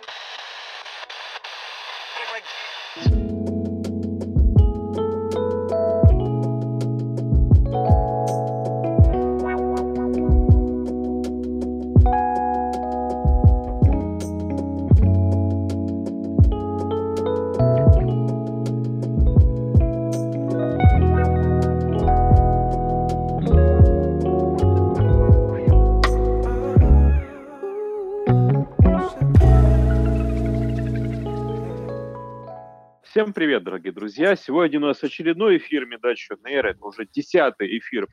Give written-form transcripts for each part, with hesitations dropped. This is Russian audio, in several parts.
Всем привет, дорогие друзья! Сегодня у нас очередной эфир Медачо Нейро. Это уже 10-й эфир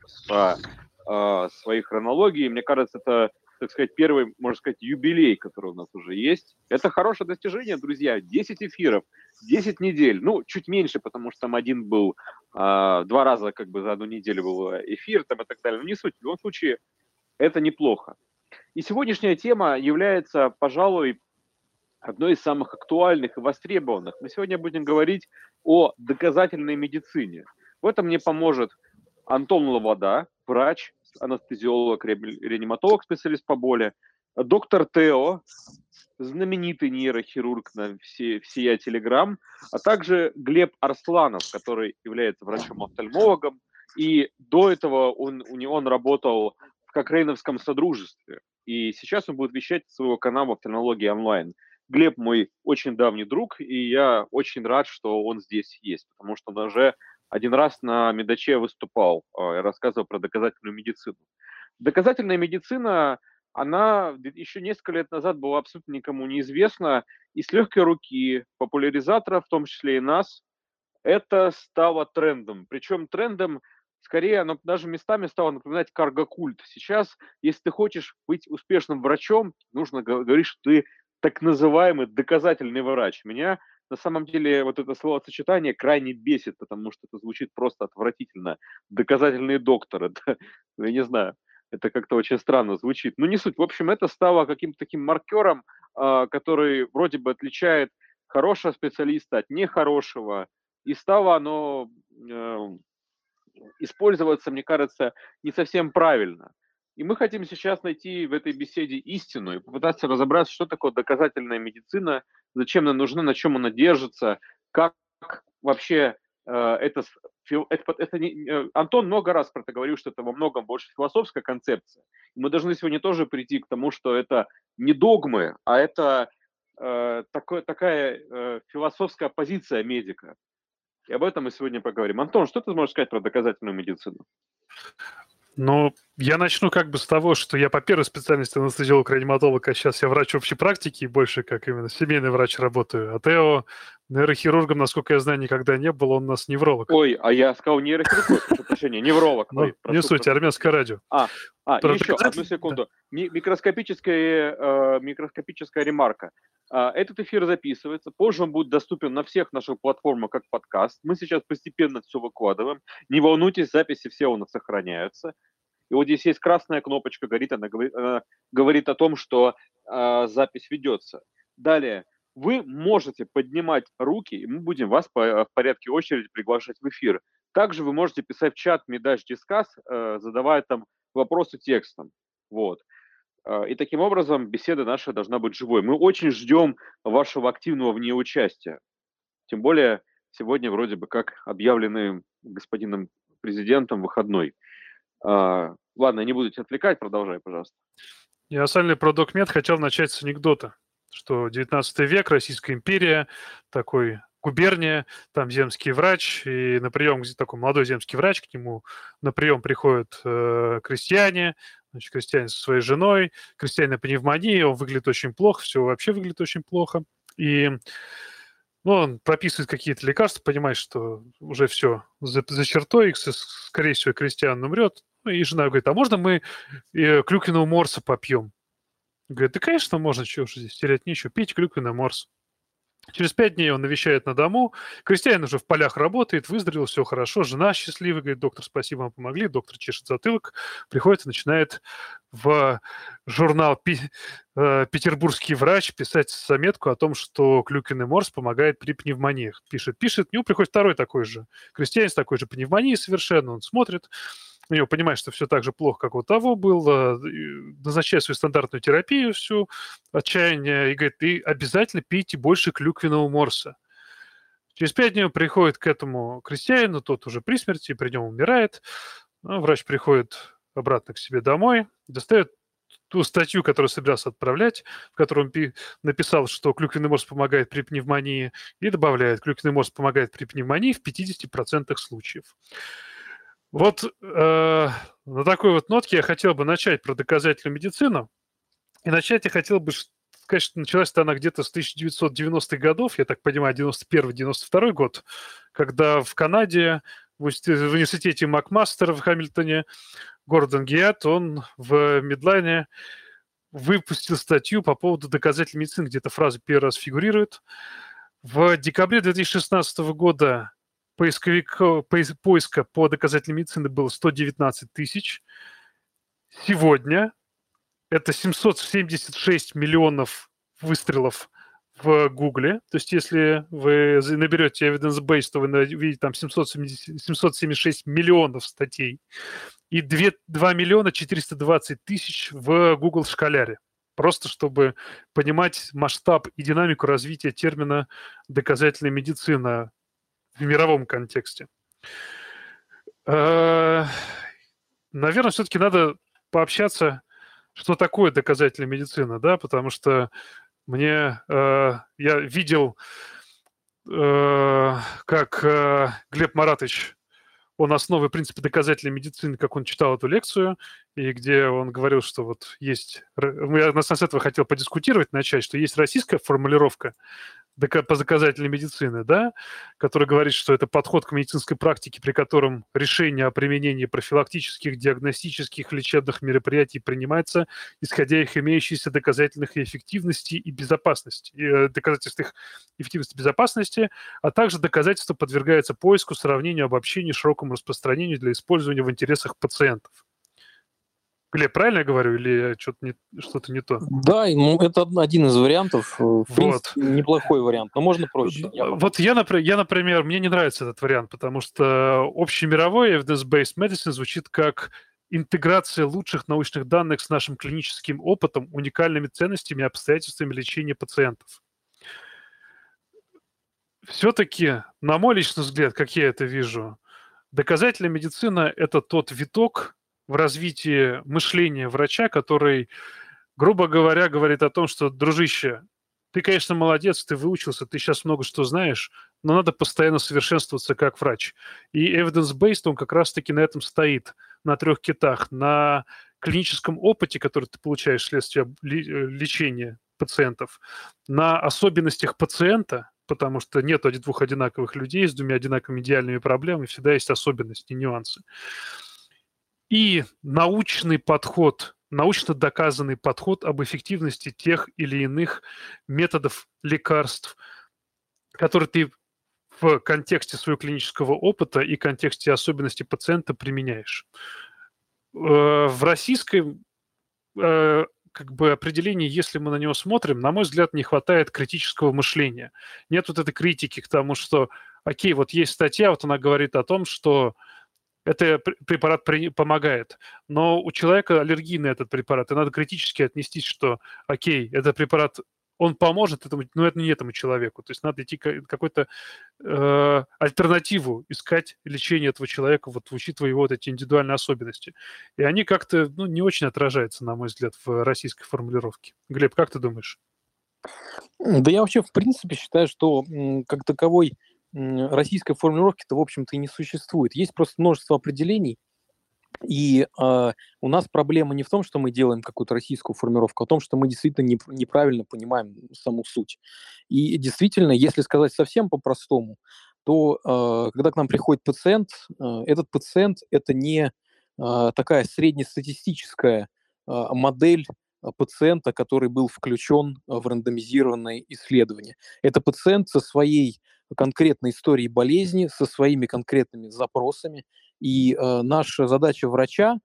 по своей хронологии. Мне кажется, это, так сказать, первый, можно сказать, юбилей, который у нас уже есть. Это хорошее достижение, друзья. 10 эфиров, 10 недель. Ну, чуть меньше, потому что там один был, 2 раза как бы за одну неделю был эфир там, и так далее. Но не суть. В любом случае, это неплохо. И сегодняшняя тема является, пожалуй, одной из самых актуальных и востребованных. Мы сегодня будем говорить о доказательной медицине. В этом мне поможет Антон Лобода, врач, анестезиолог, реаниматолог, специалист по боли, доктор Тео, знаменитый нейрохирург на всея Телеграм, а также Глеб Арсланов, который является врачом-офтальмологом, и до этого он работал в Кокрейновском содружестве, и сейчас он будет вещать с своего канала «Офтальмология онлайн». Глеб мой очень давний друг, и я очень рад, что он здесь есть, потому что он уже один раз на Медаче выступал, рассказывал про доказательную медицину. Доказательная медицина, она еще несколько лет назад была абсолютно никому неизвестна, и с легкой руки популяризаторов, в том числе и нас, это стало трендом. Причем трендом, скорее, оно даже местами стало напоминать карго-культ. Сейчас, если ты хочешь быть успешным врачом, нужно говорить, что ты так называемый доказательный врач. Меня на самом деле вот это словосочетание крайне бесит, потому что это звучит просто отвратительно. Доказательный доктор. Это, я не знаю, это как-то очень странно звучит. Но не суть. В общем, это стало каким-то таким маркером, который вроде бы отличает хорошего специалиста от нехорошего. И стало оно использоваться, мне кажется, не совсем правильно. И мы хотим сейчас найти в этой беседе истину и попытаться разобраться, что такое доказательная медицина, зачем она нужна, на чем она держится, как вообще Антон много раз про это говорил, что это во многом больше философская концепция. И мы должны сегодня тоже прийти к тому, что это не догмы, а это такая философская позиция медика. И об этом мы сегодня поговорим. Антон, что ты можешь сказать про доказательную медицину? Ну, я начну как бы с того, что я по первой специальности анестезиолог-реаниматолог, а сейчас я врач общей практики, больше как именно семейный врач работаю. А Тео нейрохирургом, насколько я знаю, никогда не был, он у нас невролог. Ой, а я сказал нейрохирург, прошу прощения, невролог. Ну, не суть, армянское радио. Еще одну секунду. Микроскопическая ремарка. Этот эфир записывается, позже он будет доступен на всех наших платформах как подкаст. Мы сейчас постепенно все выкладываем. Не волнуйтесь, записи все у нас сохраняются. И вот здесь есть красная кнопочка, горит, она говорит о том, что запись ведется. Далее, вы можете поднимать руки, и мы будем вас в порядке очереди приглашать в эфир. Также вы можете писать в чат Медач Дискас, задавая там вопросы текстом. Вот. И таким образом беседа наша должна быть живой. Мы очень ждем вашего активного в ней участия. Тем более сегодня вроде бы как объявленный господином президентом выходной. Ладно, я не буду тебя отвлекать, продолжай, пожалуйста. Я сальный про докмед хотел начать с анекдота, что 19 век, Российская империя, такой губерния, там земский врач, и на прием, такой молодой земский врач, к нему на прием приходят крестьяне, значит, крестьянин со своей женой, крестьянин на пневмонии, он выглядит очень плохо, все вообще выглядит очень плохо, и он прописывает какие-то лекарства, понимает, что уже все за чертой, скорее всего, крестьянин умрет, и жена говорит, а можно мы клюквенного морса попьем? Говорит, да, конечно, можно, чего же здесь терять нечего, пейте клюквенный морс. Через 5 дней он навещает на дому, крестьянин уже в полях работает, выздоровел, все хорошо, жена счастливая, говорит, доктор, спасибо, вам помогли, доктор чешет затылок, приходит и начинает в журнал «Петербургский врач» писать заметку о том, что клюквенный морс помогает при пневмониях. Пишет, к нему приходит второй такой же крестьянин с такой же пневмонией совершенно, он смотрит, у него понимает, что все так же плохо, как у того было, назначает свою стандартную терапию всю, отчаяние, и говорит, и обязательно пейте больше клюквенного морса. Через 5 дней он приходит к этому крестьянину, тот уже при смерти, при нем умирает. Врач приходит обратно к себе домой, достает ту статью, которую собирался отправлять, в которой он написал, что клюквенный морс помогает при пневмонии, и добавляет, клюквенный морс помогает при пневмонии в 50% случаев. Вот на такой вот нотке я хотел бы начать про доказательную медицину. И начать я хотел бы сказать, что началась-то она где-то с 1990-х годов, я так понимаю, 91-92 год, когда в Канаде, в университете Макмастер в Хамильтоне, Гордон Гиат, он в Медлайне выпустил статью по поводу доказательной медицины, где эта фраза первый раз фигурирует. В декабре 2016 года поиска по доказательной медицине было 119 тысяч. Сегодня это 776 миллионов выстрелов в Гугле. То есть если вы наберете evidence-based, то вы увидите там 776 миллионов статей и 2 миллиона 420 тысяч в Google Школяре. Просто чтобы понимать масштаб и динамику развития термина «доказательная медицина» в мировом контексте. Наверное, все-таки надо пообщаться, что такое доказательная медицина, да, потому что я видел, как Глеб Маратович, он основы принципа доказательной медицины, как он читал эту лекцию, и где он говорил, что вот есть... Я на самом деле хотел подискутировать, начать, что есть российская формулировка по доказательной медицины, да, который говорит, что это подход к медицинской практике, при котором решение о применении профилактических, диагностических, лечебных мероприятий принимается, исходя их имеющейся доказательных эффективности и безопасности, доказательств их эффективности и безопасности, а также доказательства подвергаются поиску, сравнению, обобщению, широкому распространению для использования в интересах пациентов. Глеб, правильно я говорю, или что-то не то? Да, это один из вариантов. В принципе, неплохой вариант, но можно проще. Вот я, например, мне не нравится этот вариант, потому что общемировой evidence-based medicine звучит как интеграция лучших научных данных с нашим клиническим опытом, уникальными ценностями и обстоятельствами лечения пациентов. Все-таки, на мой личный взгляд, как я это вижу, доказательная медицина – это тот виток в развитии мышления врача, который, грубо говоря, говорит о том, что, дружище, ты, конечно, молодец, ты выучился, ты сейчас много что знаешь, но надо постоянно совершенствоваться как врач. И evidence-based, он как раз-таки на этом стоит, на 3 китах, на клиническом опыте, который ты получаешь вследствие лечения пациентов, на особенностях пациента, потому что нет 2 одинаковых людей с 2 одинаковыми идеальными проблемами, всегда есть особенности, нюансы. И научный подход, научно доказанный подход об эффективности тех или иных методов лекарств, которые ты в контексте своего клинического опыта и контексте особенностей пациента применяешь. В российском определении, если мы на него смотрим, на мой взгляд, не хватает критического мышления. Нет вот этой критики к тому, что, окей, вот есть статья, вот она говорит о том, что этот препарат помогает, но у человека аллергия на этот препарат, и надо критически отнестись, что, окей, этот препарат, он поможет этому, но это не этому человеку. То есть надо идти какую-то альтернативу искать лечение этого человека, вот учитывая его вот эти индивидуальные особенности. И они как-то не очень отражаются, на мой взгляд, в российской формулировке. Глеб, как ты думаешь? Да я вообще, в принципе, считаю, что как таковой российской формулировки-то, в общем-то, и не существует. Есть просто множество определений, и у нас проблема не в том, что мы делаем какую-то российскую формулировку, а в том, что мы действительно неправильно понимаем саму суть. И действительно, если сказать совсем по-простому, то когда к нам приходит пациент, этот пациент – это не такая среднестатистическая модель пациента, который был включен в рандомизированное исследование. Это пациент со своей конкретной историей болезни, со своими конкретными запросами. И наша задача врача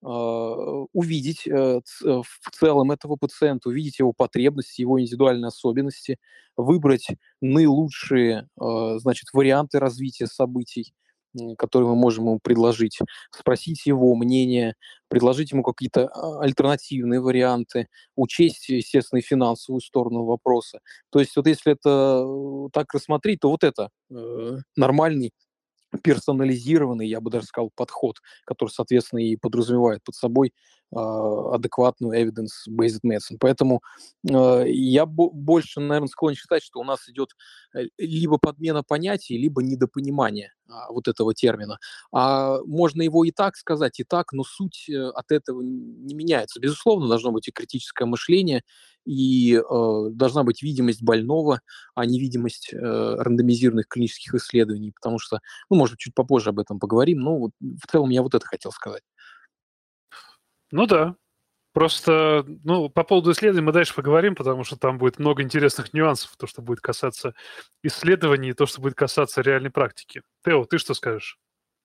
увидеть в целом этого пациента, увидеть его потребности, его индивидуальные особенности, выбрать наилучшие, значит, варианты развития событий которые мы можем ему предложить, спросить его мнение, предложить ему какие-то альтернативные варианты, учесть, естественно, и финансовую сторону вопроса. То есть вот если это так рассмотреть, то вот это нормальный персонализированный, я бы даже сказал, подход, который, соответственно, и подразумевает под собой адекватную evidence-based medicine. Поэтому я больше, наверное, склонен считать, что у нас идет либо подмена понятий, либо недопонимание вот этого термина. А можно его и так сказать, и так, но суть от этого не меняется. Безусловно, должно быть и критическое мышление, и должна быть видимость больного, а не видимость рандомизированных клинических исследований, потому что, ну, может, чуть попозже об этом поговорим, но вот, в целом я вот это хотел сказать. Ну да. Просто, ну, по поводу исследований мы дальше поговорим, потому что там будет много интересных нюансов, то, что будет касаться исследований, и то, что будет касаться реальной практики. Тео, ты что скажешь?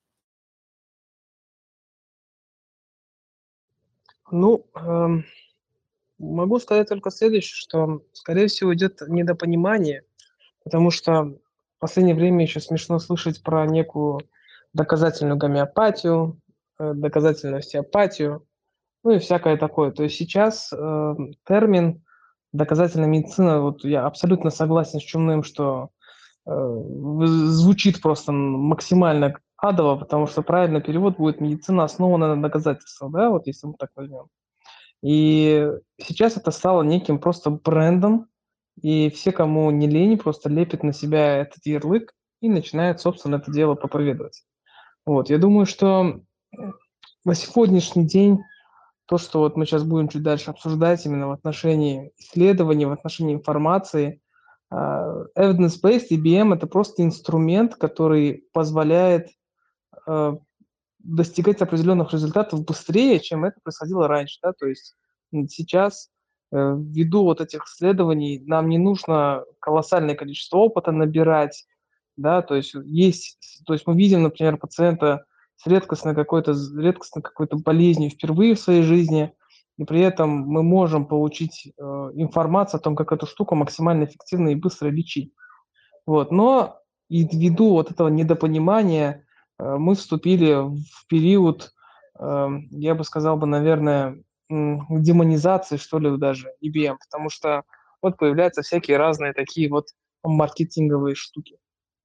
Ну, могу сказать только следующее, что, скорее всего, идет недопонимание, потому что в последнее время еще смешно слышать про некую доказательную гомеопатию, доказательную остеопатию, ну и всякое такое. То есть сейчас термин доказательная медицина, вот я абсолютно согласен с Чумным, что звучит просто максимально адово, потому что правильный перевод будет медицина, основана на доказательствах, да, вот если мы так возьмем. И сейчас это стало неким просто брендом, и все, кому не лень, просто лепят на себя этот ярлык и начинают, собственно, это дело проповедовать. Вот, я думаю, что на сегодняшний день то, что вот мы сейчас будем чуть дальше обсуждать именно в отношении исследований, в отношении информации, evidence-based EBM – это просто инструмент, который позволяет достигать определенных результатов быстрее, чем это происходило раньше. Да? То есть сейчас, ввиду вот этих исследований, нам не нужно колоссальное количество опыта набирать. Да? То есть мы видим, например, пациента с редкостной какой-то болезнью впервые в своей жизни, и при этом мы можем получить информацию о том, как эту штуку максимально эффективно и быстро лечить. Вот. Но и ввиду вот этого недопонимания мы вступили в период, я бы сказал бы, наверное, демонизации, что ли, даже IBM, потому что вот появляются всякие разные такие вот маркетинговые штуки.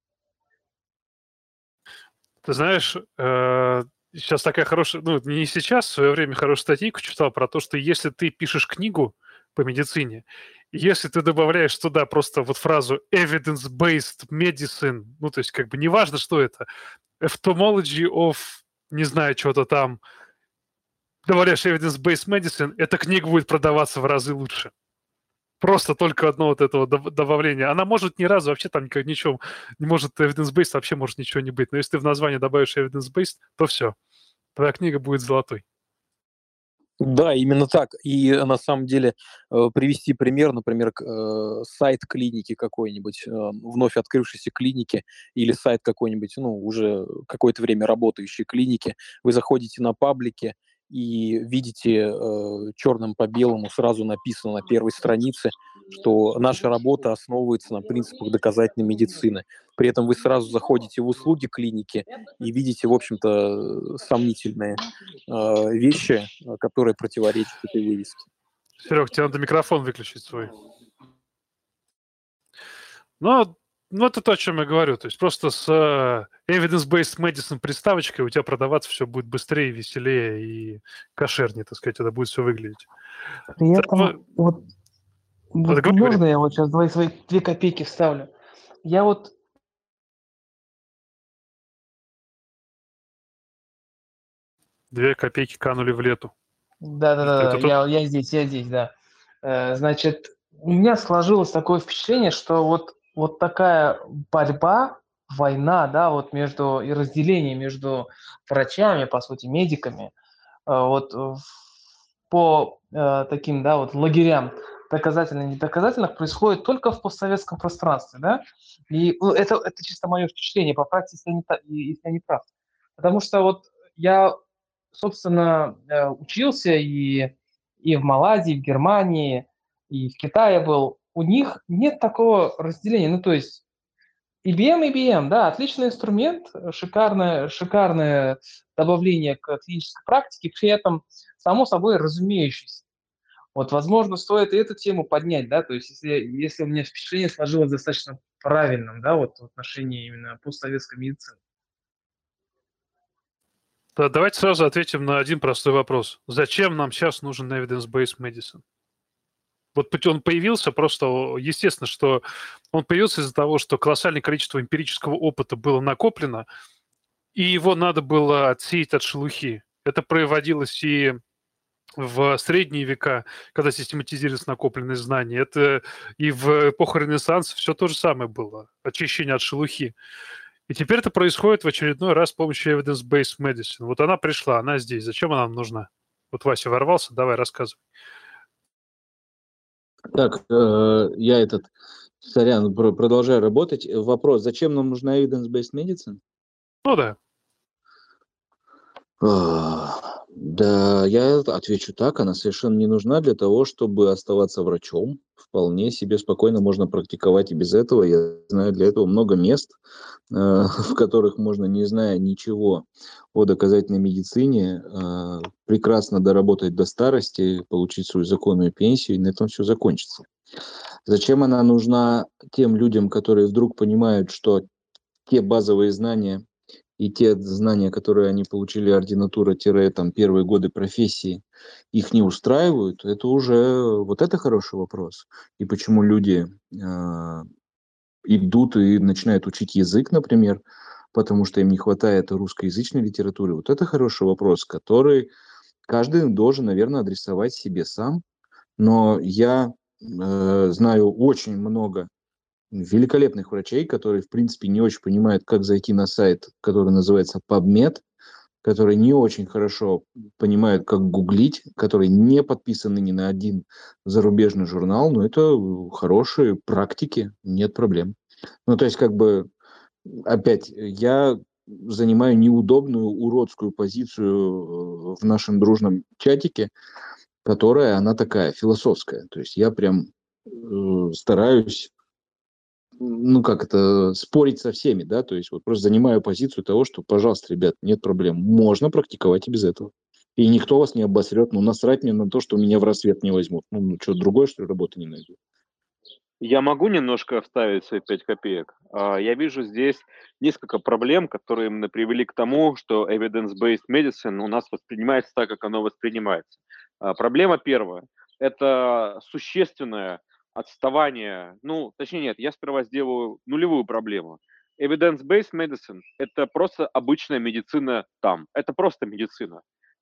Ты знаешь, сейчас такая хорошая, ну, не сейчас, в свое время хорошую статейку читал про то, что если ты пишешь книгу по медицине, если ты добавляешь туда просто вот фразу evidence-based medicine, ну, то есть как бы неважно, что это, ophthalmology of, не знаю, что-то там, добавляешь evidence-based medicine, эта книга будет продаваться в разы лучше. Просто только одно вот этого добавления. Она может ни разу вообще там ничего, не может evidence-based, вообще может ничего не быть. Но если ты в название добавишь evidence-based, то все. Твоя книга будет золотой. Да, именно так. И на самом деле привести пример, например, сайт клиники какой-нибудь, вновь открывшейся клиники, или сайт какой-нибудь, ну, уже какое-то время работающей клиники. Вы заходите на паблики и видите черным по белому сразу написано на первой странице, что наша работа основывается на принципах доказательной медицины. При этом вы сразу заходите в услуги клиники и видите, в общем-то, сомнительные вещи, которые противоречат этой вывеске. Серег, тебе надо микрофон выключить свой. Ну, это то, о чем я говорю. То есть просто с evidence-based medicine приставочкой у тебя продаваться все будет быстрее, веселее и кошернее, так сказать, это будет все выглядеть. При этом, вот можно я вот сейчас свои 2 копейки вставлю? Я вот 2 копейки канули в лету. Да, я здесь, да. Значит, у меня сложилось такое впечатление, что вот такая борьба, война, да, вот между и разделение между врачами, по сути, медиками, вот по таким, да, вот лагерям доказательных, недоказательных происходит только в постсоветском пространстве, да, и это чисто мое впечатление, поправьте, если я не прав. Потому что вот я, собственно, учился и в Малайзии, и в Германии, и в Китае был. У них нет такого разделения. Ну, то есть IBM, да, отличный инструмент, шикарное добавление к клинической практике, при этом, само собой, разумеющееся. Вот, возможно, стоит и эту тему поднять, да, то есть если у меня впечатление сложилось достаточно правильным, да, вот в отношении именно постсоветской медицины. Да, давайте сразу ответим на один простой вопрос. Зачем нам сейчас нужен evidence-based medicine? Вот он появился просто, естественно, что он появился из-за того, что колоссальное количество эмпирического опыта было накоплено, и его надо было отсеять от шелухи. Это проводилось и в средние века, когда систематизировались накопленные знания. Это и в эпоху Ренессанса все то же самое было. Очищение от шелухи. И теперь это происходит в очередной раз с помощью evidence-based medicine. Вот она пришла, она здесь. Зачем она нам нужна? Вот Вася ворвался, давай рассказывай. Так, сорян, продолжаю работать. Вопрос, зачем нам нужна evidence-based medicine? Ну да. Да, я отвечу так, она совершенно не нужна для того, чтобы оставаться врачом. Вполне себе спокойно можно практиковать и без этого. Я знаю для этого много мест, в которых можно, не зная ничего о доказательной медицине, прекрасно доработать до старости, получить свою законную пенсию, и на этом все закончится. Зачем она нужна тем людям, которые вдруг понимают, что те базовые знания и те знания, которые они получили ординатура-там первые годы профессии, их не устраивают, это уже вот это хороший вопрос. И почему люди идут и начинают учить язык, например, потому что им не хватает русскоязычной литературы. Вот это хороший вопрос, который каждый должен, наверное, адресовать себе сам. Но я знаю очень много великолепных врачей, которые, в принципе, не очень понимают, как зайти на сайт, который называется PubMed, которые не очень хорошо понимают, как гуглить, которые не подписаны ни на один зарубежный журнал, но это хорошие практики, нет проблем. Ну, то есть, как бы, опять, я занимаю неудобную, уродскую позицию в нашем дружном чатике, которая, она такая, философская. То есть я прям стараюсь спорить со всеми, да, то есть вот просто занимаю позицию того, что, пожалуйста, ребят, нет проблем, можно практиковать и без этого. И никто вас не обосрет, насрать мне на то, что меня в рассвет не возьмут. Что, другой, что ли, работы не найду? Я могу немножко вставить свои 5 копеек? Я вижу здесь несколько проблем, которые именно привели к тому, что evidence-based medicine у нас воспринимается так, как оно воспринимается. Проблема первая– это существенное отставание, точнее нет, я сперва сделаю нулевую проблему. Evidence-based medicine– это просто обычная медицина там, это просто медицина.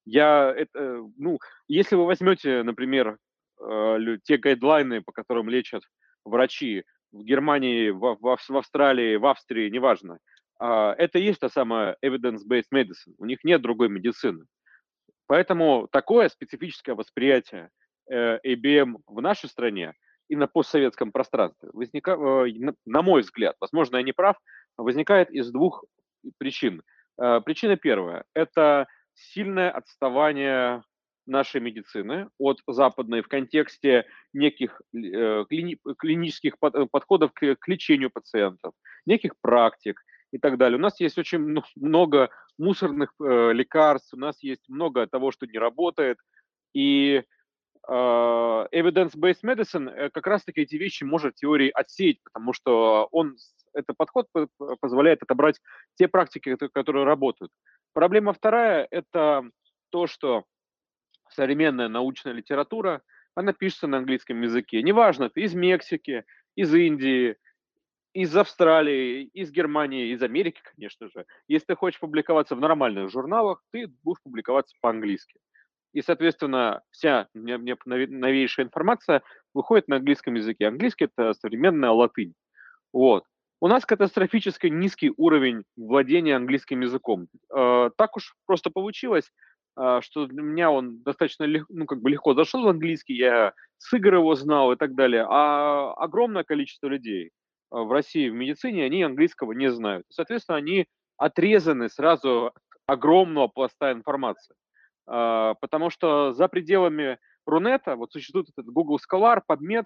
Если вы возьмете, например, те гайдлайны, по которым лечат врачи в Германии, в Австралии, в Австрии, неважно, это и есть та самая evidence-based medicine. У них нет другой медицины. Поэтому такое специфическое восприятие ABM в нашей стране и на постсоветском пространстве, на мой взгляд, возможно, я не прав, возникает из двух причин. Причина первая– это сильное отставание нашей медицины от западной в контексте неких клинических подходов к лечению пациентов, неких практик и так далее. У нас есть очень много мусорных лекарств, у нас есть много того, что не работает, и evidence-based medicine как раз-таки эти вещи может в теории отсеять, потому что этот подход позволяет отобрать те практики, которые работают. Проблема вторая– это то, что современная научная литература, она пишется на английском языке. Неважно, ты из Мексики, из Индии, из Австралии, из Германии, из Америки, конечно же. Если ты хочешь публиковаться в нормальных журналах, ты будешь публиковаться по-английски. И, соответственно, вся новейшая информация выходит на английском языке. Английский – это современная латынь. Вот. У нас катастрофически низкий уровень владения английским языком. Так уж просто получилось, что для меня он достаточно легко зашел в английский, я с игр его знал и так далее. А огромное количество людей в России в медицине, они английского не знают. Соответственно, они отрезаны сразу от огромного пласта информации. Потому что за пределами Рунета вот существует этот Google Scholar, PubMed,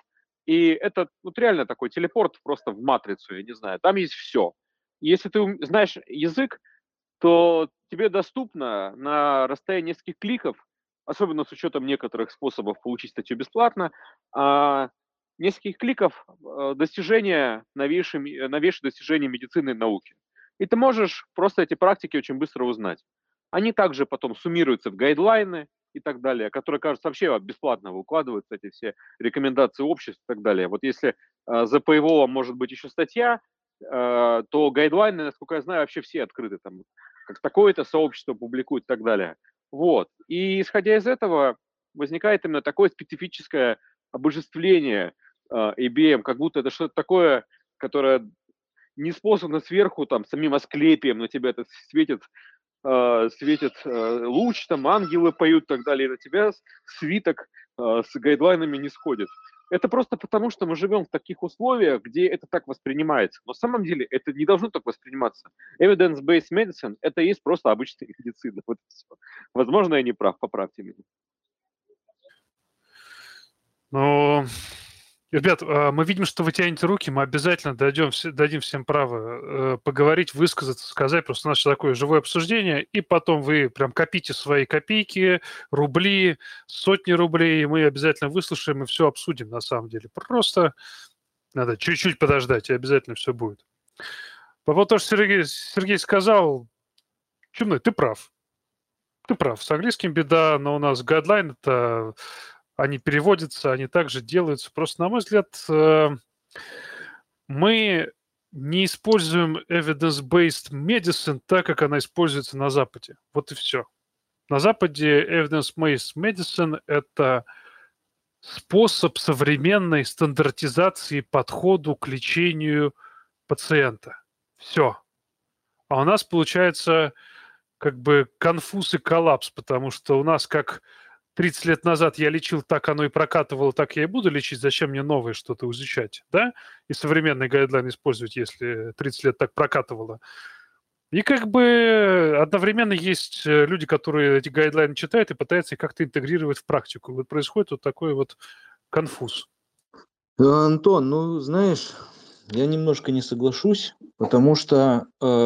И это вот реально такой телепорт просто в матрицу, я не знаю. Там есть все. Если ты знаешь язык, то тебе доступно на расстоянии нескольких кликов, особенно с учетом некоторых способов получить статью бесплатно, нескольких кликов достижения новейших достижений медицины и науки. И ты можешь просто эти практики очень быстро узнать. Они также потом суммируются в гайдлайны и так далее, которые, кажется, вообще бесплатно выкладываются, эти все рекомендации обществ и так далее. Вот если за Paywall может быть еще статья, то гайдлайны, насколько я знаю, вообще все открыты. Там, как такое-то сообщество публикует и так далее. Вот. И исходя из этого возникает именно такое специфическое обожествление IBM, как будто это что-то такое, которое не способно сверху, там, самим Асклепием на тебя это светит луч, там ангелы поют и так далее, и на тебя свиток с гайдлайнами не сходит. Это просто потому, что мы живем в таких условиях, где это так воспринимается. Но на самом деле это не должно так восприниматься. Evidence-based medicine – это и есть просто обычная медицина. Вот и всё. Возможно, я не прав, поправьте меня. Ну, ребят, мы видим, что вы тянете руки, мы обязательно дадим всем право поговорить, высказаться, сказать. Просто у нас такое живое обсуждение, и потом вы прям копите свои копейки, рубли, сотни рублей, и мы обязательно выслушаем и все обсудим на самом деле. Просто надо чуть-чуть подождать, и обязательно все будет. По поводу того, что Сергей сказал, Чумной, ты прав. Ты прав. С английским беда, но у нас гайдлайн – это... Они переводятся, они также делаются. Просто, на мой взгляд, мы не используем evidence-based medicine так, как она используется на Западе. Вот и все. На Западе evidence-based medicine – это способ современной стандартизации подходу к лечению пациента. Все. А у нас получается как бы конфуз и коллапс, потому что у нас как 30 лет назад я лечил так, оно и прокатывало, так я и буду лечить, зачем мне новое что-то изучать, да? И современный гайдлайн использовать, если 30 лет так прокатывало. И как бы одновременно есть люди, которые эти гайдлайны читают и пытаются их как-то интегрировать в практику. Вот происходит вот такой вот конфуз. Антон, ну, знаешь, я немножко не соглашусь, потому что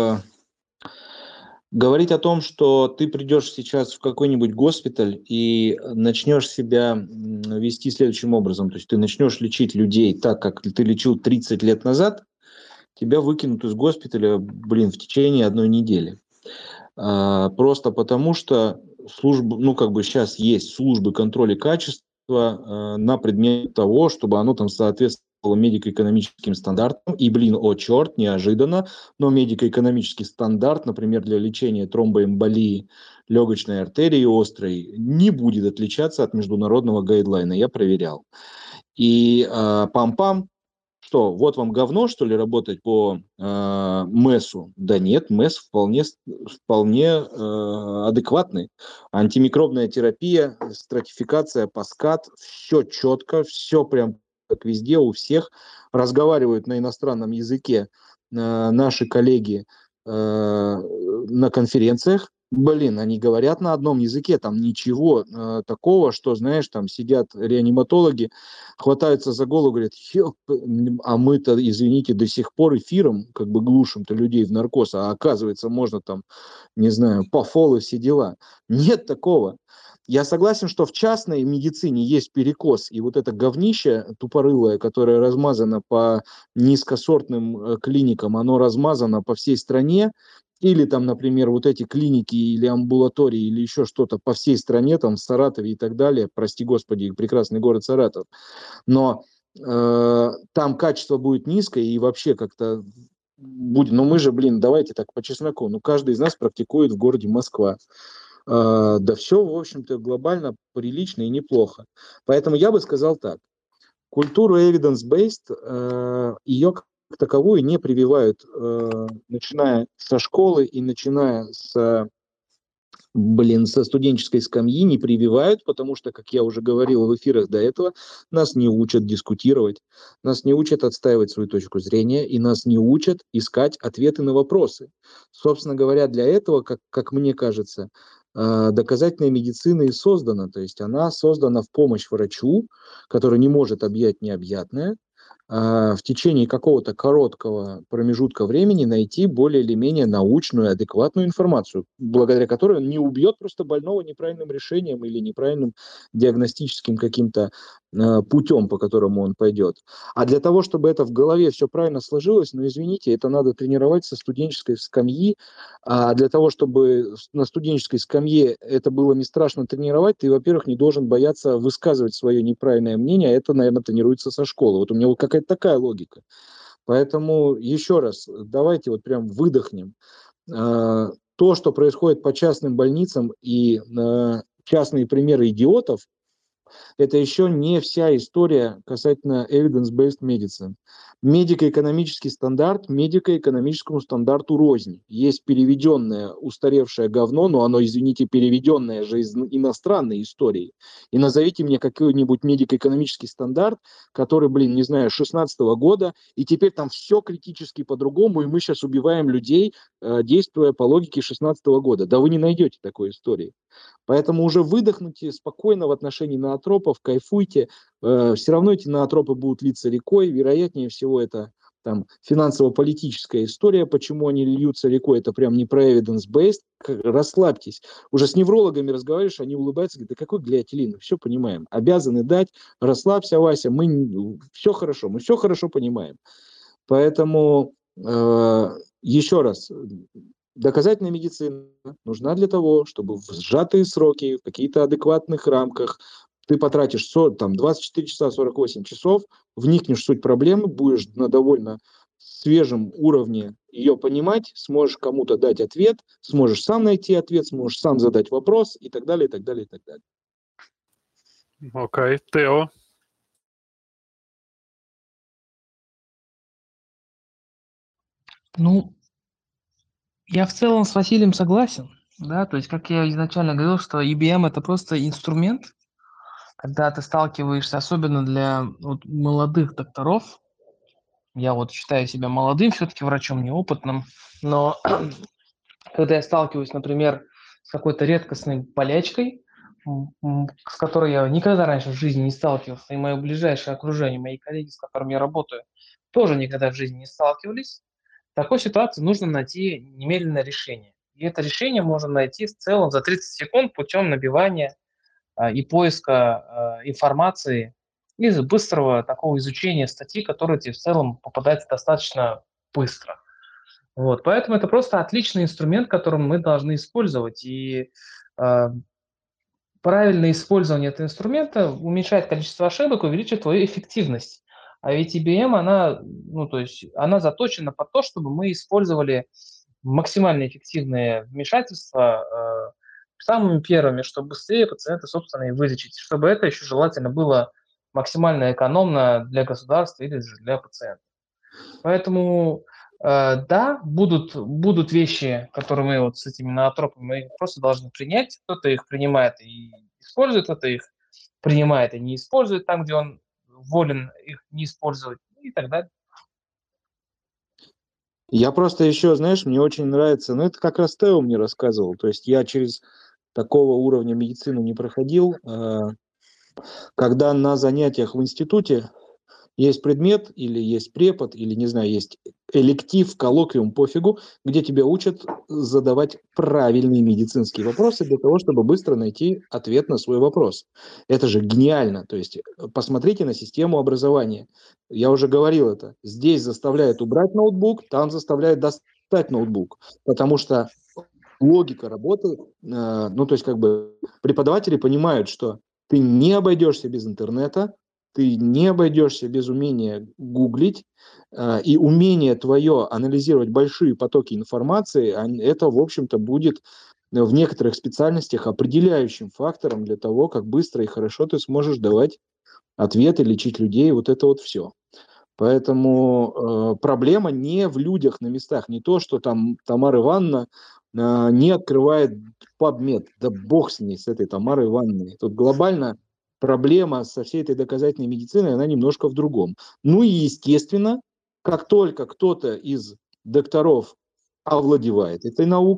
говорить о том, что ты придешь сейчас в какой-нибудь госпиталь и начнешь себя вести следующим образом, то есть ты начнешь лечить людей так, как ты лечил 30 лет назад, тебя выкинут из госпиталя, в течение одной недели. Просто потому, что службы, сейчас есть службы контроля качества на предмет того, чтобы оно там соответствовало медико-экономическим стандартам. И, черт, неожиданно, но медико-экономический стандарт, например, для лечения тромбоэмболии легочной артерии острой, не будет отличаться от международного гайдлайна. Я проверял. И пам-пам, что, вот вам говно, что ли, работать по МЭСу? Да нет, МЭС вполне адекватный. Антимикробная терапия, стратификация, паскад, все четко, все прям как везде, у всех. Разговаривают на иностранном языке наши коллеги на конференциях. Они говорят на одном языке, там ничего такого, что, знаешь, там сидят реаниматологи, хватаются за голову, говорят, а мы-то, извините, до сих пор эфиром как бы глушим-то людей в наркоз, а оказывается, можно там, не знаю, пофол и все дела. Нет такого. Я согласен, что в частной медицине есть перекос, и вот это говнище тупорылое, которое размазано по низкосортным клиникам, оно размазано по всей стране, или там, например, вот эти клиники или амбулатории, или еще что-то по всей стране, там в Саратове и так далее, прости господи, прекрасный город Саратов, но там качество будет низкое и вообще как-то будет, мы же, давайте так по чесноку, каждый из нас практикует в городе Москва. Да все, в общем-то, глобально прилично и неплохо. Поэтому я бы сказал так. Культуру evidence-based, ее как таковую не прививают, начиная со школы и начиная со студенческой скамьи не прививают, потому что, как я уже говорил в эфирах до этого, нас не учат дискутировать, нас не учат отстаивать свою точку зрения, и нас не учат искать ответы на вопросы. Собственно говоря, для этого, как мне кажется, доказательная медицина и создана. То есть она создана в помощь врачу, который не может объять необъятное, в течение какого-то короткого промежутка времени найти более или менее научную, адекватную информацию, благодаря которой он не убьет просто больного неправильным решением или неправильным диагностическим каким-то путем, по которому он пойдет. А для того, чтобы это в голове все правильно сложилось, ну, извините, это надо тренировать со студенческой скамьи, а для того, чтобы на студенческой скамье это было не страшно тренировать, ты, во-первых, не должен бояться высказывать свое неправильное мнение, а это, наверное, тренируется со школы. Вот у меня вот какая-то такая логика. Поэтому еще раз, давайте вот прям выдохнем. То, что происходит по частным больницам и частные примеры идиотов, это еще не вся история касательно evidence-based medicine. Медико-экономический стандарт медико-экономическому стандарту рознь. Есть переведенное устаревшее говно, но оно, извините, переведенное же из иностранной истории. И назовите мне какой-нибудь медико-экономический стандарт, который, не знаю, 16-го года, и теперь там все критически по-другому, и мы сейчас убиваем людей, действуя по логике 16-го года. Да вы не найдете такой истории. Поэтому уже выдохните спокойно в отношении ноотропов, кайфуйте. Все равно эти ноотропы будут литься рекой. Вероятнее всего, это там финансово-политическая история. Почему они льются рекой, это прям не про evidence-based. Расслабьтесь. Уже с неврологами разговариваешь, они улыбаются, говорят, да какой гляотелин, все понимаем. Обязаны дать. Расслабься, Вася, все хорошо, мы все хорошо понимаем. Поэтому еще раз, доказательная медицина нужна для того, чтобы в сжатые сроки, в каких-то адекватных рамках ты потратишь там, 24 часа, 48 часов, вникнешь в суть проблемы, будешь на довольно свежем уровне ее понимать, сможешь кому-то дать ответ, сможешь сам найти ответ, сможешь сам задать вопрос и так далее, и так далее, и так далее. Окей, Тео. Ну, я в целом с Василием согласен, да, то есть, как я изначально говорил, что EBM – это просто инструмент, когда ты сталкиваешься, особенно для вот молодых докторов, я вот считаю себя молодым все-таки врачом, неопытным, но когда я сталкиваюсь, например, с какой-то редкостной болячкой, с которой я никогда раньше в жизни не сталкивался, и мое ближайшее окружение, мои коллеги, с которыми я работаю, тоже никогда в жизни не сталкивались, в такой ситуации нужно найти немедленное решение. И это решение можно найти в целом за 30 секунд путем набивания и поиска информации из быстрого такого изучения статьи, которые тебе в целом попадаются достаточно быстро. Вот, поэтому это просто отличный инструмент, которым мы должны использовать. И правильное использование этого инструмента уменьшает количество ошибок, увеличивает твою эффективность. А ведь IBM, она заточена под то, чтобы мы использовали максимально эффективные вмешательства самыми первыми, чтобы быстрее пациента, собственно, и вылечить, чтобы это еще желательно было максимально экономно для государства или же для пациента. Поэтому, да, будут вещи, которые мы вот с этими ноотропами мы просто должны принять. Кто-то их принимает и использует, кто-то их принимает и не использует там, где он волен их не использовать и так далее. Я просто еще, знаешь, мне очень нравится, это как раз Тео мне рассказывал, то есть я через такого уровня медицину не проходил, когда на занятиях в институте есть предмет или есть препод, или, не знаю, есть электив, коллоквиум, пофигу, где тебя учат задавать правильные медицинские вопросы для того, чтобы быстро найти ответ на свой вопрос. Это же гениально. То есть посмотрите на систему образования. Я уже говорил это. Здесь заставляют убрать ноутбук, там заставляют достать ноутбук. Потому что логика работы, то есть преподаватели понимают, что ты не обойдешься без интернета, ты не обойдешься без умения гуглить, и умение твое анализировать большие потоки информации, это, в общем-то, будет в некоторых специальностях определяющим фактором для того, как быстро и хорошо ты сможешь давать ответы, лечить людей, вот это вот все. Поэтому проблема не в людях на местах, не то, что там Тамара Ивановна не открывает PubMed, да бог с ней, с этой Тамарой Ивановной. Тут глобально проблема со всей этой доказательной медициной, она немножко в другом. Ну и, естественно, как только кто-то из докторов овладевает этой наукой,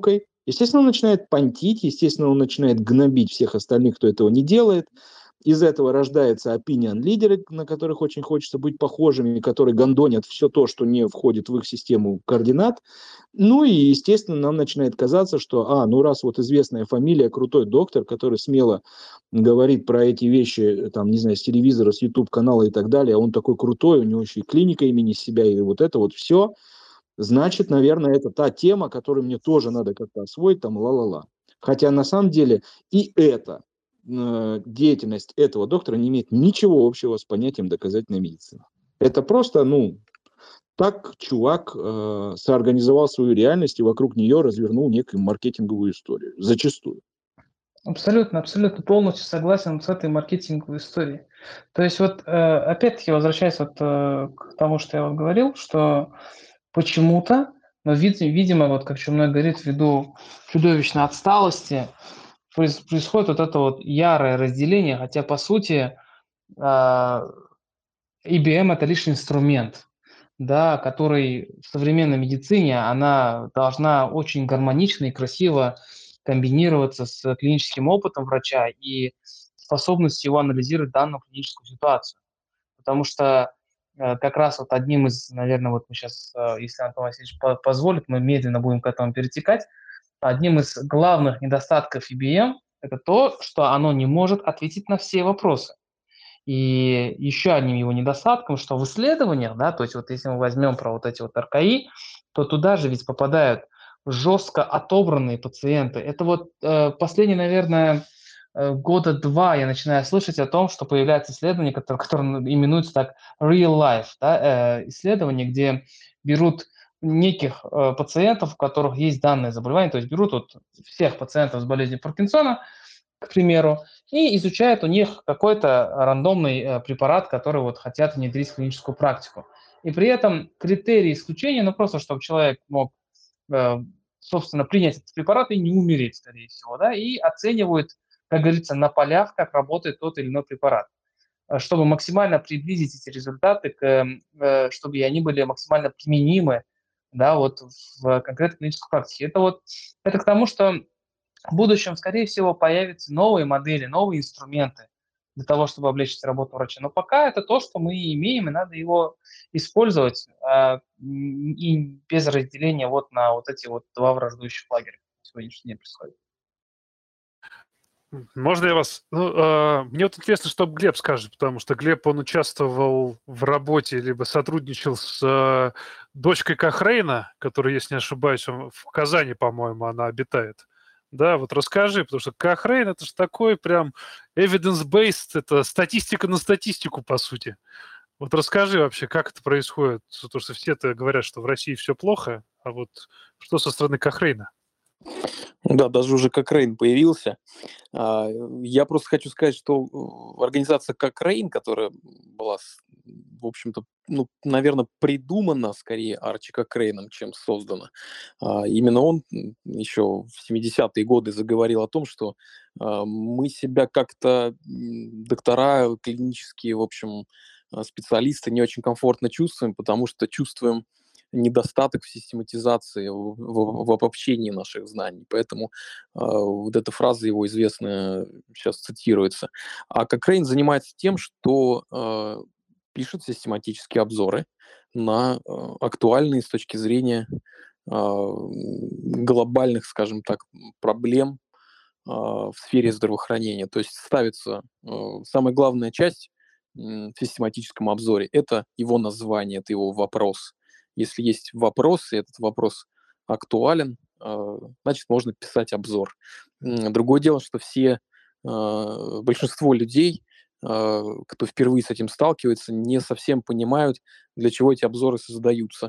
Естественно, он начинает понтить, естественно, он начинает гнобить всех остальных, кто этого не делает. Из этого рождаются opinion-лидеры, на которых очень хочется быть похожими, которые гондонят все то, что не входит в их систему координат. Ну и, естественно, нам начинает казаться, что, ну раз вот известная фамилия, крутой доктор, который смело говорит про эти вещи, там, не знаю, с телевизора, с YouTube-канала и так далее, он такой крутой, у него еще и клиника имени себя, и вот это вот все, значит, наверное, это та тема, которую мне тоже надо как-то освоить, там, ла-ла-ла. Хотя на самом деле и эта деятельность этого доктора не имеет ничего общего с понятием доказательной медицины. Это просто, так чувак соорганизовал свою реальность и вокруг нее развернул некую маркетинговую историю. Зачастую. Абсолютно, абсолютно полностью согласен с этой маркетинговой историей. То есть вот опять-таки возвращаясь вот к тому, что я вот говорил, что почему-то, но видимо, вот как Чумной говорит, ввиду чудовищной отсталости происходит вот это вот ярое разделение, хотя по сути IBM это лишь инструмент, да, который в современной медицине, она должна очень гармонично и красиво комбинироваться с клиническим опытом врача и способностью его анализировать данную клиническую ситуацию. Потому что как раз вот одним из, наверное, вот мы сейчас, если Антон Васильевич позволит, мы медленно будем к этому перетекать, одним из главных недостатков IBM это то, что оно не может ответить на все вопросы. И еще одним его недостатком, что в исследованиях, да, то есть вот если мы возьмем про вот эти вот РКИ, то туда же ведь попадают жестко отобранные пациенты. Это вот последние, наверное, года два я начинаю слышать о том, что появляется исследование, которое именуется так real life, да, исследование, где берут неких пациентов, у которых есть данное заболевание, то есть берут вот всех пациентов с болезнью Паркинсона, к примеру, и изучают у них какой-то рандомный препарат, который вот хотят внедрить в клиническую практику. И при этом критерий исключения, просто чтобы человек мог, собственно, принять этот препарат и не умереть, скорее всего, да, и оценивают, как говорится, на полях, как работает тот или иной препарат, чтобы максимально приблизить эти результаты, чтобы они были максимально применимы, да, вот в конкретной клинической практике. Это к тому, что в будущем, скорее всего, появятся новые модели, новые инструменты для того, чтобы облегчить работу врача. Но пока это то, что мы имеем, и надо его использовать и без разделения вот на вот эти вот два враждующих лагеря. Сегодняшний день происходит. Можно я вас... мне вот интересно, что Глеб скажет, потому что Глеб, он участвовал в работе, либо сотрудничал с дочкой Кохрейна, которая, если не ошибаюсь, в Казани, по-моему, она обитает. Да, вот расскажи, потому что Кохрейн — это же такой прям evidence-based, это статистика на статистику, по сути. Вот расскажи вообще, как это происходит, потому что все-то говорят, что в России все плохо, а вот что со стороны Кохрейна? Да, даже уже Кохрейн появился. Я просто хочу сказать, что организация Кохрейн, которая была, в общем-то, наверное, придумана скорее Арчи Кохрейном, чем создана. Именно он еще в 70-е годы заговорил о том, что мы себя как-то, доктора клинические, в общем, специалисты, не очень комфортно чувствуем, потому что чувствуем недостаток в систематизации, в обобщении наших знаний. Поэтому вот эта фраза его известная сейчас цитируется. А Кохрейн занимается тем, что пишет систематические обзоры на актуальные с точки зрения глобальных, скажем так, проблем в сфере здравоохранения. То есть ставится самая главная часть в систематическом обзоре – это его название, это его вопрос. Если есть вопрос, и этот вопрос актуален, значит, можно писать обзор. Другое дело, что большинство людей, кто впервые с этим сталкивается, не совсем понимают, для чего эти обзоры создаются.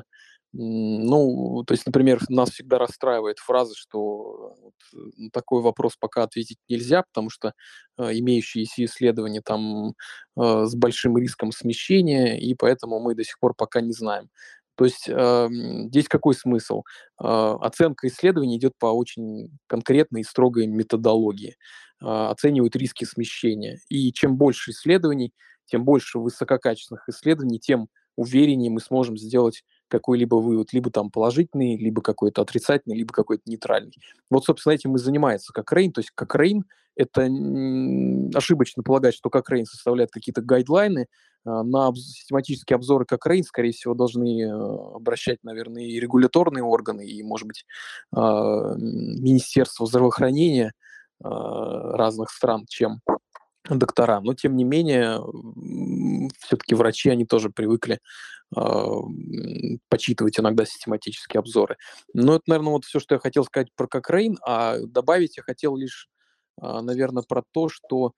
То есть, например, нас всегда расстраивает фраза, что на такой вопрос пока ответить нельзя, потому что имеющиеся исследования там с большим риском смещения, и поэтому мы до сих пор пока не знаем. То есть здесь какой смысл? Оценка исследований идет по очень конкретной и строгой методологии. Оценивают риски смещения. И чем больше исследований, тем больше высококачественных исследований, тем увереннее мы сможем сделать какой-либо вывод, либо там положительный, либо какой-то отрицательный, либо какой-то нейтральный. Вот, собственно, этим и занимается Cochrane. То есть Cochrane — это ошибочно полагать, что Cochrane составляет какие-то гайдлайны. На систематические обзоры Cochrane, скорее всего, должны обращать, наверное, и регуляторные органы, и, может быть, Министерство здравоохранения разных стран, чем доктора. Но, тем не менее, все-таки врачи, они тоже привыкли почитывать иногда систематические обзоры. Но это, наверное, вот все, что я хотел сказать про Cochrane. А добавить я хотел лишь, наверное, про то, что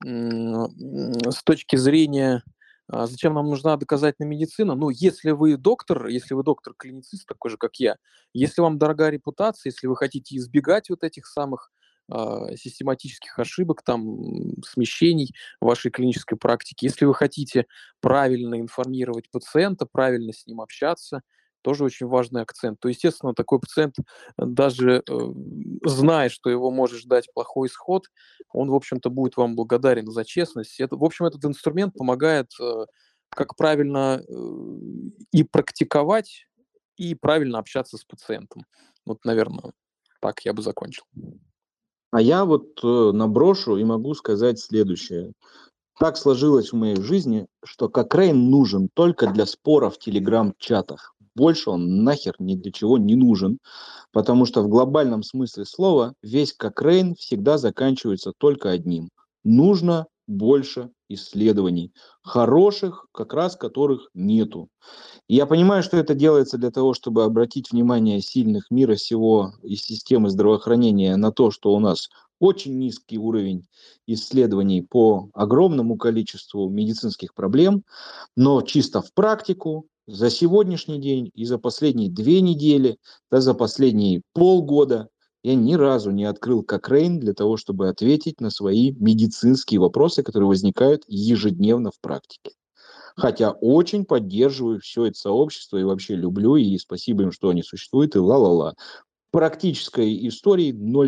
с точки зрения, зачем нам нужна доказательная медицина, ну, если вы доктор-клиницист, такой же, как я, если вам дорога репутация, если вы хотите избегать вот этих самых систематических ошибок, там, смещений в вашей клинической практике. Если вы хотите правильно информировать пациента, правильно с ним общаться, тоже очень важный акцент. То, естественно, такой пациент, даже зная, что его может ждать плохой исход, он, в общем-то, будет вам благодарен за честность. Это, в общем, этот инструмент помогает как правильно и практиковать, и правильно общаться с пациентом. Вот, наверное, так я бы закончил. А я вот наброшу и могу сказать следующее. Так сложилось в моей жизни, что Cochrane нужен только для споров в телеграм-чатах. Больше он нахер ни для чего не нужен, потому что в глобальном смысле слова весь Cochrane всегда заканчивается только одним. Нужно больше исследований, хороших, как раз которых нету. И я понимаю, что это делается для того, чтобы обратить внимание сильных мира сего и системы здравоохранения на то, что у нас очень низкий уровень исследований по огромному количеству медицинских проблем, но чисто в практику за сегодняшний день и за последние 2 недели, да за последние полгода я ни разу не открыл Cochrane для того, чтобы ответить на свои медицинские вопросы, которые возникают ежедневно в практике. Хотя очень поддерживаю все это сообщество и вообще люблю, и спасибо им, что они существуют, и ла-ла-ла. Практической истории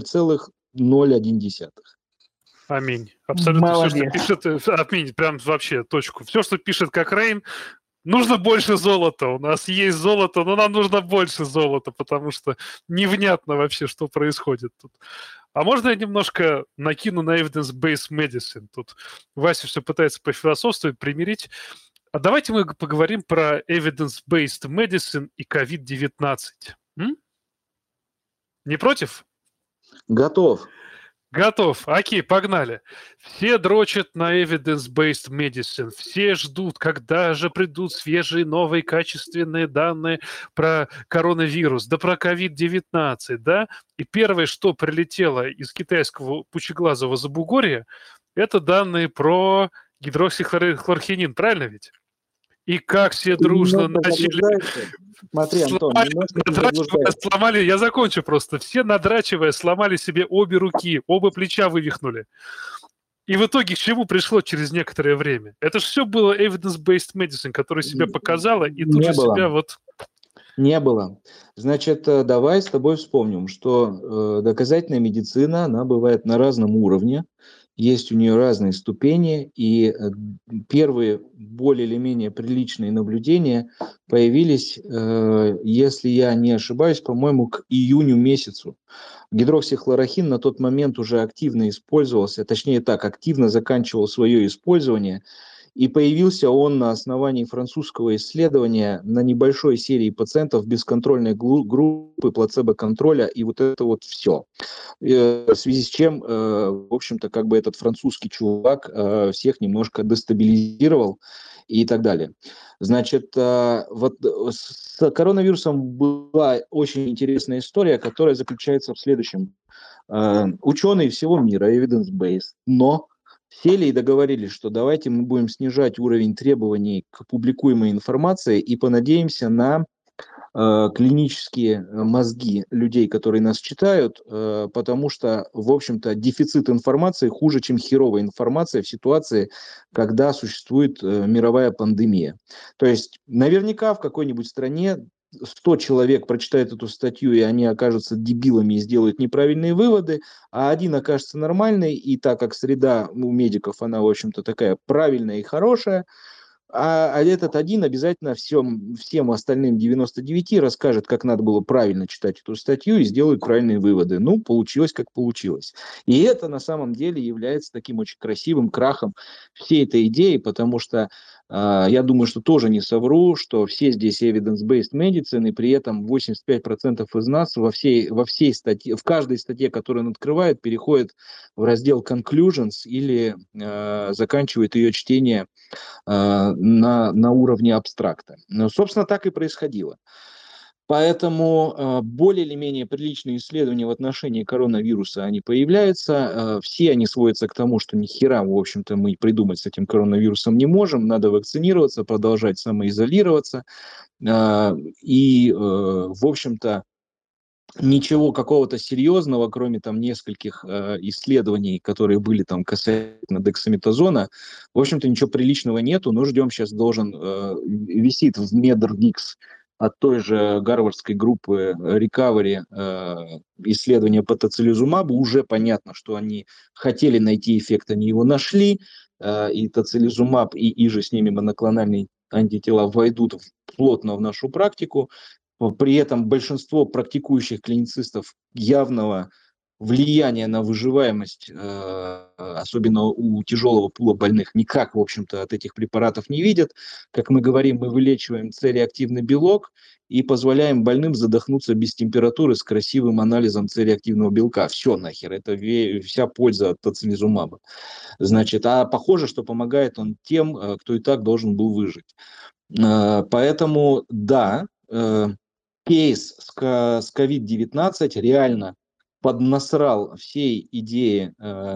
0,01. Аминь. Абсолютно Молодец. все, что пишет, аминь, прям вообще точку. Все, что пишет Cochrane, нужно больше золота. У нас есть золото, но нам нужно больше золота, потому что невнятно вообще, что происходит тут. А можно я немножко накину на evidence-based medicine? Тут Вася все пытается пофилософствовать, примирить. А давайте мы поговорим про evidence-based medicine и COVID-19. Не против? Готов. Готов. Окей, погнали. Все дрочат на evidence-based medicine. Все ждут, когда же придут свежие, новые, качественные данные про коронавирус, да про COVID-19, да? И первое, что прилетело из китайского пучеглазого забугорья, это данные про гидроксихлорхинин, правильно ведь? И как все дружно начали... Смотри, Антон, сломали, я закончу просто. Все надрачивая сломали себе обе руки, оба плеча вывихнули. И в итоге к чему пришло через некоторое время? Это же все было evidence-based medicine, которое себя показало, и тут же себя вот... Не было. Значит, давай с тобой вспомним, что доказательная медицина, она бывает на разном уровне, есть у нее разные ступени, и первые более или менее приличные наблюдения появились, если я не ошибаюсь, по-моему, к июню месяцу. Гидроксихлорохин на тот момент уже активно использовался, точнее так, активно заканчивал свое использование, и появился он на основании французского исследования на небольшой серии пациентов бесконтрольной группы, плацебо-контроля, и вот это вот все. В связи с чем, в общем-то, как бы этот французский чувак всех немножко дестабилизировал и так далее. Значит, вот с коронавирусом была очень интересная история, которая заключается в следующем. Ученые всего мира, evidence-based, но сели и договорились, что давайте мы будем снижать уровень требований к публикуемой информации и понадеемся на клинические мозги людей, которые нас читают, потому что, в общем-то, дефицит информации хуже, чем херовая информация в ситуации, когда существует мировая пандемия. То есть наверняка в какой-нибудь стране 100 человек прочитают эту статью, и они окажутся дебилами и сделают неправильные выводы, а один окажется нормальный, и так как среда у медиков, она, в общем-то, такая правильная и хорошая, а этот один обязательно всем остальным 99 расскажет, как надо было правильно читать эту статью и сделает правильные выводы. Ну, получилось, как получилось. И это на самом деле является таким очень красивым крахом всей этой идеи, потому что я думаю, что тоже не совру, что все здесь evidence-based medicine, и при этом 85% из нас во всей статье, в каждой статье, которую он открывает, переходит в раздел conclusions или заканчивает ее чтение на уровне абстракта. Ну, собственно, так и происходило. Поэтому более или менее приличные исследования в отношении коронавируса, они появляются. Все они сводятся к тому, что ни хера, в общем-то, мы придумать с этим коронавирусом не можем. Надо вакцинироваться, продолжать самоизолироваться. И, в общем-то, ничего какого-то серьезного, кроме там нескольких исследований, которые были там касательно дексаметазона, в общем-то ничего приличного нету, но ждем, сейчас висит в Медргикс от той же гарвардской группы Recovery исследования по тоцилизумабу. Уже понятно, что они хотели найти эффект, они его нашли, и тоцилизумаб, и же с ними моноклональные антитела войдут плотно в нашу практику. При этом большинство практикующих клиницистов явного влияния на выживаемость, особенно у тяжелого пула больных, никак, в общем-то, от этих препаратов не видят. Как мы говорим, мы вылечиваем С-реактивный белок и позволяем больным задохнуться без температуры с красивым анализом С-реактивного белка. Все нахер, это вся польза от тоцилизумаба. Значит, а похоже, что помогает он тем, кто и так должен был выжить. Поэтому, да, кейс с COVID-19 реально поднасрал всей идеи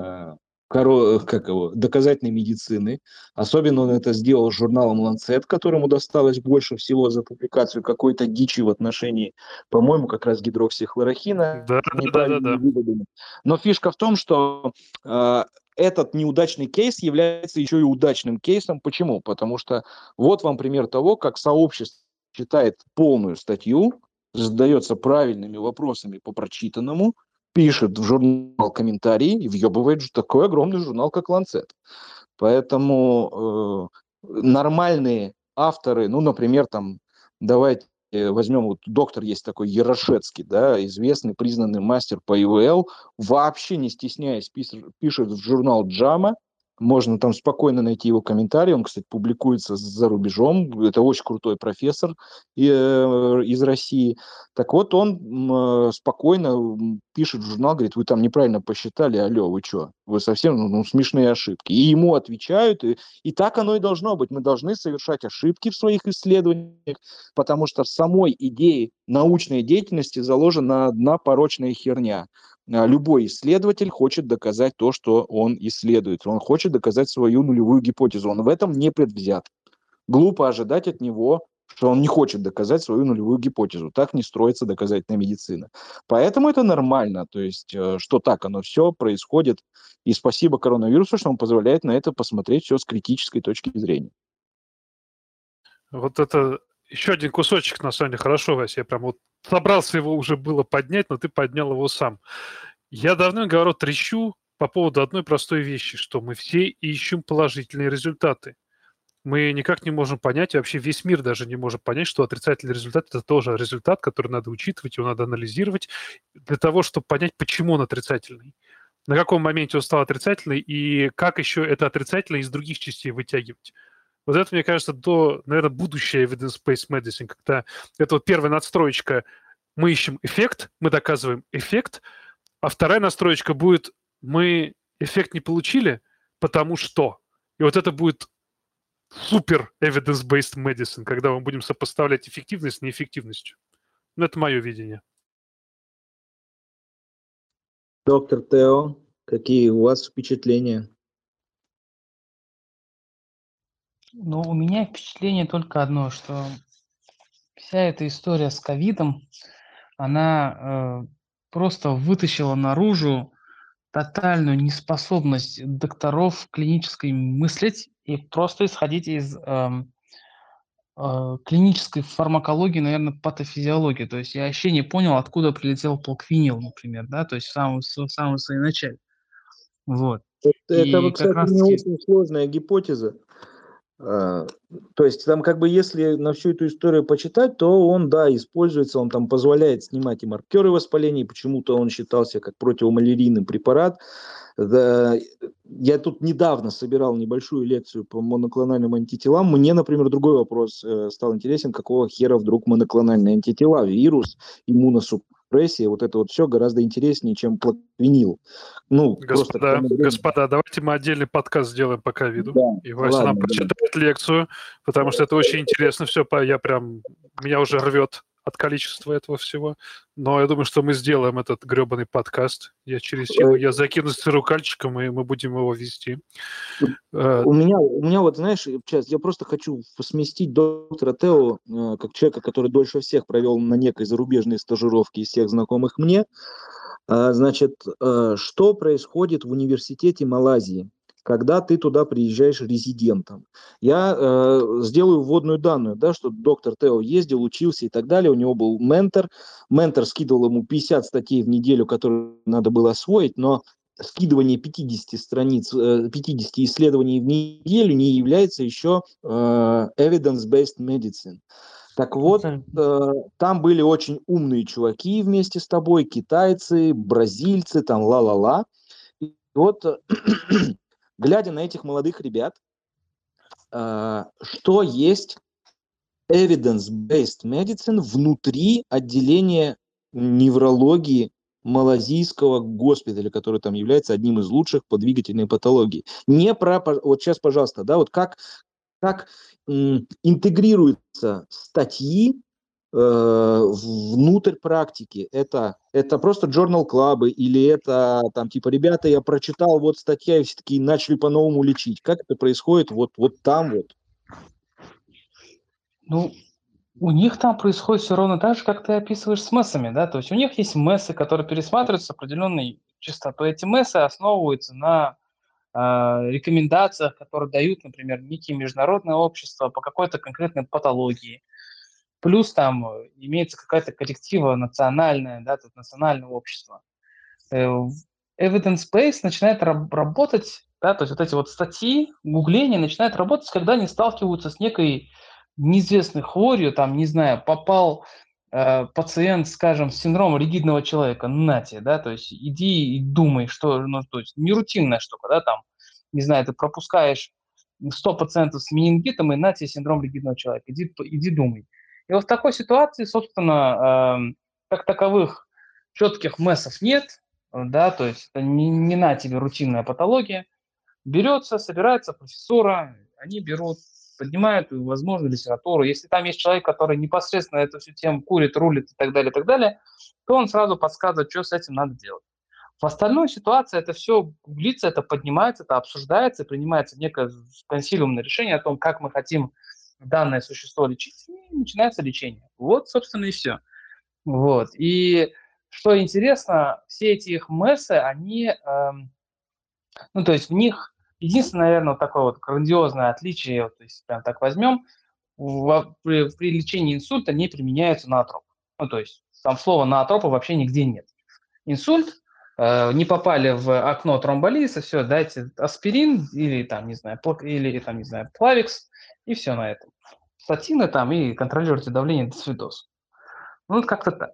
доказательной медицины. Особенно он это сделал с журналом Lancet, которому досталось больше всего за публикацию какой-то дичи в отношении, по-моему, как раз гидроксихлорохина. Да. Но фишка в том, что этот неудачный кейс является еще и удачным кейсом. Почему? Потому что вот вам пример того, как сообщество читает полную статью, задается правильными вопросами по прочитанному, пишет в журнал комментарии и въебывает такой огромный журнал, как Lancet. Поэтому нормальные авторы, ну, например, там, давайте возьмем, вот доктор есть такой Ярошецкий, да, известный, признанный мастер по ИВЛ, вообще не стесняясь пишет в журнал JAMA, можно там спокойно найти его комментарий, он, кстати, публикуется за рубежом, это очень крутой профессор из России. Так вот, он спокойно пишет в журнал, говорит, вы там неправильно посчитали, алло, вы что, вы совсем смешные ошибки. И ему отвечают, и так оно и должно быть. Мы должны совершать ошибки в своих исследованиях, потому что в самой идее научной деятельности заложена одна порочная херня. Любой исследователь хочет доказать то, что он исследует. Он хочет доказать свою нулевую гипотезу. Он в этом не предвзят. Глупо ожидать от него, что он не хочет доказать свою нулевую гипотезу. Так не строится доказательная медицина. Поэтому это нормально. То есть, что так оно все происходит. И спасибо коронавирусу, что он позволяет на это посмотреть все с критической точки зрения. Вот это еще один кусочек, на самом деле, хорошо, Вася, я прям вот собрался его уже было поднять, но ты поднял его сам. Я давно трещу по поводу одной простой вещи, что мы все ищем положительные результаты. Мы никак не можем понять, и вообще весь мир даже не может понять, что отрицательный результат – это тоже результат, который надо учитывать, его надо анализировать для того, чтобы понять, почему он отрицательный, на каком моменте он стал отрицательный и как еще это отрицательное из других частей вытягивать. Вот это, мне кажется, наверное, будущее evidence-based medicine, когда это вот первая надстроечка, мы ищем эффект, мы доказываем эффект, а вторая настроечка будет, мы эффект не получили, потому что. И вот это будет супер evidence-based medicine, когда мы будем сопоставлять эффективность с неэффективностью. Ну, это мое видение. Доктор Тео, какие у вас впечатления? Ну, у меня впечатление только одно, что вся эта история с ковидом, она просто вытащила наружу тотальную неспособность докторов клинической мыслить и просто исходить из клинической фармакологии, наверное, патофизиологии. То есть я вообще не понял, откуда прилетел полквинил, например, да, то есть в самом своем начале. Вот. Это, И как кстати, не раз-таки... очень сложная гипотеза. То есть там как бы если на всю эту историю почитать, то он, да, используется, он там позволяет снимать и маркеры воспаления, почему-то он считался как противомалярийный препарат. Да, я тут недавно собирал небольшую лекцию по моноклональным антителам. Мне, например, другой вопрос стал интересен, какого хера вдруг моноклональные антитела, вирус, иммуносупрессия, вот это вот все гораздо интереснее, чем плаквенил. Ну, просто... Господа, давайте мы отдельный подкаст сделаем по ковиду. Да, И Вася нам прочитает лекцию, потому что это очень интересно все. Меня уже рвет от количества этого всего. Но я думаю, что мы сделаем этот гребаный подкаст. Я закину цирукальчиком, и мы будем его вести. У меня вот, знаешь, сейчас я просто хочу сместить доктора Тео, как человека, который дольше всех провел на некой зарубежной стажировке из всех знакомых мне. Значит, что происходит в университете Малайзии, когда ты туда приезжаешь резидентом? Я сделаю вводную данную, да, что доктор Тео ездил, учился и так далее, у него был ментор скидывал ему 50 статей в неделю, которые надо было освоить, но скидывание 50 страниц, 50 исследований в неделю не является еще evidence-based medicine. Так вот, там были очень умные чуваки вместе с тобой, китайцы, бразильцы, там ла-ла-ла. И вот, глядя на этих молодых ребят, что есть evidence-based medicine внутри отделения неврологии малазийского госпиталя, который там является одним из лучших по двигательной патологии. Вот сейчас, пожалуйста, да, вот как интегрируются статьи внутрь практики. Это просто journal-клабы или это там типа, ребята, я прочитал вот статья, и все таки начали по-новому лечить. Как это происходит вот там вот? Ну, у них там происходит все ровно так же, как ты описываешь с мессами, да, то есть у них есть мессы, которые пересматриваются с определенной частотой. Эти мессы основываются на рекомендациях, которые дают, например, некие международные общества по какой-то конкретной патологии. Плюс там имеется какая-то корректива национальная, да, тут национальное общество. Evidence-based начинает работать, да, то есть вот эти вот статьи, гугление начинает работать, когда они сталкиваются с некой неизвестной хворью, там, не знаю, попал пациент, скажем, с синдромом ригидного человека, нате, да, то есть иди и думай, что, ну, то есть не рутинная штука, да, там, не знаю, ты пропускаешь 100 пациентов с менингитом, и нате синдром ригидного человека, иди думай. И вот в такой ситуации, собственно, как таковых четких мессов нет, да, то есть это не на тебе рутинная патология. Берется, собирается профессура, они берут, поднимают возможную литературу. Если там есть человек, который непосредственно эту всю тему курит, рулит и так далее, то он сразу подсказывает, что с этим надо делать. В остальной ситуации это все гуглится, это поднимается, это обсуждается, принимается некое консилиумное решение о том, как мы хотим данное существо лечить, и начинается лечение. Вот, собственно, и все. Вот. И что интересно, все эти их мессы, они, ну, то есть в них единственное, наверное, вот такое вот грандиозное отличие, вот, то есть прям так возьмем, при лечении инсульта не применяются ноотропы. Ну, то есть там слова ноотропы вообще нигде нет. Инсульт, не попали в окно тромболиза, все, дайте аспирин или там, не знаю, плавикс, и все на этом. Статины там и контролируйте давление до свидос. Ну, вот как-то так.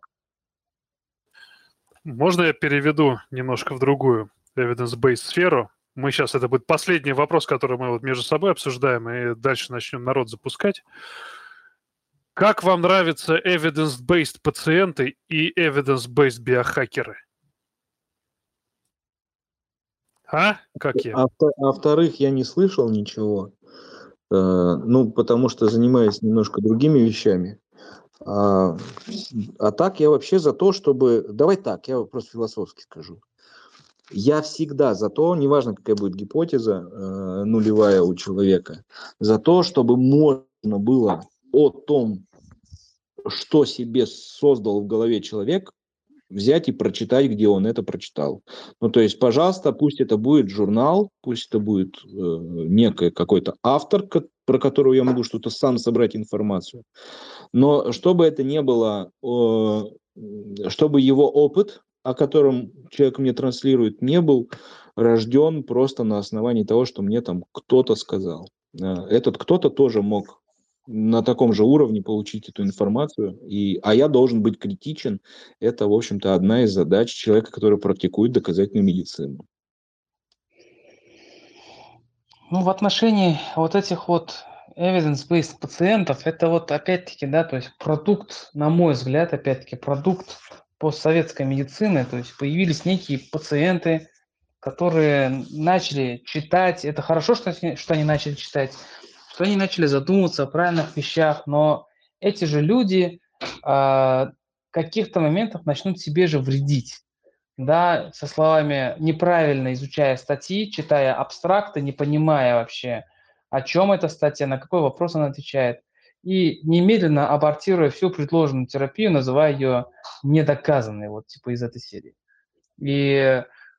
Можно я переведу немножко в другую evidence-based сферу? Это будет последний вопрос, который мы вот между собой обсуждаем, и дальше начнем народ запускать. Как вам нравятся evidence-based пациенты и evidence-based биохакеры? Как я? О вторых я не слышал ничего, ну, потому что занимаюсь немножко другими вещами. А так я вообще за то, чтобы... Давай так, я просто философски скажу. Я всегда за то, неважно, какая будет гипотеза нулевая у человека, за то, чтобы можно было о том, что себе создал в голове человек, взять и прочитать, где он это прочитал. Ну, то есть, пожалуйста, пусть это будет журнал, пусть это будет некий какой-то автор, про которого я могу что-то сам собрать информацию. Но чтобы это не было, чтобы его опыт, о котором человек мне транслирует, не был рожден просто на основании того, что мне там кто-то сказал. этот кто-то тоже мог на таком же уровне получить эту информацию, а я должен быть критичен. Это, в общем-то, одна из задач человека, который практикует доказательную медицину. Ну, в отношении вот этих вот evidence-based пациентов, это вот опять-таки, да, то есть продукт, на мой взгляд, опять-таки, продукт постсоветской медицины, то есть появились некие пациенты, которые начали читать, это хорошо, что они начали читать, что они начали задумываться о правильных вещах, но эти же люди в каких-то моментах начнут себе же вредить. Да, со словами, неправильно изучая статьи, читая абстракты, не понимая вообще, о чем эта статья, на какой вопрос она отвечает, и немедленно абортируя всю предложенную терапию, называя ее недоказанной, вот типа из этой серии. И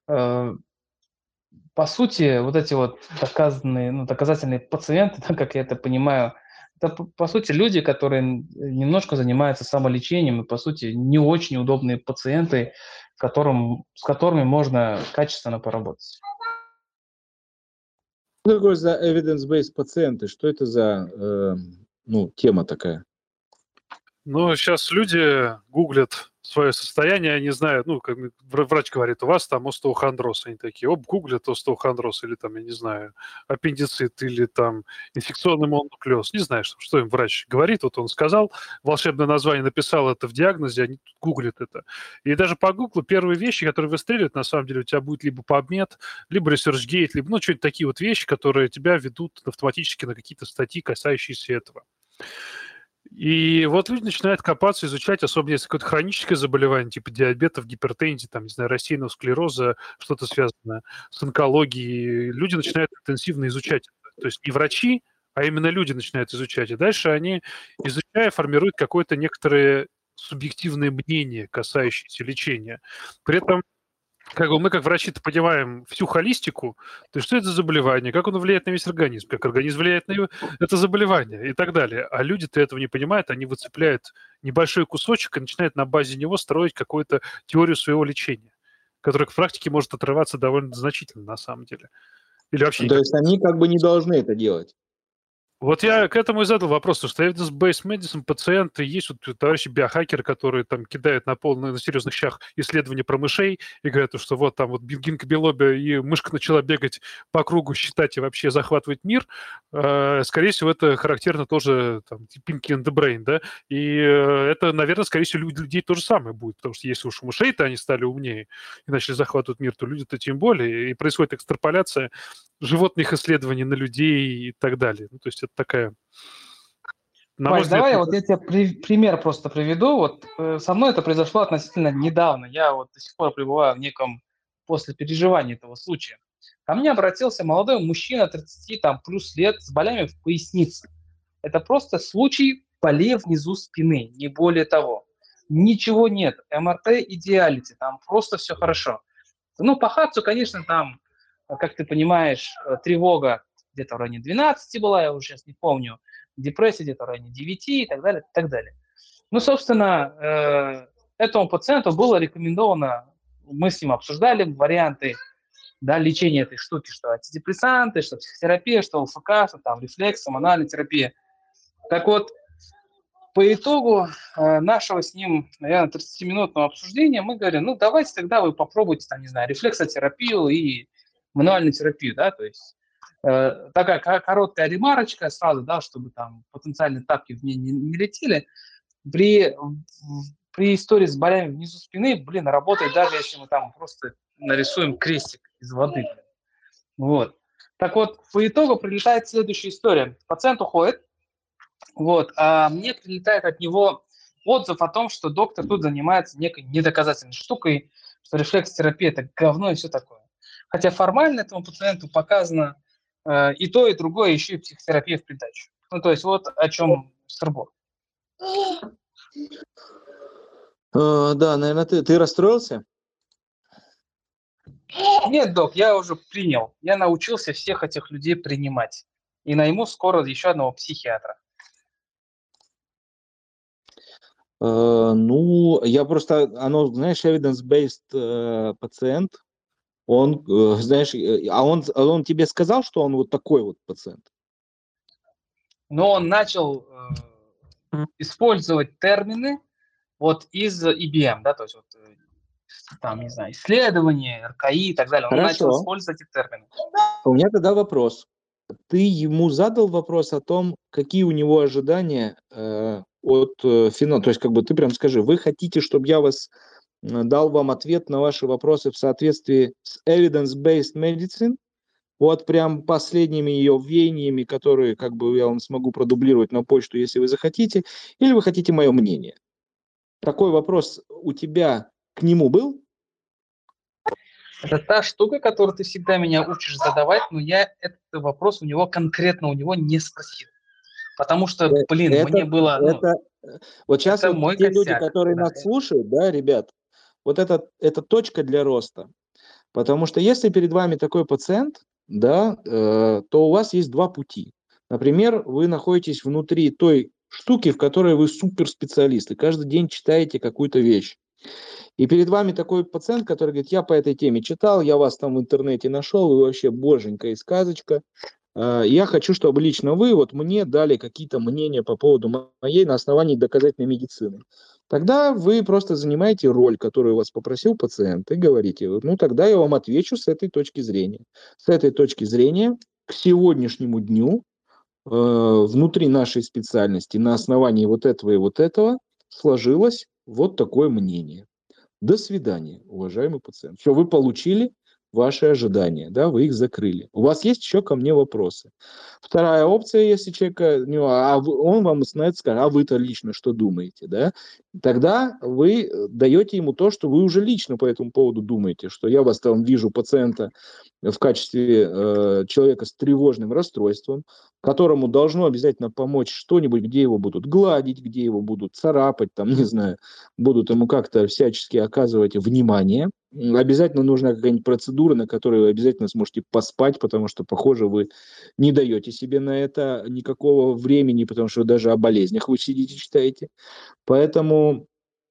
по сути, вот эти вот доказанные, ну, доказательные пациенты, так как я это понимаю, это, по сути, люди, которые немножко занимаются самолечением и, по сути, не очень удобные пациенты, с которыми можно качественно поработать. Что такое за evidence-based пациенты? Что это за тема такая? Ну, сейчас люди гуглят свое состояние, они знают, ну, как врач говорит, у вас там остеохондроз, они такие, гуглят остеохондроз, или там, я не знаю, аппендицит, или там инфекционный мононуклеоз, не знаю, что им врач говорит, вот он сказал, волшебное название написал это в диагнозе, они гуглят это. И даже по гуглу первые вещи, которые выстреливают, на самом деле у тебя будет либо PubMed, либо ResearchGate, либо, ну, что-нибудь такие вот вещи, которые тебя ведут автоматически на какие-то статьи, касающиеся этого. И вот люди начинают копаться, изучать, особенно если какое-то хроническое заболевание, типа диабета, гипертензии, там, не знаю, рассеянного склероза, что-то связанное с онкологией. Люди начинают интенсивно изучать это. То есть не врачи, а именно люди начинают изучать. И дальше они, изучая, формируют какое-то некоторое субъективное мнение, касающееся лечения. При этом как бы мы, как врачи-то, понимаем всю холистику, то есть что это за заболевание, как оно влияет на весь организм, как организм влияет на это заболевание и так далее. А люди-то этого не понимают, они выцепляют небольшой кусочек и начинают на базе него строить какую-то теорию своего лечения, которая в практике может отрываться довольно значительно на самом деле. Или вообще То есть они как бы не должны это делать. Вот я к этому и задал вопрос, что evidence-based medicine пациенты, есть вот товарищи биохакеры, которые там кидают на серьезных щах исследования про мышей и говорят, что вот там вот гинкобелобия и мышка начала бегать по кругу, считать и вообще захватывать мир. Скорее всего, это характерно тоже там Pinky and the Brain, да, и это, наверное, скорее всего, людей то же самое будет, потому что если уж у мышей-то они стали умнее и начали захватывать мир, то люди-то тем более, и происходит экстраполяция животных исследований на людей и так далее. Ну, то есть это такая... Вась, давай вот я тебе пример просто приведу. Вот со мной это произошло относительно недавно. Я вот до сих пор пребываю в неком после переживания этого случая. Ко мне обратился молодой мужчина 30 там, плюс лет с болями в пояснице. Это просто случай болей внизу спины, не более того. Ничего нет. МРТ идеалити, там просто все хорошо. Ну, по ХАЦу, конечно, там, как ты понимаешь, тревога где-то в районе 12 была, я уже сейчас не помню, депрессия где-то в районе 9 и так далее, и так далее. Ну, собственно, этому пациенту было рекомендовано, мы с ним обсуждали варианты, да, лечения этой штуки, что антидепрессанты, что психотерапия, что ЛФК, что там рефлекс, гормональная терапия. Так вот, по итогу нашего с ним, наверное, 30-минутного обсуждения мы говорим, ну, давайте тогда вы попробуйте, там, не знаю, рефлексотерапию и мануальную терапию, да, то есть такая короткая ремарочка сразу, да, чтобы там потенциальные тапки в ней не летели. При истории с болями внизу спины, работает даже если мы там просто нарисуем крестик из воды. Вот. Так вот, по итогу прилетает следующая история. Пациент уходит, вот, а мне прилетает от него отзыв о том, что доктор тут занимается некой недоказательной штукой, что рефлексотерапия – это говно и все такое. Хотя формально этому пациенту показано и то, и другое, еще и психотерапия в придачу. Ну, то есть вот о чем сырбор. Да, наверное, ты расстроился? Нет, док, я уже принял. Я научился всех этих людей принимать. И найму скоро еще одного психиатра. Ну, я просто, знаешь, evidence-based пациент, он, знаешь, он тебе сказал, что он вот такой вот пациент? но он начал использовать термины вот из IBM, да, то есть вот, там, не знаю, исследования, РКИ и так далее. Он начал Хорошо. использовать эти термины. У меня тогда вопрос. Ты ему задал вопрос о том, какие у него ожидания от финала? То есть, как бы ты прям скажи, вы хотите, чтобы я дал вам ответ на ваши вопросы в соответствии с evidence-based medicine, вот прям последними ее веяниями, которые как бы я вам смогу продублировать на почту, если вы захотите, или вы хотите мое мнение? Такой вопрос у тебя к нему был? Это та штука, которую ты всегда меня учишь задавать, но я этот вопрос у него не спросил. Потому что, блин, мне было, Вот сейчас это вот мой те люди, косяк. которые Да. нас слушают, да, ребят, вот это точка для роста. Потому что если перед вами такой пациент, да, то у вас есть два пути. Например, вы находитесь внутри той штуки, в которой вы суперспециалист, и каждый день читаете какую-то вещь. И перед вами такой пациент, который говорит, я по этой теме читал, я вас там в интернете нашел, вы вообще боженька и сказочка. Я хочу, чтобы лично вы вот мне дали какие-то мнения по поводу моей на основании доказательной медицины. Тогда вы просто занимаете роль, которую вас попросил пациент, и говорите, ну тогда я вам отвечу с этой точки зрения. С этой точки зрения к сегодняшнему дню внутри нашей специальности на основании вот этого и вот этого сложилось вот такое мнение. До свидания, уважаемый пациент. Все, вы получили ваши ожидания, да, вы их закрыли. У вас есть еще ко мне вопросы? Вторая опция, если человека, он вам скажет, а вы-то лично что думаете, да? Тогда вы даете ему то, что вы уже лично по этому поводу думаете, что я вас там вижу пациента в качестве человека с тревожным расстройством, которому должно обязательно помочь что-нибудь, где его будут гладить, где его будут царапать, там, не знаю, будут ему как-то всячески оказывать внимание. Обязательно нужна какая-нибудь процедура, на которой вы обязательно сможете поспать, потому что, похоже, вы не даете себе на это никакого времени, потому что даже о болезнях вы сидите, читаете. Поэтому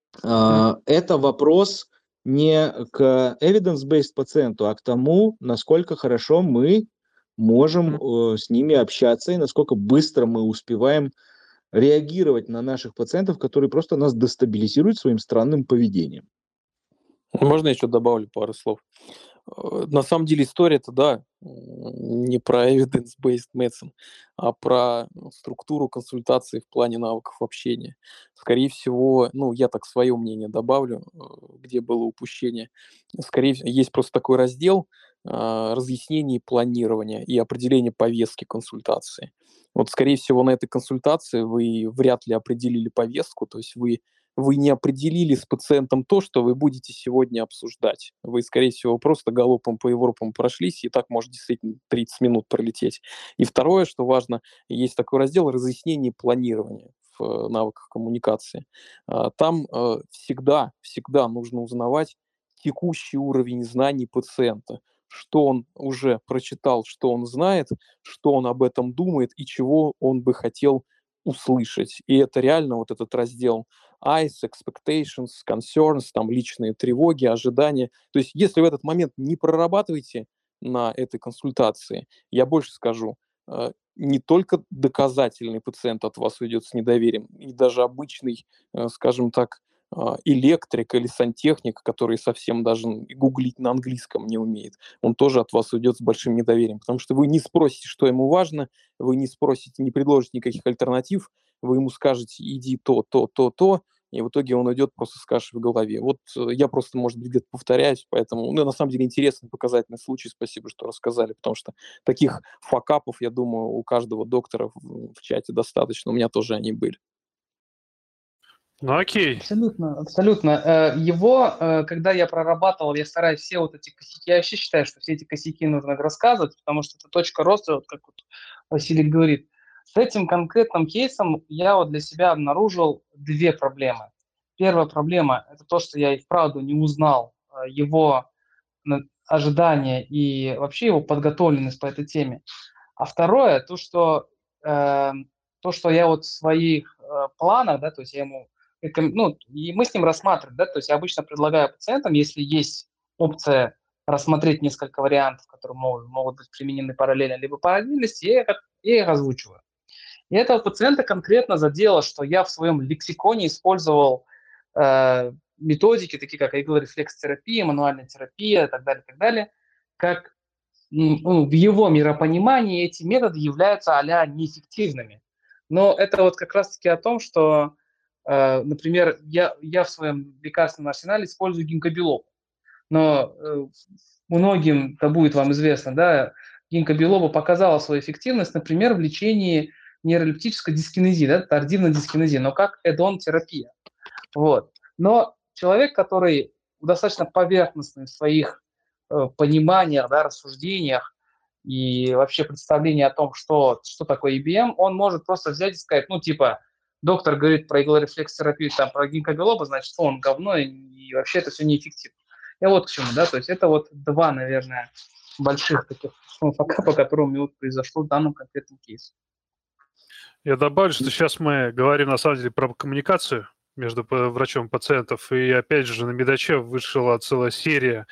это вопрос не к evidence-based пациенту, а к тому, насколько хорошо мы можем с ними общаться и насколько быстро мы успеваем реагировать на наших пациентов, которые просто нас дестабилизируют своим странным поведением. Можно я еще добавлю пару слов? На самом деле история-то, да, не про evidence-based medicine, а про структуру консультации в плане навыков общения. Скорее всего, я так свое мнение добавлю, где было упущение. Скорее всего, есть просто такой раздел разъяснений планирования и определения повестки консультации. Вот, скорее всего, на этой консультации вы вряд ли определили повестку, то есть вы не определили с пациентом то, что вы будете сегодня обсуждать. Вы, скорее всего, просто галопом по Европам прошлись, и так может действительно 30 минут пролететь. И второе, что важно, есть такой раздел разъяснений планирования в навыках коммуникации. Там всегда нужно узнавать текущий уровень знаний пациента, что он уже прочитал, что он знает, что он об этом думает и чего он бы хотел услышать. И это реально вот этот раздел eyes, expectations, concerns, там личные тревоги, ожидания. То есть если в этот момент не прорабатываете на этой консультации, я больше скажу, не только доказательный пациент от вас уйдет с недоверием, и даже обычный, скажем так, электрик или сантехник, который совсем даже гуглить на английском не умеет, он тоже от вас уйдет с большим недоверием, потому что вы не спросите, что ему важно, вы не спросите, не предложите никаких альтернатив, вы ему скажете, иди то, и в итоге он уйдет просто с кашей в голове. Вот я просто, может быть, где-то повторяюсь, поэтому, на самом деле, интересный показательный случай, спасибо, что рассказали, потому что таких факапов, я думаю, у каждого доктора в чате достаточно, у меня тоже они были. Ну окей. Абсолютно, абсолютно. Его, когда я прорабатывал, я стараюсь все вот эти косяки, я вообще считаю, что все эти косяки нужно рассказывать, потому что это точка роста, вот как вот Василий говорит. С этим конкретным кейсом я вот для себя обнаружил две проблемы. Первая проблема – это то, что я и вправду не узнал его ожидания и вообще его подготовленность по этой теме. А второе, то, что я вот в своих планах, да, то есть я ему, и мы с ним рассматриваем, да, то есть я обычно предлагаю пациентам, если есть опция рассмотреть несколько вариантов, которые могут быть применены параллельно, либо по отдельности, я их озвучиваю. И этого пациента конкретно задело, что я в своем лексиконе использовал методики, такие как иглорефлекстерапия, мануальная терапия и так далее, как в его миропонимании эти методы являются а-ля неэффективными. Но это вот как раз-таки о том, что, например, я в своем лекарственном арсенале использую гинкобилобу. Но многим, да будет вам известно, да, гинкобилоба показала свою эффективность, например, в лечении нейролептической дискинезии, да, тардивной дискинезии, но как эдон-терапия. Вот. Но человек, который достаточно поверхностный в своих пониманиях, да, рассуждениях и вообще представлении о том, что такое EBM, он может просто взять и сказать, ну, типа, доктор говорит про иглорефлекс-терапию, там, про гинкобилоба, значит, он говно, и вообще это все неэффективно. И вот к чему, да, то есть это вот два, наверное, больших таких фака, по которым вот произошло в данном конкретном кейсе. Я добавлю, что сейчас мы говорим на самом деле про коммуникацию между врачом и пациентов, и опять же на Медаче вышла целая серия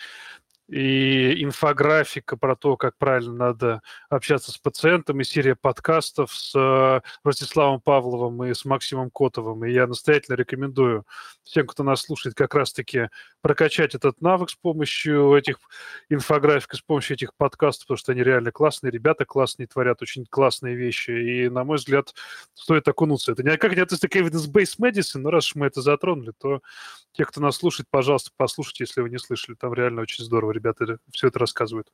и инфографика про то, как правильно надо общаться с пациентом, и серия подкастов с Ростиславом Павловым и с Максимом Котовым. И я настоятельно рекомендую всем, кто нас слушает, как раз-таки прокачать этот навык с помощью этих инфографик, с помощью этих подкастов, потому что они реально классные, ребята классные, творят очень классные вещи. И, на мой взгляд, стоит окунуться. Это никак не относится к evidence-based medicine, но раз уж мы это затронули, то те, кто нас слушает, пожалуйста, послушайте, если вы не слышали. Там реально очень здорово ребята все это рассказывают.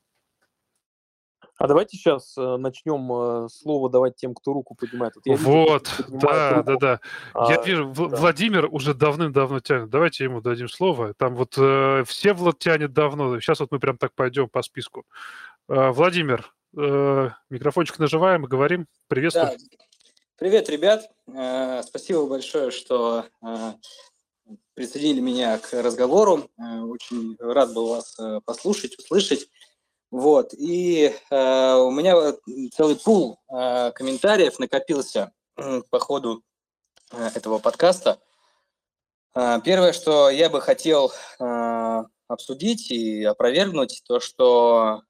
А давайте сейчас начнем слово давать тем, кто руку поднимает. Вот, да. Я вижу, да. Владимир уже давным-давно тянет. Давайте ему дадим слово. Там вот Всеволод тянет давно. Сейчас вот мы прям так пойдем по списку. Владимир, микрофончик нажимаем и говорим. Приветствую. Да. Привет, ребят. Спасибо большое, что присоединили меня к разговору. Очень рад был вас послушать, услышать. Вот. И у меня целый пул комментариев накопился по ходу этого подкаста. Первое, что я бы хотел обсудить и опровергнуть, то, что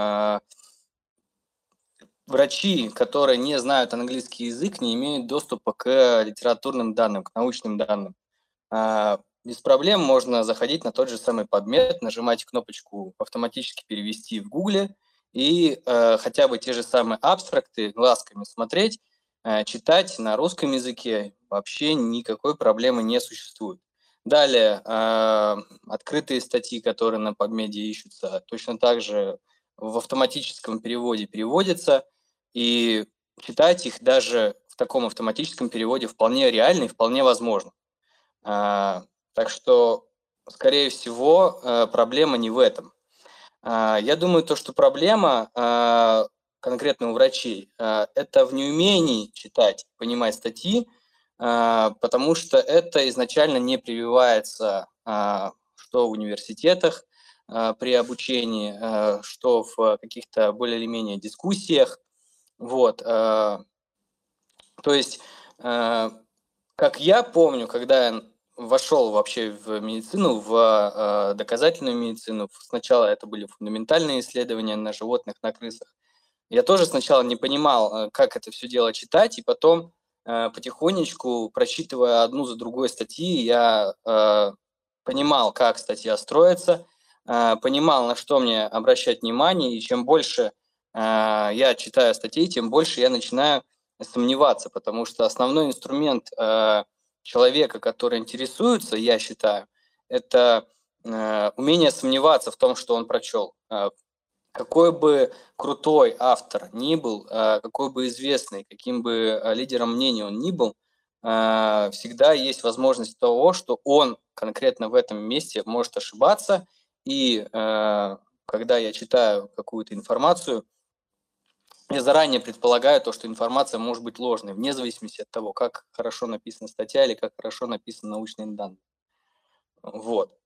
врачи, которые не знают английский язык, не имеют доступа к литературным данным, к научным данным. Без проблем можно заходить на тот же самый PubMed, нажимать кнопочку «Автоматически перевести» в Гугле и хотя бы те же самые абстракты глазками смотреть, читать на русском языке. Вообще никакой проблемы не существует. Далее, открытые статьи, которые на PubMed ищутся, точно так же в автоматическом переводе переводятся, и читать их даже в таком автоматическом переводе вполне реально и вполне возможно. Так что, скорее всего, проблема не в этом. Я думаю, что проблема конкретно у врачей это в неумении читать, понимать статьи, потому что это изначально не прививается что в университетах при обучении, что в каких-то более или менее дискуссиях. Вот. То есть, как я помню, когда я вошел вообще в медицину, в доказательную медицину. Сначала это были фундаментальные исследования на животных, на крысах. Я тоже сначала не понимал, как это все дело читать, и потом потихонечку, прочитывая одну за другой статьи, я понимал, как статья строится, понимал, на что мне обращать внимание, и чем больше я читаю статей, тем больше я начинаю сомневаться, потому что основной инструмент человека, который интересуется, я считаю, это умение сомневаться в том, что он прочел. Какой бы крутой автор ни был, какой бы известный, каким бы лидером мнения он ни был, всегда есть возможность того, что он конкретно в этом месте может ошибаться. И когда я читаю какую-то информацию, я заранее предполагаю то, что информация может быть ложной, вне зависимости от того, как хорошо написана статья или как хорошо написаны научные данные. Вот.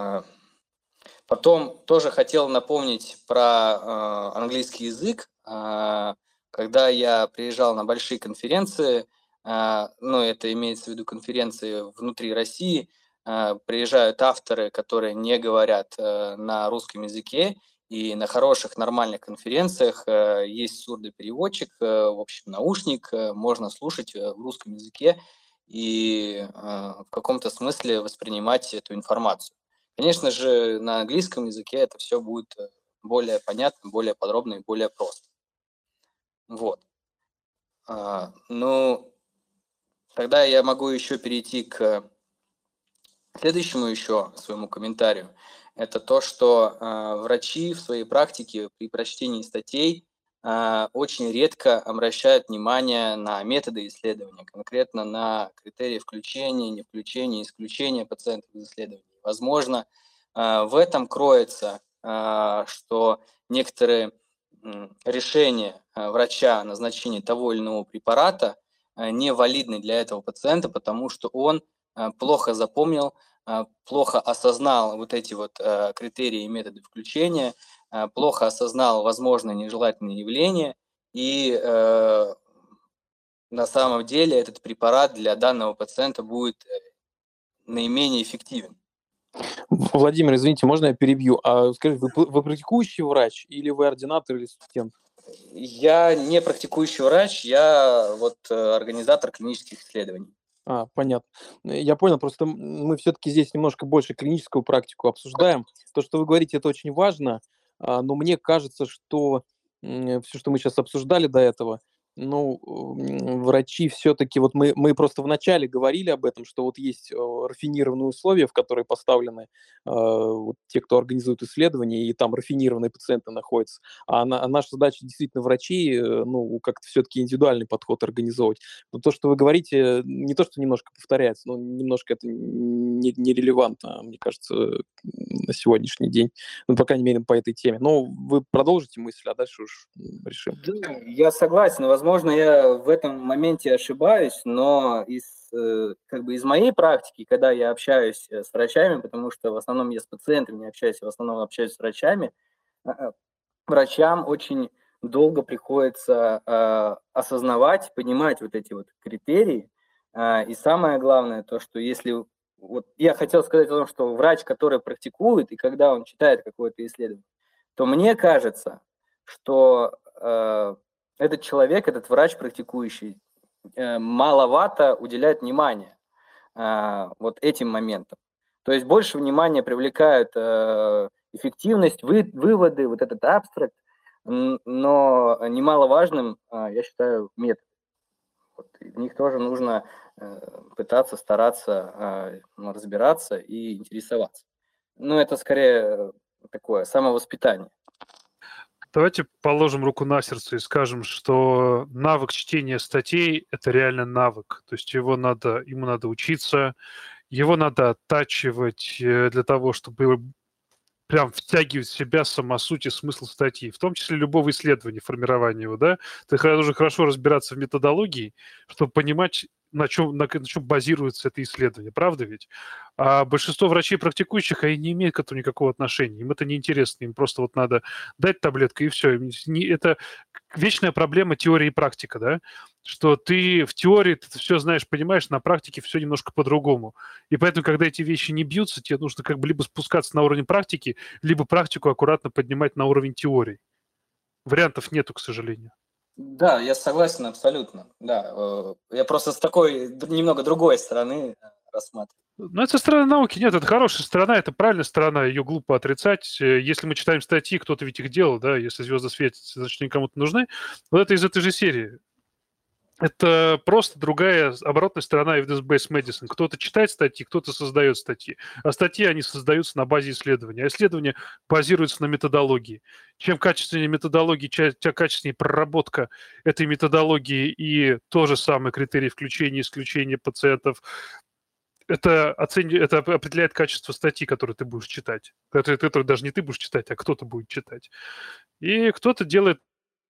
Потом тоже хотел напомнить про английский язык. Когда я приезжал на большие конференции, это имеется в виду конференции внутри России, приезжают авторы, которые не говорят на русском языке, И на хороших, нормальных конференциях есть сурдопереводчик, в общем, наушник, можно слушать в русском языке и в каком-то смысле воспринимать эту информацию. Конечно же, на английском языке это все будет более понятно, более подробно и более просто. Вот. Ну, тогда я могу еще перейти к следующему еще своему комментарию. Это то, что врачи в своей практике при прочтении статей очень редко обращают внимание на методы исследования, конкретно на критерии включения, не включения, исключения пациентов из исследований. Возможно, в этом кроется, что некоторые решения врача о назначении того или иного препарата не валидны для этого пациента, потому что он плохо запомнил, плохо осознал вот эти вот критерии и методы включения, плохо осознал возможные нежелательные явления, и на самом деле этот препарат для данного пациента будет наименее эффективен. Владимир, извините, можно я перебью? Скажите, вы практикующий врач или вы ординатор или студент? Я не практикующий врач, я вот организатор клинических исследований. Понятно. Я понял, просто мы все-таки здесь немножко больше клиническую практику обсуждаем. То, что вы говорите, это очень важно, но мне кажется, что все, что мы сейчас обсуждали до этого, врачи все-таки, вот мы просто вначале говорили об этом, что вот есть рафинированные условия, в которые поставлены вот те, кто организует исследования, и там рафинированные пациенты находятся. А наша задача действительно врачей, как-то все-таки индивидуальный подход организовывать. Но то, что вы говорите, не то, что немножко повторяется, но немножко это нерелевантно, мне кажется, на сегодняшний день, по крайней мере, по этой теме. Но вы продолжите мысль, а дальше уж решим. Да, я согласен. Возможно, я в этом моменте ошибаюсь, но из моей практики, когда я общаюсь с врачами, потому что в основном я с пациентами не общаюсь, в основном общаюсь с врачами, врачам очень долго приходится осознавать, понимать вот эти вот критерии. И самое главное, то, что если... Вот я хотел сказать о том, что врач, который практикует, и когда он читает какое-то исследование, то мне кажется, что этот человек, этот врач практикующий, маловато уделяет внимание вот этим моментам. То есть больше внимания привлекают эффективность, выводы, вот этот абстракт, но немаловажным, я считаю, метод. Вот, в них тоже нужно пытаться, стараться разбираться и интересоваться. Это скорее такое самовоспитание. Давайте положим руку на сердце и скажем, что навык чтения статей – это реально навык. То есть ему надо учиться, его надо оттачивать для того, чтобы прям втягивать в себя сама суть и смысл статьи, в том числе любого исследования, формирования его, да. Ты должен хорошо разбираться в методологии, чтобы понимать, на чем базируется это исследование, правда ведь? А большинство врачей практикующих, они не имеют к этому никакого отношения, им это неинтересно, им просто вот надо дать таблетку и все. Это вечная проблема теории и практика, да, что ты в теории ты все знаешь, понимаешь, на практике все немножко по-другому. И поэтому, когда эти вещи не бьются, тебе нужно как бы либо спускаться на уровень практики, либо практику аккуратно поднимать на уровень теории. Вариантов нету, к сожалению. Да, я согласен абсолютно. Да, я просто с такой немного другой стороны рассматриваю. Это сторона науки. Нет, это хорошая сторона, это правильная сторона, ее глупо отрицать. Если мы читаем статьи, кто-то ведь их делал, да, если звезды светятся, значит, они кому-то нужны. Вот это из этой же серии. Это просто другая оборотная сторона evidence-based medicine. Кто-то читает статьи, кто-то создает статьи. А статьи, они создаются на базе исследования. А исследования базируются на методологии. Чем качественнее методология, тем качественнее проработка этой методологии и то же самое критерии включения и исключения пациентов. Это определяет качество статьи, которую ты будешь читать. Которую даже не ты будешь читать, а кто-то будет читать. И кто-то делает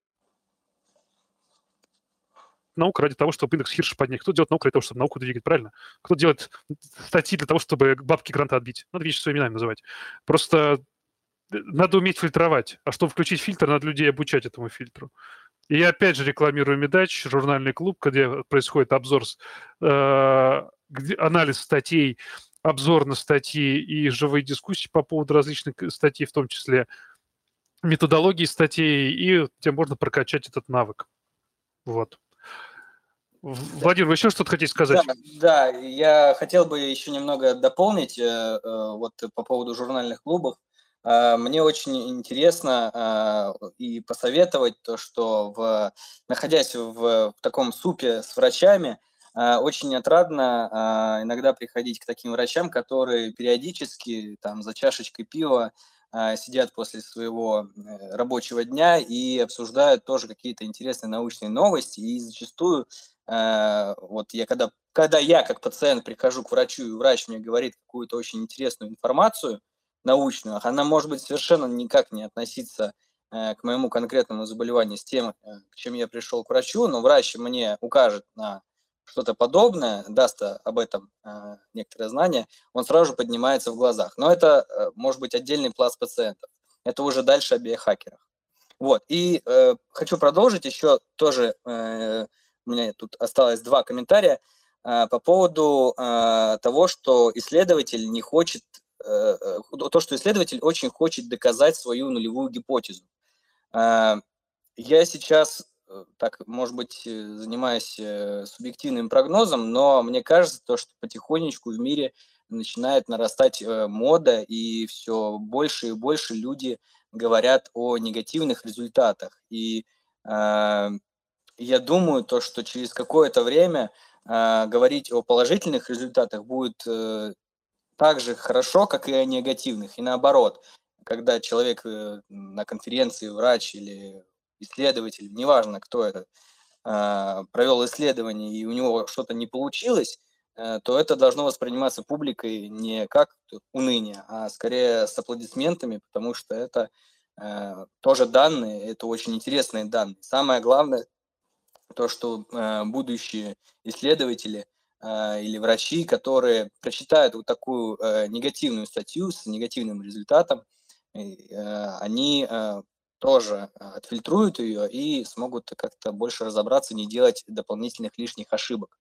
науку ради того, чтобы индекс Хирша поднять. Кто делает науку ради того, чтобы науку двигать, правильно? Кто делает статьи для того, чтобы бабки гранта отбить. Надо вещи своими именами называть. Просто надо уметь фильтровать. А чтобы включить фильтр, надо людей обучать этому фильтру. И я опять же рекламирую Медач, журнальный клуб, где происходит обзор, анализ статей, обзор на статьи и живые дискуссии по поводу различных статей в том числе. методологии статей, и тебе можно прокачать этот навык. Вот. Владимир, вы еще что-то хотите сказать? Да, я хотел бы еще немного дополнить вот по поводу журнальных клубов. Мне очень интересно и посоветовать то, что находясь в таком супе с врачами, очень отрадно иногда приходить к таким врачам, которые периодически там за чашечкой пива сидят после своего рабочего дня и обсуждают тоже какие-то интересные научные новости. И зачастую вот когда я как пациент прихожу к врачу, и врач мне говорит какую-то очень интересную информацию научную, она может быть совершенно никак не относиться к моему конкретному заболеванию с тем, к чем я пришел к врачу, но врач мне укажет на что-то подобное, даст об этом некоторое знание, он сразу же поднимается в глазах. Но это может быть отдельный пласт пациентов. Это уже дальше о биохакерах. Вот. И хочу продолжить еще тоже. У меня тут осталось 2 комментария по поводу того, что исследователь не хочет, то, что исследователь очень хочет доказать свою нулевую гипотезу. Я сейчас, так, может быть, занимаюсь субъективным прогнозом, но мне кажется, то, что потихонечку в мире начинает нарастать мода, и все больше и больше люди говорят о негативных результатах. И я думаю, то, что через какое-то время говорить о положительных результатах будет так же хорошо, как и о негативных. И наоборот, когда человек на конференции, врач или исследователь, неважно, кто это, провел исследование, и у него что-то не получилось, то это должно восприниматься публикой не как уныние, а скорее с аплодисментами, потому что это тоже данные, это очень интересные данные. Самое главное, то, что будущие исследователи или врачи, которые прочитают вот такую негативную статью с негативным результатом, они тоже отфильтруют ее и смогут как-то больше разобраться, не делать дополнительных лишних ошибок.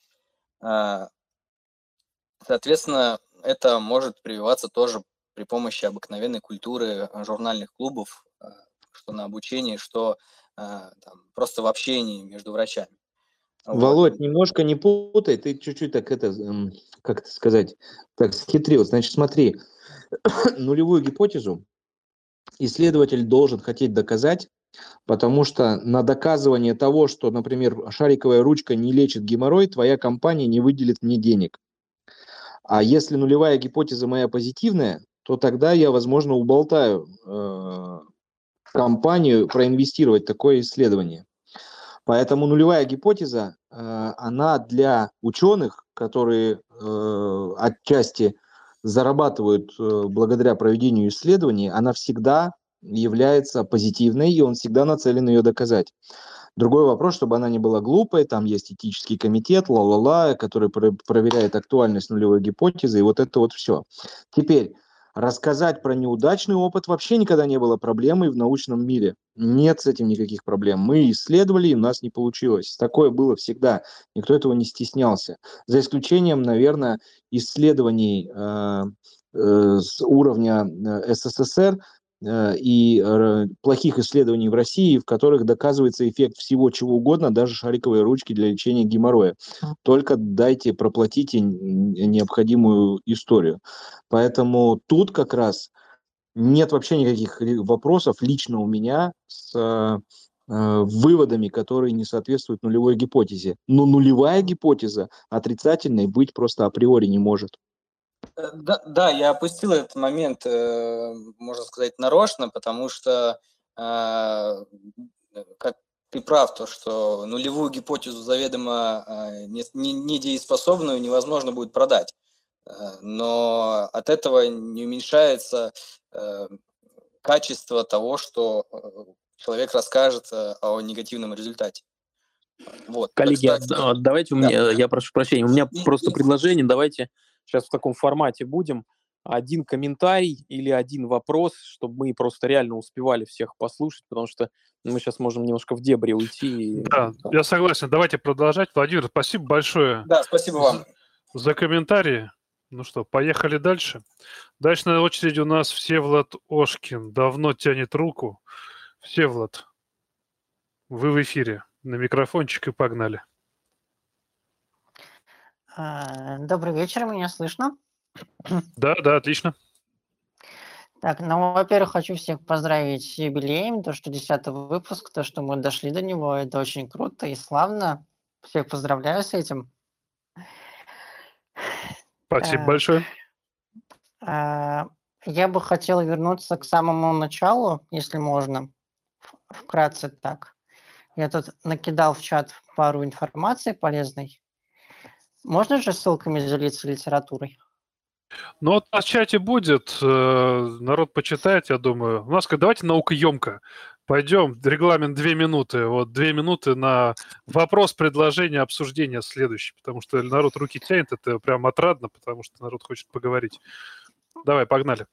Соответственно, это может прививаться тоже при помощи обыкновенной культуры журнальных клубов, что на обучении, что там, просто в общении между врачами. Володь, Вот. немножко не путай, ты чуть-чуть так это, как это сказать, так схитрил. Значит, смотри, нулевую гипотезу исследователь должен хотеть доказать, потому что на доказывание того, что, например, шариковая ручка не лечит геморрой, твоя компания не выделит мне денег. А если нулевая гипотеза моя позитивная, то тогда я, возможно, уболтаю компанию проинвестировать такое исследование. Поэтому нулевая гипотеза, она для ученых, которые отчасти зарабатывают благодаря проведению исследований, она всегда является позитивной, и он всегда нацелен ее доказать. Другой вопрос, чтобы она не была глупой, там есть этический комитет, который проверяет актуальность нулевой гипотезы, и вот это вот все. Теперь, рассказать про неудачный опыт вообще никогда не было проблемой в научном мире. Нет с этим никаких проблем. Мы исследовали, и у нас не получилось. Такое было всегда. Никто этого не стеснялся. За исключением, наверное, исследований с уровня СССР, и плохих исследований в России, в которых доказывается эффект всего чего угодно, даже шариковой ручки для лечения геморроя. Только дайте, проплатите необходимую историю. Поэтому тут как раз нет вообще никаких вопросов лично у меня с выводами, которые не соответствуют нулевой гипотезе. Но нулевая гипотеза отрицательной быть просто априори не может. Да, я опустил этот момент, можно сказать, нарочно, потому что как ты прав, то, что нулевую гипотезу заведомо недееспособную невозможно будет продать. Но от этого не уменьшается качество того, что человек расскажет о негативном результате. Вот. Коллеги, Кстати, давайте я прошу прощения, у меня просто предложение, давайте сейчас в таком формате будем. Один комментарий или один вопрос, чтобы мы просто реально успевали всех послушать, потому что мы сейчас можем немножко в дебри уйти. Да, я согласен. Давайте продолжать. Владимир, спасибо большое. Да, спасибо вам. За комментарии. Ну что, поехали дальше. Дальше на очереди у нас Всеволод Ошкин. Давно тянет руку. Всеволод, вы в эфире. На микрофончик и погнали. Добрый вечер, меня слышно? Да, отлично. Так, ну, во-первых, хочу всех поздравить с юбилеем, то, что 10-й выпуск, то, что мы дошли до него, это очень круто и славно. Всех поздравляю с этим. Спасибо Так, большое. я бы хотел вернуться к самому началу, если можно, вкратце так. Я тут накидал в чат пару информации полезной. Можно же ссылками делиться литературой? Ну вот на чате будет, народ почитает, я думаю. У нас давайте наукоемко. Пойдем, регламент 2 минуты. Вот 2 минуты на вопрос, предложение, обсуждение следующий. Потому что народ руки тянет, это прям отрадно, потому что народ хочет поговорить. Давай, погнали.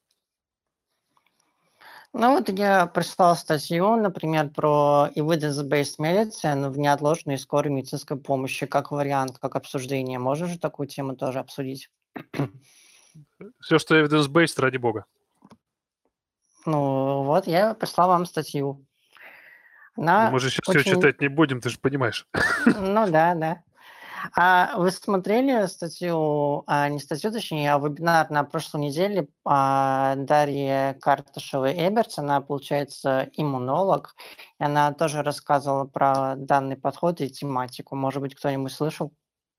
Ну вот я прочитал статью, например, про evidence-based medicine в неотложной и скорой медицинской помощи, как вариант, как обсуждение. Можно же такую тему тоже обсудить? Все, что evidence-based, ради бога. Ну вот, я прислал вам статью. Мы же сейчас все читать не будем, ты же понимаешь. Ну да. А вы смотрели статью, не статью, точнее, а вебинар на прошлой неделе Дарьи Карташевой-Эберц, она, получается, иммунолог, и она тоже рассказывала про данный подход и тематику. Может быть, кто-нибудь слышал?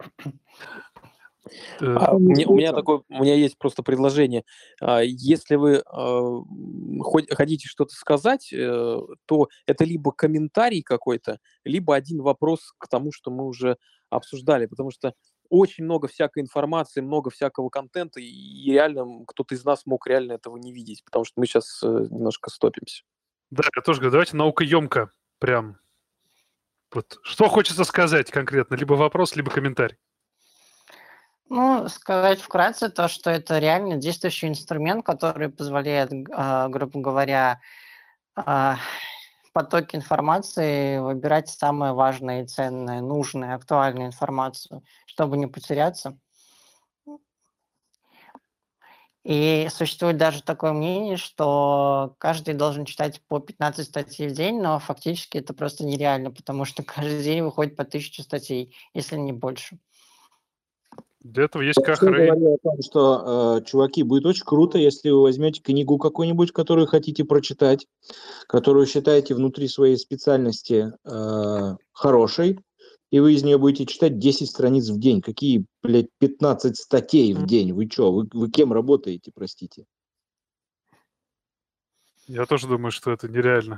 У меня есть просто предложение. Если вы хотите что-то сказать, то это либо комментарий какой-то, либо один вопрос к тому, что мы уже обсуждали, потому что очень много всякой информации, много всякого контента, и реально кто-то из нас мог реально этого не видеть, потому что мы сейчас немножко стопимся. Да, я тоже говорю, давайте наукоемко прям. Вот. Что хочется сказать конкретно? Либо вопрос, либо комментарий. Ну, сказать вкратце то, что это реально действующий инструмент, который позволяет, грубо говоря, в потоке информации выбирать самое важное и ценное, нужное, актуальную информацию, чтобы не потеряться. И существует даже такое мнение, что каждый должен читать по 15 статей в день, но фактически это просто нереально, потому что каждый день выходит по 1000 статей, если не больше. Для этого есть Кахрей. Я говорю о том, что, чуваки, будет очень круто, если вы возьмете книгу какую-нибудь, которую хотите прочитать, которую считаете внутри своей специальности хорошей, и вы из нее будете читать 10 страниц в день. Какие, 15 статей в день? Вы что? Вы кем работаете, простите? Я тоже думаю, что это нереально.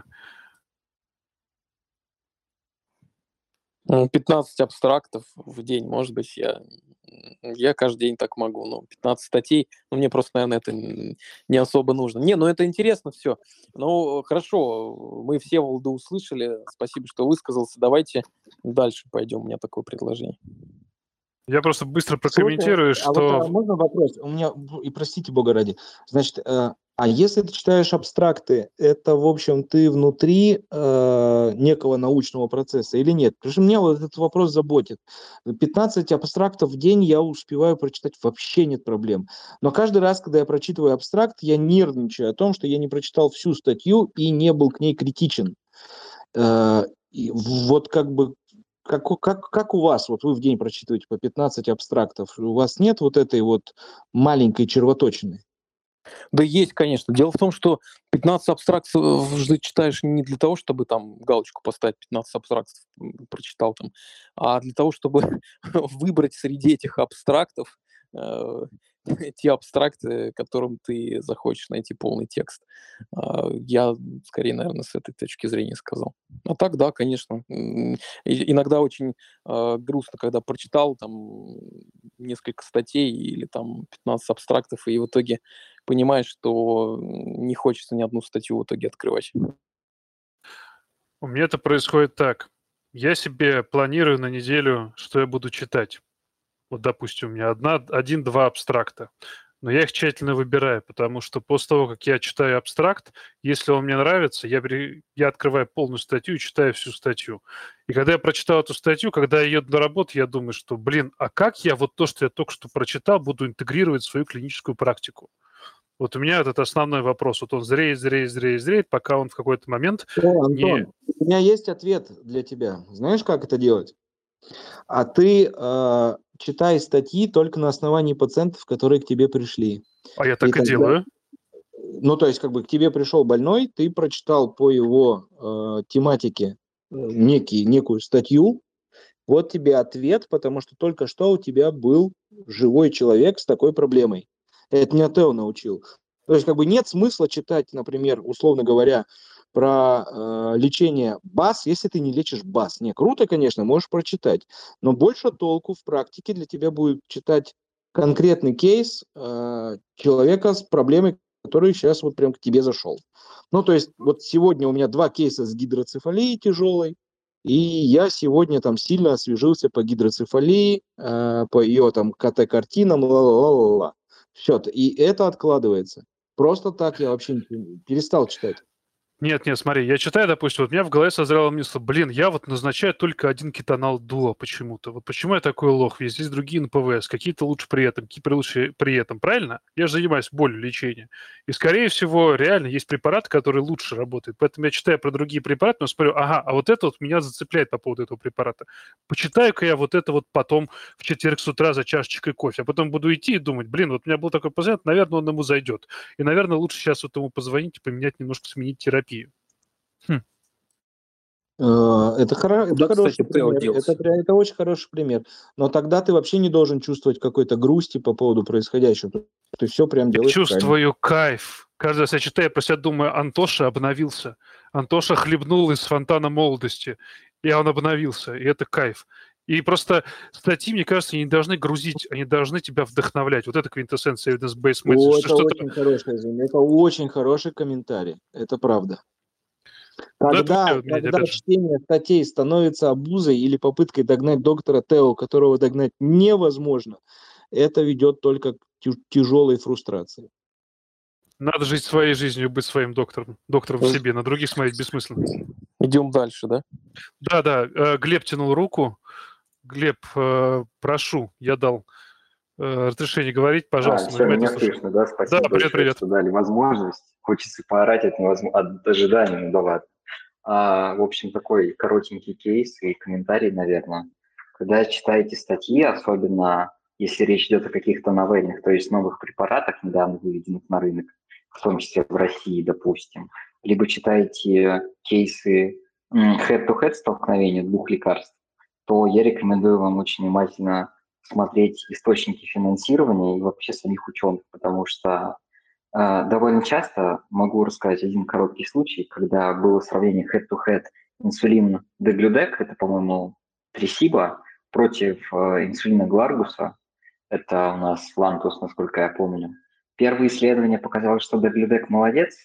15 абстрактов в день, может быть, я каждый день так могу, но 15 статей, мне просто, наверное, это не особо нужно. Это интересно все. Ну, хорошо, мы все Всеволода услышали, спасибо, что высказался. Давайте дальше пойдем, у меня такое предложение. Я просто быстро прокомментирую, что... можно вопрос? У меня, и простите бога ради, значит, а если ты читаешь абстракты, это, в общем, ты внутри некого научного процесса или нет? Потому что меня вот этот вопрос заботит. 15 абстрактов в день я успеваю прочитать, вообще нет проблем. Но каждый раз, когда я прочитываю абстракт, я нервничаю о том, что я не прочитал всю статью и не был к ней критичен. И вот как бы как у вас, вот вы в день прочитываете по 15 абстрактов, у вас нет вот этой вот маленькой червоточины? Да есть, конечно. Дело в том, что 15 абстрактов ты читаешь не для того, чтобы там галочку поставить, 15 абстрактов прочитал там, а для того, чтобы выбрать среди этих абстрактов те абстракты, которым ты захочешь найти полный текст. Я скорее, наверное, с этой точки зрения сказал. А так, да, конечно. Иногда очень грустно, когда прочитал там несколько статей или там 15 абстрактов, и в итоге понимаешь, что не хочется ни одну статью в итоге открывать. У меня это происходит так. Я себе планирую на неделю, что я буду читать. Вот, допустим, у меня 1-2 абстракта. но я их тщательно выбираю, потому что после того, как я читаю абстракт, если он мне нравится, я открываю полную статью и читаю всю статью. И когда я прочитал эту статью, когда я еду на работу, я думаю, что, а как я вот то, что я только что прочитал, буду интегрировать в свою клиническую практику? Вот у меня этот основной вопрос. Вот он зреет, пока он в какой-то момент Антон, у меня есть ответ для тебя. Знаешь, как это делать? А ты читай статьи только на основании пациентов, которые к тебе пришли. А я так и делаю. Ну, то есть, как бы к тебе пришел больной, ты прочитал по его тематике некую статью, вот тебе ответ, потому что только что у тебя был живой человек с такой проблемой. Это меня Тео научил. То есть, как бы нет смысла читать, например, условно говоря, про лечение БАС, если ты не лечишь БАС. Не, круто, конечно, можешь прочитать, но больше толку в практике для тебя будет читать конкретный кейс человека с проблемой, который сейчас вот прям к тебе зашел. Ну, то есть, вот сегодня у меня 2 кейса с гидроцефалией тяжелой, и я сегодня там сильно освежился по гидроцефалии, по ее там КТ-картинам, ла-ла-ла-ла-ла. Все, и это откладывается. Просто так я вообще перестал читать. Нет, смотри, я читаю, допустим, вот у меня в голове созрела мысль, я вот назначаю только один кетонал дуо почему-то. Вот почему я такой лох? Ведь здесь другие на ПВС, какие-то лучше при этом, какие-то лучше при этом, правильно? Я же занимаюсь болью лечения. И, скорее всего, реально есть препараты, которые лучше работают. Поэтому я читаю про другие препараты, но смотрю, а вот это вот меня зацепляет по поводу этого препарата. Почитаю-ка я вот это вот потом в четверг с утра за чашечкой кофе, а потом буду идти и думать, вот у меня был такой пациент, наверное, он ему зайдет. И, наверное, лучше сейчас вот ему позвонить и поменять немножко, сменить терапию. Это хороший пример. Это очень хороший пример. Но тогда ты вообще не должен чувствовать какой-то грусти по поводу происходящего. Ты все прям делаешь. Я чувствую кайф. Каждый раз я читаю, про себя думаю, Антоша обновился. Антоша хлебнул из фонтана молодости, и он обновился. И это кайф. И просто статьи, мне кажется, не должны грузить, они должны тебя вдохновлять. Вот это квинтэссенция evidence-based medicine. Это очень хороший комментарий. Это правда. Когда чтение статей становится обузой или попыткой догнать доктора Тео, которого догнать невозможно, это ведет только к тяжелой фрустрации. Надо жить своей жизнью, быть своим доктором в себе, на других смотреть бессмысленно. Идем дальше, да? Да. Глеб тянул руку. Глеб, прошу, я дал разрешение говорить, пожалуйста. Все, меня слышно, да? Спасибо большое, что дали возможность. Хочется поорать от ожидания, ну да ладно. В общем, такой коротенький кейс и комментарий, наверное. Когда читаете статьи, особенно если речь идет о каких-то новельных, то есть новых препаратах, недавно выведенных на рынок, в том числе в России, допустим, либо читаете кейсы head-to-head столкновения 2 лекарств, то я рекомендую вам очень внимательно смотреть источники финансирования и вообще самих ученых, потому что довольно часто могу рассказать один короткий случай, когда было сравнение head-to-head инсулин Деглюдек, это, по-моему, Тресиба, против инсулина Гларгуса, это у нас Лантус, насколько я помню. Первое исследование показало, что Деглюдек молодец,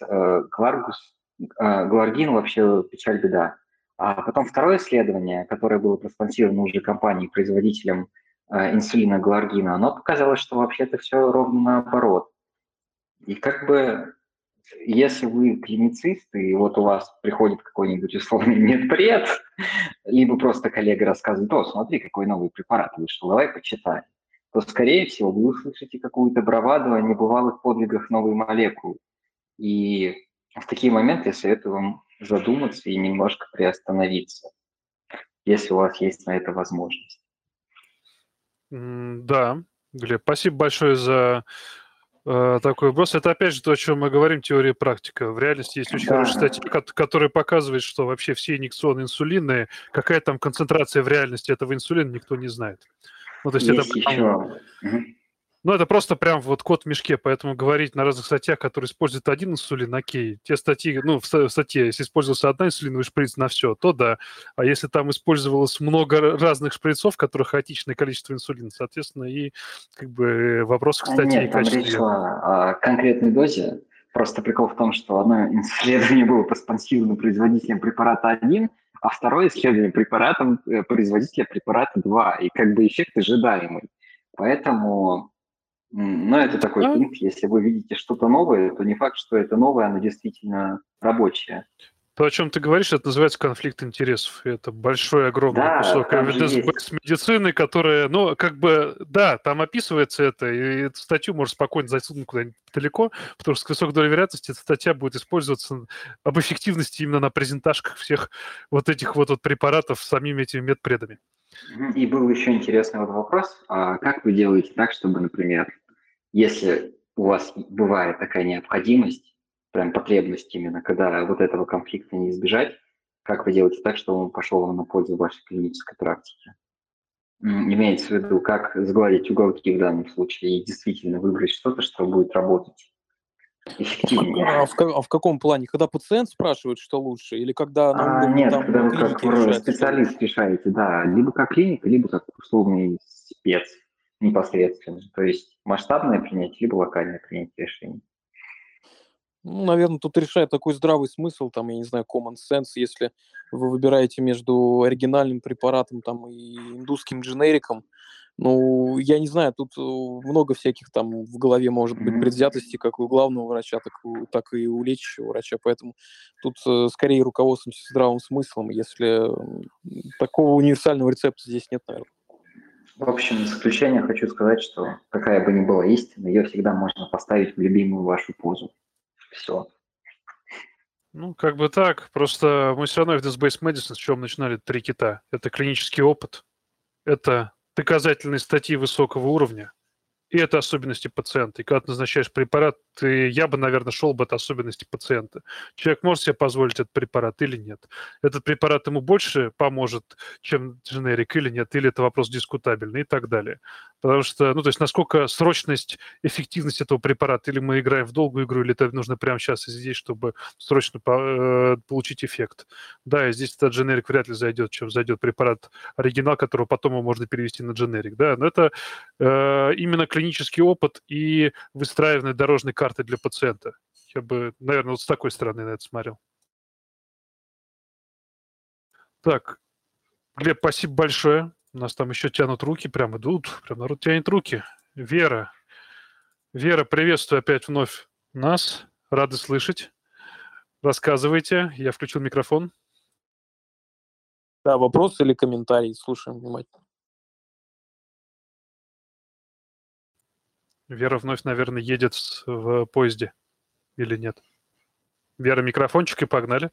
Гларгин вообще печаль беда. А потом второе исследование, которое было проспонсировано уже компанией-производителем инсулина Гларгина, оно показало, что вообще-то все ровно наоборот. И как бы, если вы клиницист, и вот у вас приходит какой-нибудь условный медпред, либо просто коллега рассказывает, смотри, какой новый препарат вышел, давай почитай, то, скорее всего, вы услышите какую-то браваду о небывалых подвигах новой молекулы. И в такие моменты я советую вам задуматься и немножко приостановиться, если у вас есть на это возможность. Да, Глеб, спасибо большое за такой вопрос. Это опять же то, о чем мы говорим, теория и практика. В реальности есть очень хорошая статья, которая показывает, что вообще все инъекционные инсулины, какая там концентрация в реальности этого инсулина, никто не знает. Ну, то есть есть это еще... Ну, это просто прям вот кот в мешке, поэтому говорить на разных статьях, которые используют один инсулин, окей. Те статьи, в статье, если использовался одна инсулиновый шприц на все, то да. А если там использовалось много разных шприцов, в которых хаотичное количество инсулина, соответственно, и как бы вопрос к статье. Нет, там речь шла о конкретной дозе. Просто прикол в том, что одно исследование было проспонсировано производителем препарата 1, а второе исследование производителя препарата 2. И как бы эффект ожидаемый. Поэтому Но это такой пункт, если вы видите что-то новое, то не факт, что это новое, оно действительно рабочее. То, о чем ты говоришь, это называется конфликт интересов. Это большой, огромный Да, кусок там же evidence-based медицины, которая, ну, как бы, да, там описывается это, и эту статью можно спокойно засунуть куда-нибудь далеко, потому что с высокой долей вероятности эта статья будет использоваться об эффективности именно на презентажках всех вот этих вот препаратов с самими этими медпредами. И был еще интересный вот вопрос. А как вы делаете так, чтобы, например, если у вас бывает такая необходимость, прям потребность именно, когда вот этого конфликта не избежать, как вы делаете так, чтобы он пошел вам на пользу вашей клинической практики? Имеется в виду, как сгладить уголки в данном случае и действительно выбрать что-то, что будет работать эффективнее. А в каком плане? Когда пациент спрашивает, что лучше, или когда на уровне Нет, там когда вы как клиники решают, что специалист лучше? решаете, да, либо как клиника, либо как условный спец непосредственно. То есть масштабное принятие, либо локальное принятие решений. Ну, наверное, тут решает такой здравый смысл, там, я не знаю, common sense, если вы выбираете между оригинальным препаратом там и индусским дженериком. Ну, я не знаю, тут много всяких там в голове может быть предвзятости, как у главного врача, так и у лечащего врача, поэтому тут скорее руководствуемся здравым смыслом, если такого универсального рецепта здесь нет, наверное. В общем, в заключение хочу сказать, что какая бы ни была истина, ее всегда можно поставить в любимую вашу позу. Все. Ну, как бы так. Просто мы все равно evidence-based medicine, с чего мы начинали, 3 кита. Это клинический опыт, это доказательные статьи высокого уровня, и это особенности пациента. И когда ты назначаешь препарат, я бы, наверное, шел бы от особенностей пациента. Человек может себе позволить этот препарат или нет. Этот препарат ему больше поможет, чем дженерик или нет, или это вопрос дискутабельный и так далее. Потому что, ну, то есть насколько срочность, эффективность этого препарата, или мы играем в долгую игру, или это нужно прямо сейчас и здесь, чтобы срочно получить эффект. Да, и здесь этот дженерик вряд ли зайдет, чем зайдет препарат оригинал, которого потом его можно перевести на дженерик. Да, но это именно клинический опыт и выстраивание дорожной карты для пациента. Я бы, наверное, вот с такой стороны на это смотрел. Так, Глеб, спасибо большое. У нас там еще тянут руки, прям идут, прям народ тянет руки. Вера, приветствую опять вновь нас. Рады слышать. Рассказывайте. Я включил микрофон. Да, вопрос или комментарий? Слушаем внимательно. Вера вновь, наверное, едет в поезде. Или нет? Вера, микрофончик и погнали.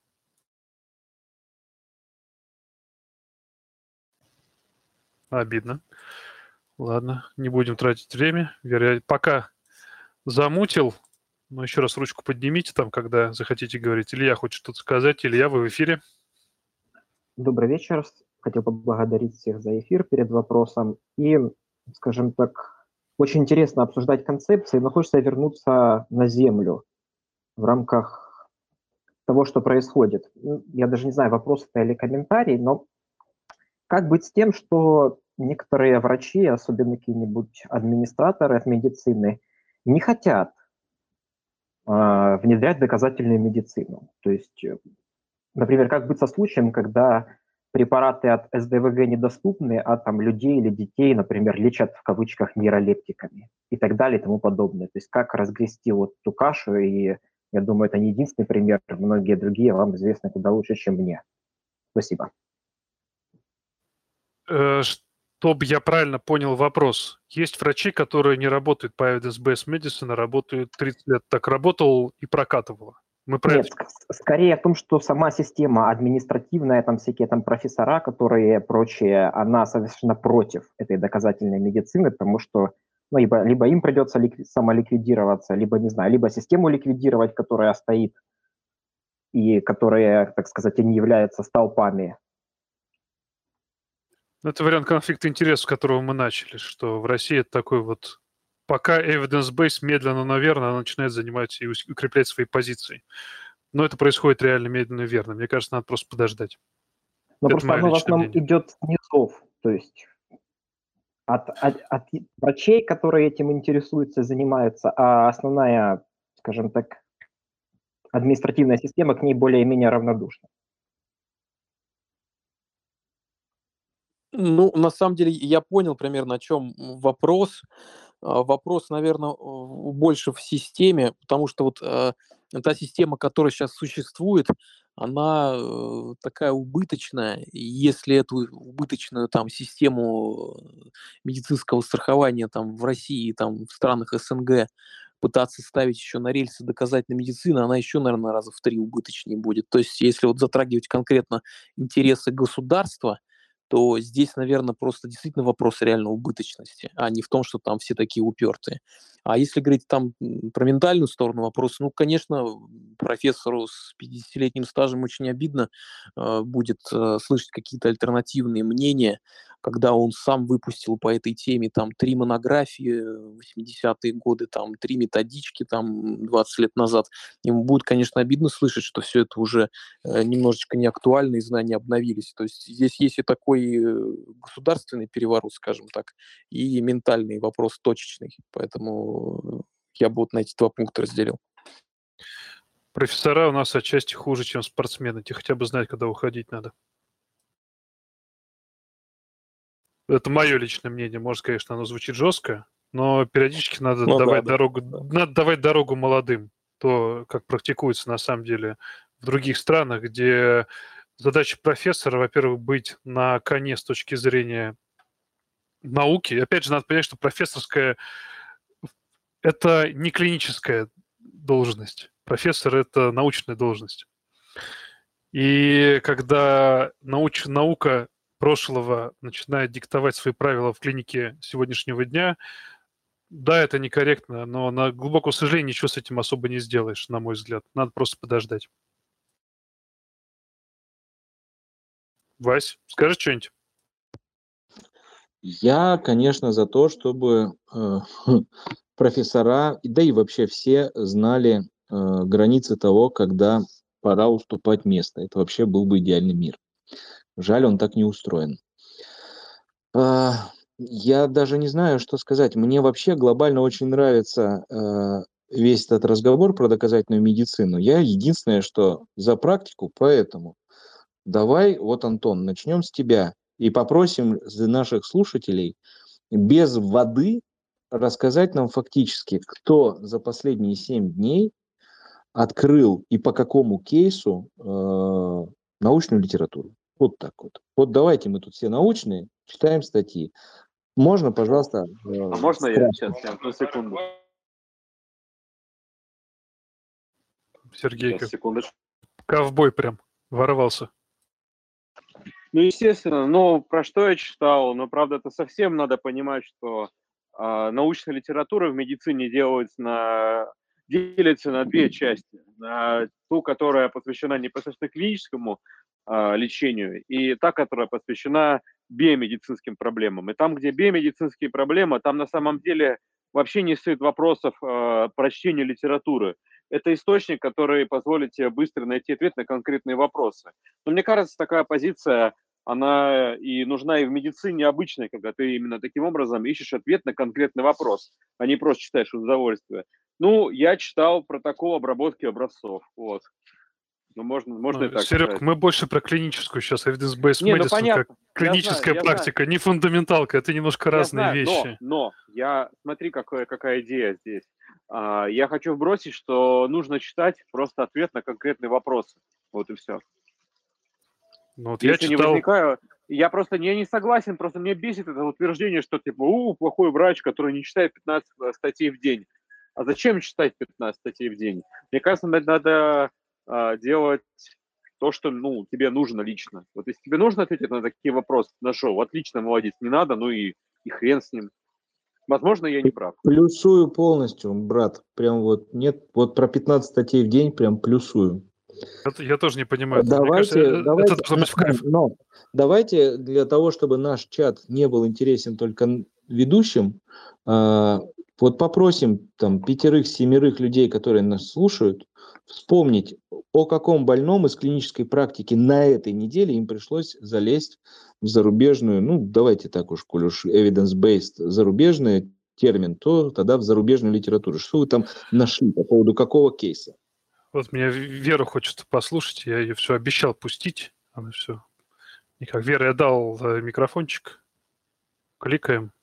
Обидно. Ладно, не будем тратить время. Вера, я пока замутил, но еще раз ручку поднимите там, когда захотите говорить. Илья хочет что-то сказать. Илья, вы в эфире. Добрый вечер. Хотел поблагодарить всех за эфир перед вопросом. И, скажем так, очень интересно обсуждать концепции, но хочется вернуться на землю в рамках того, что происходит. Я даже не знаю, вопрос это или комментарий, но как быть с тем, что некоторые врачи, особенно какие-нибудь администраторы от медицины, не хотят внедрять доказательную медицину? То есть, например, как быть со случаем, когда препараты от СДВГ недоступны, а там людей или детей, например, лечат в кавычках нейролептиками и так далее и тому подобное. То есть как разгрести вот ту кашу, и я думаю, это не единственный пример, многие другие вам известны куда лучше, чем мне. Спасибо. Чтобы я правильно понял вопрос. Есть врачи, которые не работают по evidence-based medicine, а работают 30 лет. Так работал и прокатывало. Нет, скорее о том, что сама система административная, там всякие там профессора, которые прочее, она совершенно против этой доказательной медицины, потому что либо им придется самоликвидироваться, либо, не знаю, либо систему ликвидировать, которая стоит и которая, так сказать, не является столпами. Это вариант конфликта интересов, с которого мы начали, что в России это такой вот... Пока evidence-based медленно, но верно, она начинает занимать и укреплять свои позиции. Но это происходит реально медленно и верно. Мне кажется, надо просто подождать. Но просто оно в основном идет с низов, то есть от врачей, которые этим интересуются, занимаются, а основная, скажем так, административная система к ней более-менее равнодушна. Ну, на самом деле, я понял примерно, о чем вопрос. Вопрос, наверное, больше в системе, потому что вот та система, которая сейчас существует, она такая убыточная. И если эту убыточную там систему медицинского страхования там в России, там в странах СНГ пытаться ставить еще на рельсы доказательной медицины, она еще, наверное, раза в 3 убыточнее будет. То есть если вот затрагивать конкретно интересы государства, то здесь, наверное, просто действительно вопрос реально убыточности, а не в том, что там все такие упертые. А если говорить там про ментальную сторону вопроса, ну, конечно, профессору с 50-летним стажем очень обидно будет слышать какие-то альтернативные мнения, когда он сам выпустил по этой теме там 3 монографии в 80-е годы, там 3 методички там 20 лет назад. Ему будет, конечно, обидно слышать, что все это уже немножечко не актуально, и знания обновились. То есть здесь есть и такой государственный переворот, скажем так, и ментальный вопрос точечный. Поэтому я бы вот на эти 2 пункта разделил. Профессора у нас отчасти хуже, чем спортсмены. Те хотя бы знать, когда уходить надо. Это мое личное мнение. Может, конечно, оно звучит жестко, но периодически надо давать дорогу молодым. То, как практикуется на самом деле в других странах, где задача профессора, во-первых, быть на коне с точки зрения науки. И опять же, надо понять, что профессорская – это не клиническая должность. Профессор – это научная должность. И когда наука прошлого начинает диктовать свои правила в клинике сегодняшнего дня, да, это некорректно, но на глубокое сожаление ничего с этим особо не сделаешь, на мой взгляд. Надо просто подождать. Вась, скажи что-нибудь. Я, конечно, за то, чтобы профессора, да и вообще все знали границы того, когда пора уступать место. Это вообще был бы идеальный мир. Жаль, он так не устроен. Я даже не знаю, что сказать. Мне вообще глобально очень нравится весь этот разговор про доказательную медицину. Я единственное, что за практику, поэтому давай, вот, Антон, начнем с тебя и попросим наших слушателей без воды рассказать нам фактически, кто за последние 7 дней открыл и по какому кейсу научную литературу. Вот так вот. Вот давайте мы тут все научные, читаем статьи. Можно, пожалуйста? Можно я сейчас, одну секунду? Сергей, Сейчас, секундочку. Ковбой прям ворвался. Ну, естественно, но про что я читал? Но, правда, это совсем надо понимать, что научная литература в медицине делится на 2 части. На ту, которая посвящена непосредственно клиническому лечению, и та, которая посвящена биомедицинским проблемам. И там, где биомедицинские проблемы, там на самом деле вообще не стоит вопросов прочтения литературы. Это источник, который позволит тебе быстро найти ответ на конкретные вопросы. Но мне кажется, такая позиция, она и нужна и в медицине обычной, когда ты именно таким образом ищешь ответ на конкретный вопрос, а не просто читаешь удовольствие. Ну, я читал протокол обработки образцов, вот. Ну, можно и так Серег, сказать. мы больше про клиническую сейчас, evidence-based Не, ну medicine, понятно. как клиническая практика, не фундаменталка, это немножко разные вещи. Но смотри, какая идея здесь. Я хочу вбросить, что нужно читать просто ответ на конкретные вопросы. Вот и все. Ну, вот Если я не читал... возникаю, я не согласен, просто мне бесит это утверждение, что типа, плохой врач, который не читает 15 статей в день. А зачем читать 15 статей в день? Мне кажется, надо делать то, что тебе нужно лично. Вот если тебе нужно ответить на такие вопросы, нашел, отлично, молодец, не надо, ну и хрен с ним. Возможно, я не прав. Плюсую полностью, брат. Прям вот нет, вот про 15 статей в день прям плюсую. Я тоже не понимаю. Давайте, это должно быть в кайф. Но давайте для того, чтобы наш чат не был интересен только ведущим, вот попросим там 5-7 людей, которые нас слушают, вспомнить, о каком больном из клинической практики на этой неделе им пришлось залезть в зарубежную, ну давайте так уж, коль уж evidence-based зарубежный термин, то тогда в зарубежную литературу. Что вы там нашли по поводу какого кейса? Вот меня Вера хочет послушать, я ее все обещал пустить, она все никак. Вера, я дал микрофончик, кликаем.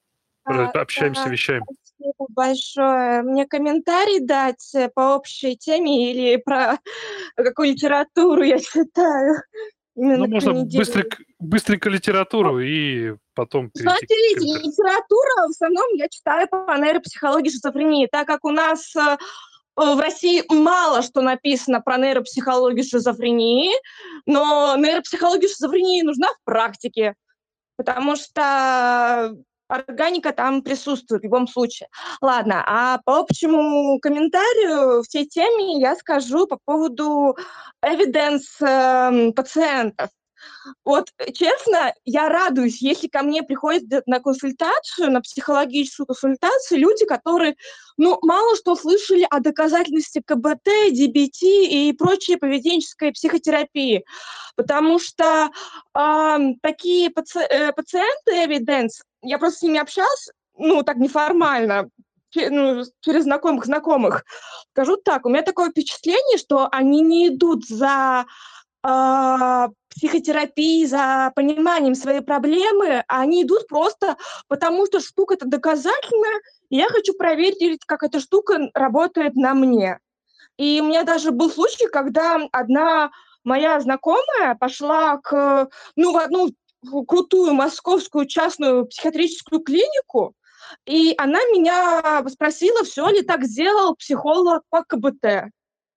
общаемся, вещаем. Спасибо большое. Мне комментарий дать по общей теме или про какую литературу я читаю? Именно Можно понедельник. быстренько литературу и потом перейти к Смотрите, комментариям. литература в основном я читаю по нейропсихологии шизофрении, так как у нас в России мало что написано про нейропсихологию шизофрении, но нейропсихология шизофрении нужна в практике, потому что органика там присутствует в любом случае. Ладно, а по общему комментарию в всей теме я скажу по поводу evidence пациентов. Вот, честно, я радуюсь, если ко мне приходят на консультацию, на психологическую консультацию люди, которые, мало что слышали о доказательности КБТ, ДБТ и прочей поведенческой психотерапии. Потому что такие пациенты evidence, я просто с ними общалась, так неформально, через знакомых. Скажу так, у меня такое впечатление, что они не идут за психотерапии, за пониманием своей проблемы, а они идут просто потому, что штука-то доказательная, и я хочу проверить, как эта штука работает на мне. И у меня даже был случай, когда одна моя знакомая пошла в одну крутую московскую частную психиатрическую клинику, и она меня спросила, все ли так сделал психолог по КБТ.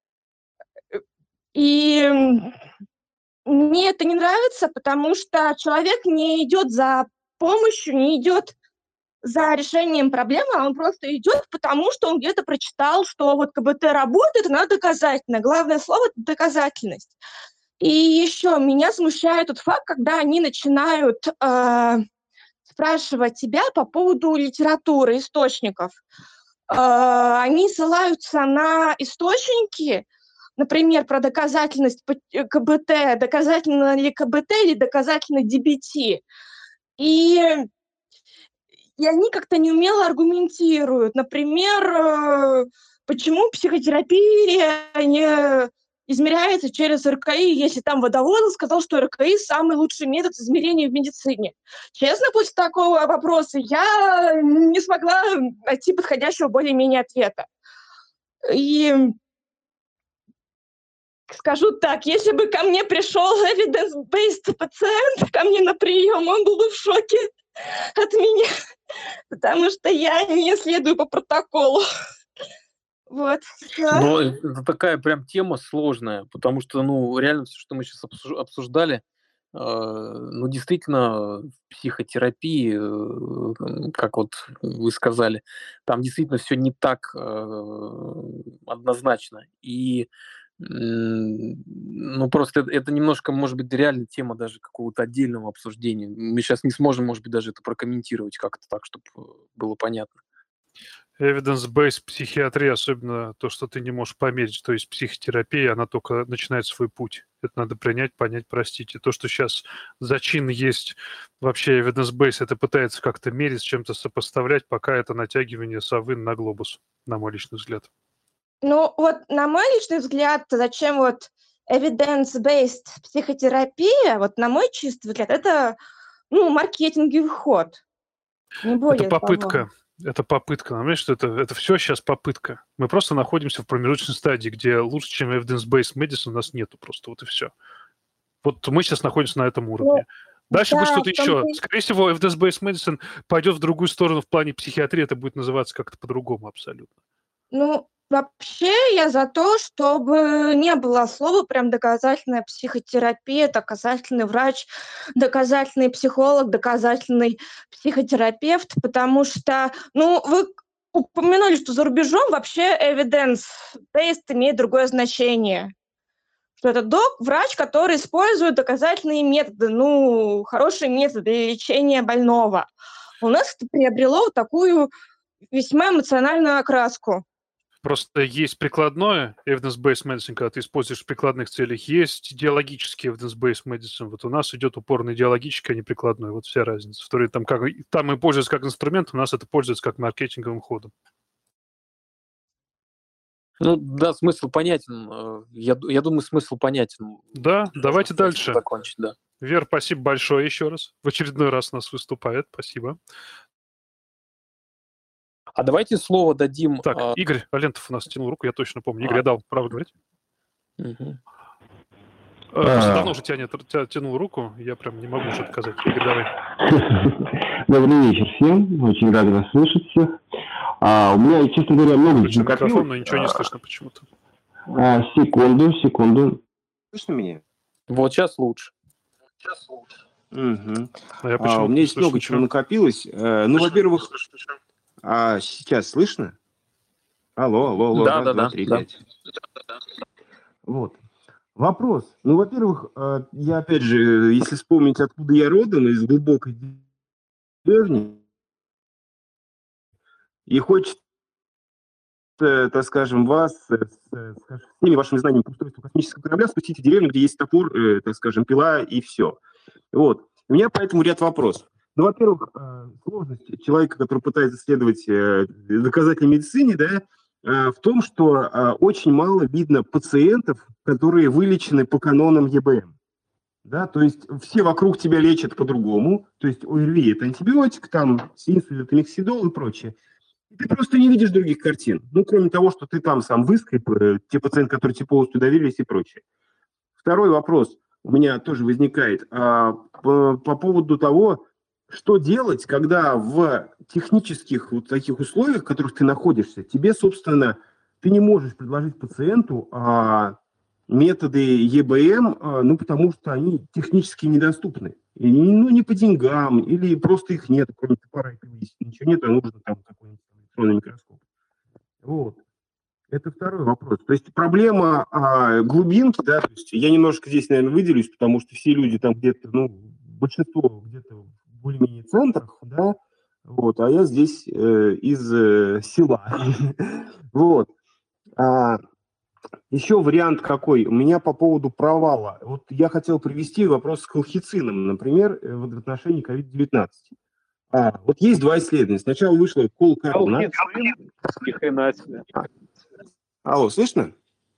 И мне это не нравится, потому что человек не идет за помощью, не идет за решением проблемы, а он просто идет, потому что он где-то прочитал, что вот КБТ работает, она доказательна. Главное слово – это доказательность. И еще меня смущает тот факт, когда они начинают спрашивать тебя по поводу литературы, источников. Они ссылаются на источники, например, про доказательность КБТ, доказательно ли КБТ или доказательно ДБТ. И они как-то неумело аргументируют. Например, почему психотерапия не измеряется через РКИ, если там Водовозов сказал, что РКИ самый лучший метод измерения в медицине. Честно, после такого вопроса я не смогла найти подходящего более-менее ответа. И скажу так, если бы ко мне пришел evidence-based пациент, ко мне на прием, он был бы в шоке от меня, потому что я не следую по протоколу. Вот. Но это такая прям тема сложная, потому что, реально все, что мы сейчас обсуждали, действительно, в психотерапии, как вот вы сказали, там действительно все не так однозначно. И просто это немножко, может быть, реально тема даже какого-то отдельного обсуждения. Мы сейчас не сможем, может быть, даже это прокомментировать как-то так, чтобы было понятно. Evidence-based психиатрия, особенно то, что ты не можешь померить, то есть психотерапия, она только начинает свой путь. Это надо принять, понять, простить. И то, что сейчас зачин есть вообще evidence-based, это пытается как-то мерить, с чем-то сопоставлять, пока это натягивание совы на глобус, на мой личный взгляд. На мой личный взгляд, зачем evidence-based психотерапия, на мой чистый взгляд, это, маркетинговый ход. Не более это попытка. Это попытка. Понимаешь, что это все сейчас попытка. Мы просто находимся в промежуточной стадии, где лучше, чем evidence-based medicine, у нас нету просто. Вот и все. Вот мы сейчас находимся на этом уровне. Дальше будет что-то еще. Скорее всего, evidence-based medicine пойдет в другую сторону в плане психиатрии. Это будет называться как-то по-другому абсолютно. Вообще я за то, чтобы не было слова прям доказательная психотерапия, доказательный врач, доказательный психолог, доказательный психотерапевт, потому что, вы упомянули, что за рубежом вообще evidence-based имеет другое значение. Что это врач, который использует доказательные методы, хорошие методы для лечения больного. У нас это приобрело такую весьма эмоциональную окраску. Просто есть прикладное evidence-based medicine, когда ты используешь в прикладных целях, есть идеологический evidence-based medicine. Вот у нас идет упор на идеологическое, а не прикладное. Вот вся разница. Вторые там и пользуются как инструмент, у нас это пользуется как маркетинговым ходом. Да, смысл понятен. Я думаю, смысл понятен. Да, давайте дальше. Закончить, да. Вер, спасибо большое еще раз. В очередной раз у нас выступает. Спасибо. А давайте слово дадим... Так, Игорь Алентов у нас тянул руку, я точно помню. Игорь, я дал право говорить. Давно уже тянул руку, я прям не могу уже отказать. Игорь, давай. Добрый вечер всем, очень рад вас слышать всех. У меня, честно говоря, много чего накопилось. Микрофон, но ничего не слышно почему-то. Секунду. Слышно меня? Вот сейчас лучше. Угу. У меня есть много чего накопилось. Во-первых... сейчас слышно? Алло. Да. 3, 5. Вот. Вопрос. Во-первых, я опять же, если вспомнить, откуда я родом, из глубокой деревни, и хочется, так скажем, вас с всеми вашими знаниями по устройству космического корабля спустить в деревню, где есть топор, так скажем, пила и все. Вот. У меня поэтому ряд вопросов. Во-первых, сложность человека, который пытается исследовать доказательной медицине, да, в том, что очень мало видно пациентов, которые вылечены по канонам ЕБМ. Да, то есть все вокруг тебя лечат по-другому. То есть ОРВИ – это антибиотик, там синсулин, это миксидол и прочее. И ты просто не видишь других картин. Кроме того, что ты там сам выскреб, те пациенты, которые тебе полностью доверились и прочее. Второй вопрос у меня тоже возникает по поводу того, что делать, когда в технических вот таких условиях, в которых ты находишься, тебе, собственно, ты не можешь предложить пациенту методы ЕБМ, потому что они технически недоступны. И, не по деньгам, или просто их нет, кроме топора и пилы, ничего нет, а нужно там какой-нибудь электронный микроскоп. Вот. Это второй вопрос. То есть проблема глубинки, да, то есть я немножко здесь, наверное, выделюсь, потому что все люди там где-то, большинство где-то в более-менее центрах, да, вот, а я здесь из села. Вот. Еще вариант какой? У меня по поводу провала. Вот я хотел привести вопрос с колхицином, например, в отношении COVID-19. Вот есть два исследования. Сначала вышло колхицин. Алло, слышно?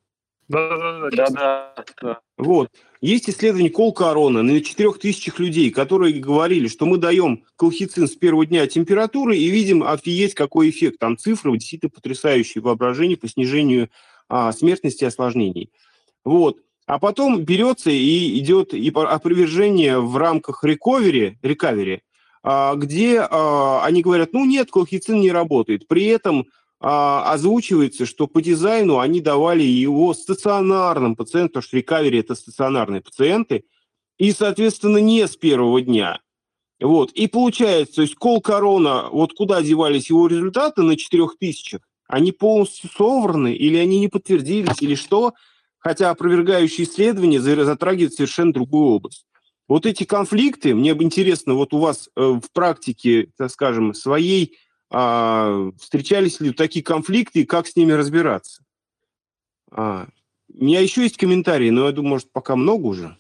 Да. Вот. Есть исследование Колкорона на 4000 людей, которые говорили, что мы даем колхицин с первого дня температуры и видим, офигеть, какой эффект. Там цифры действительно потрясающие воображение по снижению смертности и осложнений. Вот. А потом берется и идет опровержение в рамках recovery, где они говорят, нет, колхицин не работает. При этом озвучивается, что по дизайну они давали его стационарным пациентам, потому что recovery – это стационарные пациенты, и, соответственно, не с первого дня. Вот. И получается, то есть колкорона, вот куда девались его результаты на 4000, они полностью совраны, или они не подтвердились, или что, хотя опровергающие исследования затрагивают совершенно другую область. Вот эти конфликты, мне бы интересно, вот у вас в практике, так скажем, своей, встречались ли такие конфликты и как с ними разбираться? У меня еще есть комментарии, но я думаю, может, пока много уже.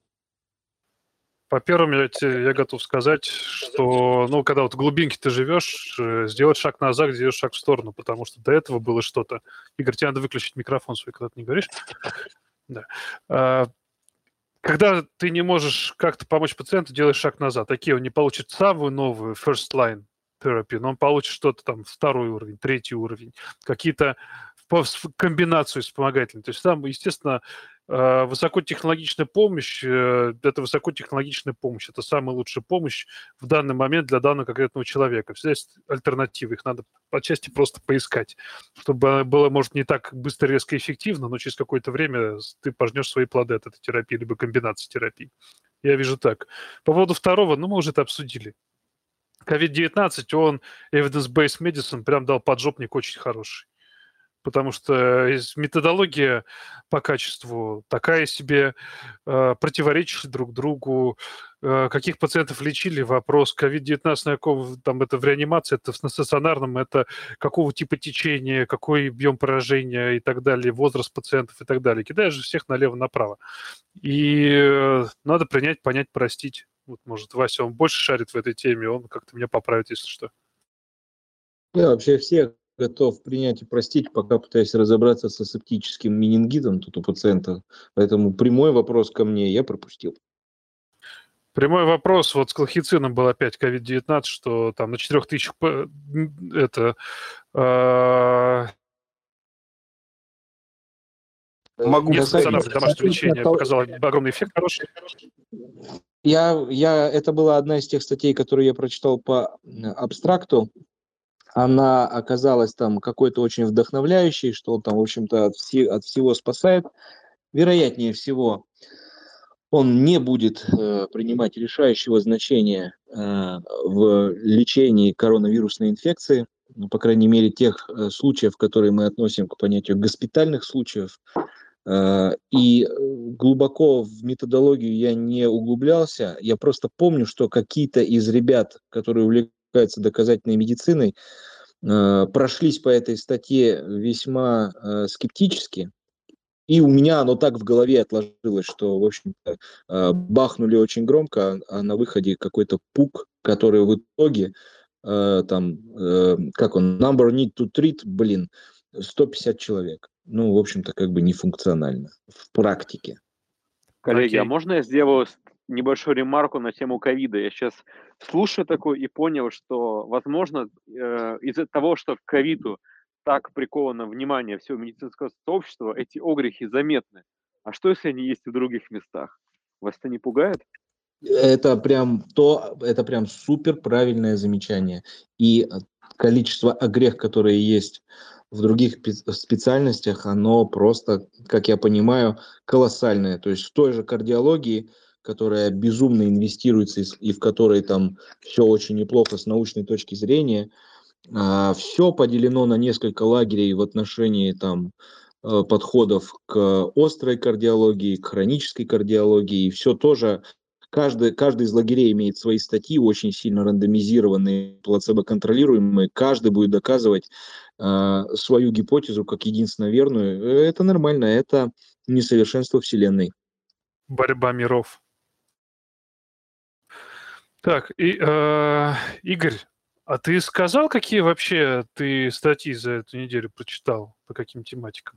По первому, я готов сказать, что, когда вот в глубинке ты живешь, сделать шаг назад, сделать шаг в сторону, потому что до этого было что-то. Игорь, тебе надо выключить микрофон свой, когда ты не говоришь. Да. Когда ты не можешь как-то помочь пациенту, делаешь шаг назад. Окей, он не получит самую новую first line терапию, но он получит что-то там, 2-й уровень, 3-й уровень, какие-то комбинацию вспомогательной. То есть там, естественно, высокотехнологичная помощь – это высокотехнологичная помощь. Это самая лучшая помощь в данный момент для данного конкретного человека. Всегда есть альтернативы, их надо отчасти просто поискать, чтобы было, может, не так быстро, резко и эффективно, но через какое-то время ты пожнешь свои плоды от этой терапии, либо комбинации терапий. Я вижу так. По поводу второго, мы уже это обсудили. COVID-19, он evidence-based medicine прям дал поджопник очень хороший. Потому что методология по качеству такая себе, противоречит друг другу. Каких пациентов лечили? Вопрос. COVID-19, там это в реанимации, это на стационарном, это какого типа течения, какой объем поражения и так далее, возраст пациентов и так далее. Кидаешь же всех налево-направо. И надо принять, понять, простить. Вот, может, Вася, он больше шарит в этой теме, он как-то меня поправит, если что. Я вообще всех готов принять и простить, пока пытаюсь разобраться с асептическим менингитом тут у пациента. Поэтому прямой вопрос ко мне я пропустил. Прямой вопрос. Вот с колхицином был опять COVID-19, что там на 4000 это... Могу несколько сказать, стационарных домашнего лечения показал огромный эффект хороший. Это была одна из тех статей, которые я прочитал по абстракту. Она оказалась там какой-то очень вдохновляющей, что он там, в общем-то, от всего спасает. Вероятнее всего, он не будет принимать решающего значения в лечении коронавирусной инфекции, ну, по крайней мере, тех случаев, которые мы относим к понятию госпитальных случаев. И глубоко в методологию я не углублялся. Я просто помню, что какие-то из ребят, которые увлекаются доказательной медициной, прошлись по этой статье весьма скептически. И у меня оно так в голове отложилось, что, в общем-то, бахнули очень громко, а на выходе какой-то пук, который в итоге, как он, number need to treat, 150 человек. Ну, в общем-то, как бы нефункционально в практике. Коллеги, а можно я сделаю небольшую ремарку на тему ковида? Я сейчас слушаю такое и понял, что, возможно, из-за того, что к ковиду так приковано внимание всего медицинского сообщества, эти огрехи заметны. А что, если они есть в других местах? Вас это не пугает? Это прям супер правильное замечание. И количество огрех, которые есть в других специальностях, оно просто, как я понимаю, колоссальное. То есть в той же кардиологии, которая безумно инвестируется и в которой там все очень неплохо с научной точки зрения, все поделено на несколько лагерей в отношении там подходов к острой кардиологии, к хронической кардиологии, и все тоже. Каждый из лагерей имеет свои статьи, очень сильно рандомизированные, плацебо-контролируемые. Каждый будет доказывать свою гипотезу как единственно верную. Это нормально, это несовершенство Вселенной. Борьба миров. Так, и Игорь, а ты сказал, какие вообще ты статьи за эту неделю прочитал, по каким тематикам?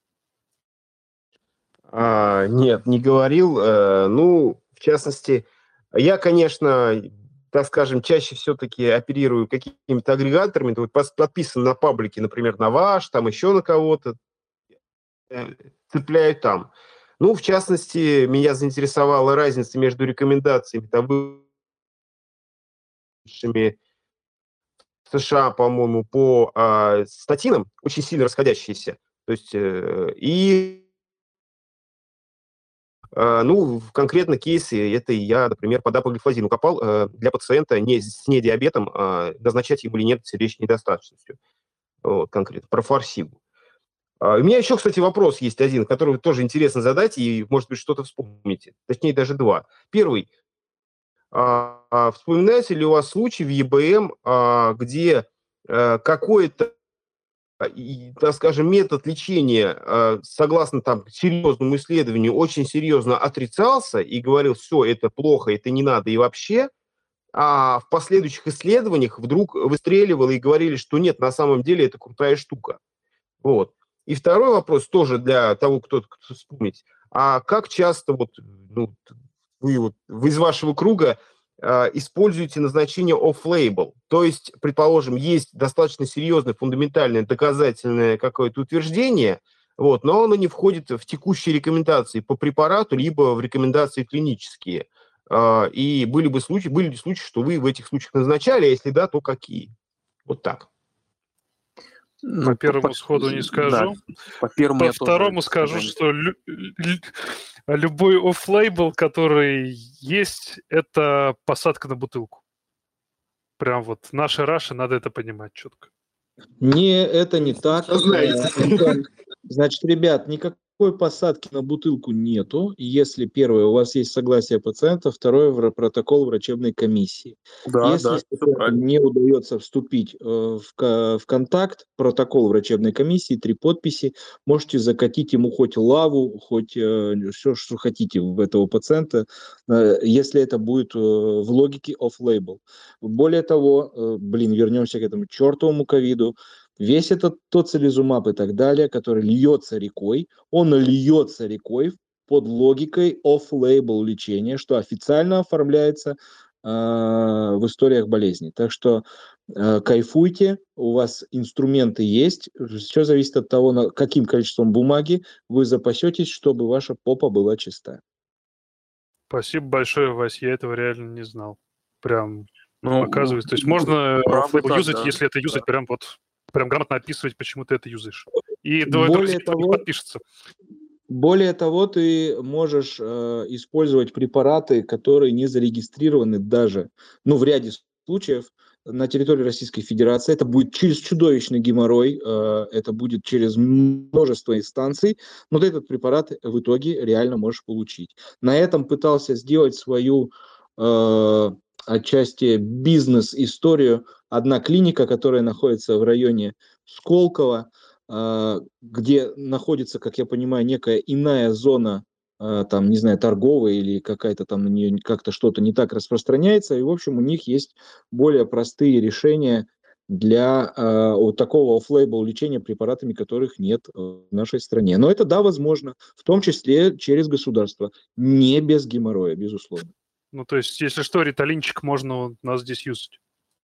Нет, не говорил. В частности, я, конечно, так скажем, чаще все-таки оперирую какими-то агрегаторами. Вот подписан на паблики, например, на ваш, там еще на кого-то, цепляю там. Ну, в частности, меня заинтересовала разница между рекомендациями, там, вышедшими в США, по-моему, по статинам, очень сильно расходящиеся. То есть, в конкретно кейсе это я, например, по дапоглифлозину копал для пациента с недиабетом, назначать ему или нет сердечной недостаточностью. Вот, конкретно, про фарсигу. У меня еще, кстати, вопрос есть один, который тоже интересно задать, и, может быть, что-то вспомните. Точнее, даже два. Первый. Вспоминается ли у вас случай в ЕБМ, где какой-то, так скажем, метод лечения, согласно там серьезному исследованию, очень серьезно отрицался и говорил, все, это плохо, это не надо и вообще, а в последующих исследованиях вдруг выстреливало и говорили, что нет, на самом деле это крутая штука. Вот. И второй вопрос тоже для того, кто вспомнить. А как часто вы из вашего круга используете назначение off-label? То есть, предположим, есть достаточно серьезное, фундаментальное, доказательное какое-то утверждение, но оно не входит в текущие рекомендации по препарату, либо в рекомендации клинические. И были ли случаи, что вы в этих случаях назначали, а если да, то какие? Вот так. По первому сходу не скажу. Да. По второму скажу, что любой оффлейбл, который есть, это посадка на бутылку. Прям вот наши раши, надо это понимать четко. Это не так. Значит, ребят, никакой посадки на бутылку нету. Если первое, у вас есть согласие пациента, второе, протокол врачебной комиссии. Если не удается вступить в контакт, протокол врачебной комиссии, 3 подписи, можете закатить ему хоть лаву, хоть все, что хотите в этого пациента, если это будет в логике off-label. Более того, вернемся к этому чертовому ковиду. Весь этот тоцилизумаб и так далее, который льется рекой, он льется рекой под логикой off-label лечения, что официально оформляется в историях болезни. Так что кайфуйте, у вас инструменты есть, все зависит от того, каким количеством бумаги вы запасетесь, чтобы ваша попа была чистая. Спасибо большое, Вась, я этого реально не знал. Прям Ну, оказывается. То есть можно правда флейбл так, юзать, да. если это юзать, прям грамотно описывать, почему ты это юзаешь. И Более друзья не того, подпишутся. Более того, ты можешь использовать препараты, которые не зарегистрированы даже, в ряде случаев на территории Российской Федерации. Это будет через чудовищный геморрой, это будет через множество инстанций, но ты этот препарат в итоге реально можешь получить. На этом пытался сделать свою отчасти бизнес-историю одна клиника, которая находится в районе Сколково, где находится, как я понимаю, некая иная зона, там, не знаю, торговая или какая-то там на нее как-то что-то не так распространяется, и, в общем, у них есть более простые решения для вот такого офф-лейбл лечения препаратами, которых нет в нашей стране. Но это, да, возможно, в том числе через государство, не без геморроя, безусловно. Ну, то есть, если что, риталинчик можно у нас здесь юзать.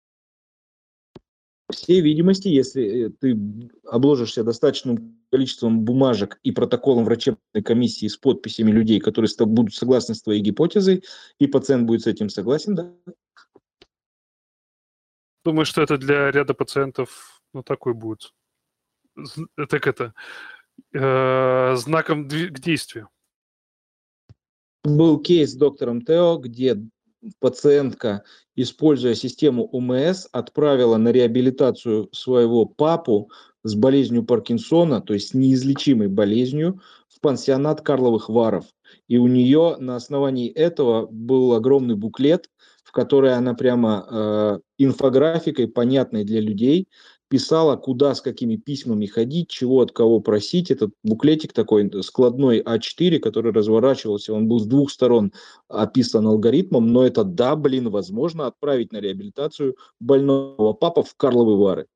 По всей видимости, если ты обложишься достаточным количеством бумажек и протоколом врачебной комиссии с подписями людей, которые будут согласны с твоей гипотезой, и пациент будет с этим согласен, да. Думаю, что это для ряда пациентов, такой будет. Знаком к действию. Был кейс с доктором Тео, где пациентка, используя систему ОМС, отправила на реабилитацию своего папу с болезнью Паркинсона, то есть с неизлечимой болезнью, в пансионат Карловых Варов. И у нее на основании этого был огромный буклет, в который она прямо инфографикой, понятной для людей, писала, куда, с какими письмами ходить, чего от кого просить. Этот буклетик такой складной А4, который разворачивался, он был с двух сторон описан алгоритмом, но это, да, возможно отправить на реабилитацию больного папа в Карловы Вары.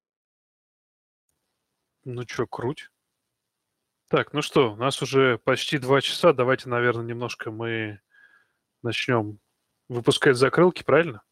Ну что, круть. Так, ну что, у нас уже почти 2 часа. Давайте, наверное, немножко мы начнем выпускать закрылки, правильно?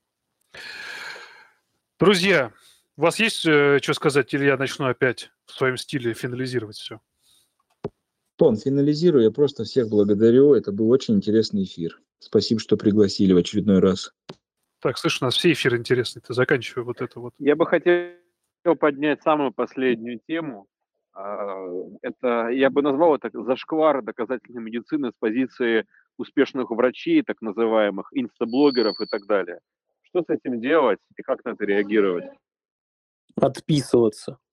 Друзья, у вас есть что сказать, или я начну опять в своем стиле финализировать все? Тон, финализирую. Я просто всех благодарю. Это был очень интересный эфир. Спасибо, что пригласили в очередной раз. Так, слышь, у нас все эфиры интересные. Ты заканчивай вот это вот. Я бы хотел поднять самую последнюю тему. Это, я бы назвал это зашквар доказательной медицины с позиции успешных врачей, так называемых инстаблогеров и так далее. Что с этим делать и как на это реагировать? Отписываться.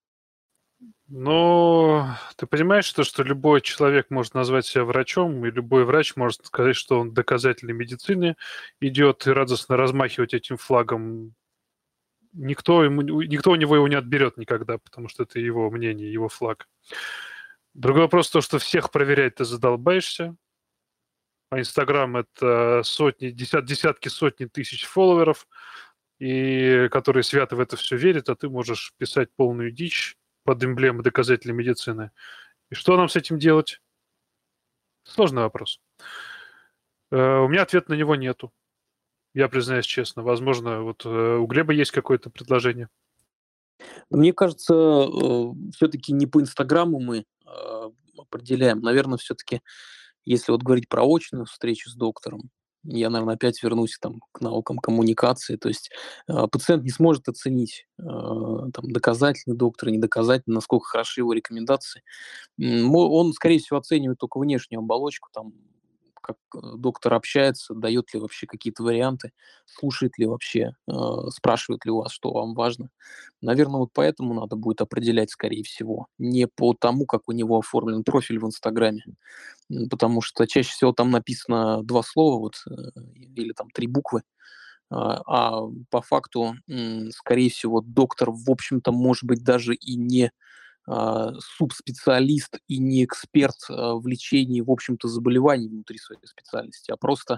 Ну, ты понимаешь, что любой человек может назвать себя врачом, и любой врач может сказать, что он доказательной медицины идет и радостно размахивать этим флагом. Никто у него его не отберет никогда, потому что это его мнение, его флаг. Другой вопрос то, что всех проверять ты задолбаешься. А Инстаграм – это десятки, сотни тысяч фолловеров, и которые свято в это все верят, а ты можешь писать полную дичь под эмблемой доказательной медицины. И что нам с этим делать? Сложный вопрос. У меня ответа на него нету. Я признаюсь честно. Возможно, вот у Глеба есть какое-то предложение. Мне кажется, все-таки не по Инстаграму мы определяем. Наверное, все-таки, если вот говорить про очную встречу с доктором, я, наверное, опять вернусь к наукам коммуникации. То есть пациент не сможет оценить доказательный доктор, недоказательный, насколько хороши его рекомендации. Он, скорее всего, оценивает только внешнюю оболочку, как доктор общается, дает ли вообще какие-то варианты, слушает ли вообще, спрашивает ли у вас, что вам важно. Наверное, вот поэтому надо будет определять, скорее всего, не по тому, как у него оформлен профиль в Инстаграме, потому что чаще всего там написано 2 слова или 3 буквы, а по факту, скорее всего, доктор, в общем-то, может быть, даже и не субспециалист и не эксперт в лечении, в общем-то, заболеваний внутри своей специальности, а просто,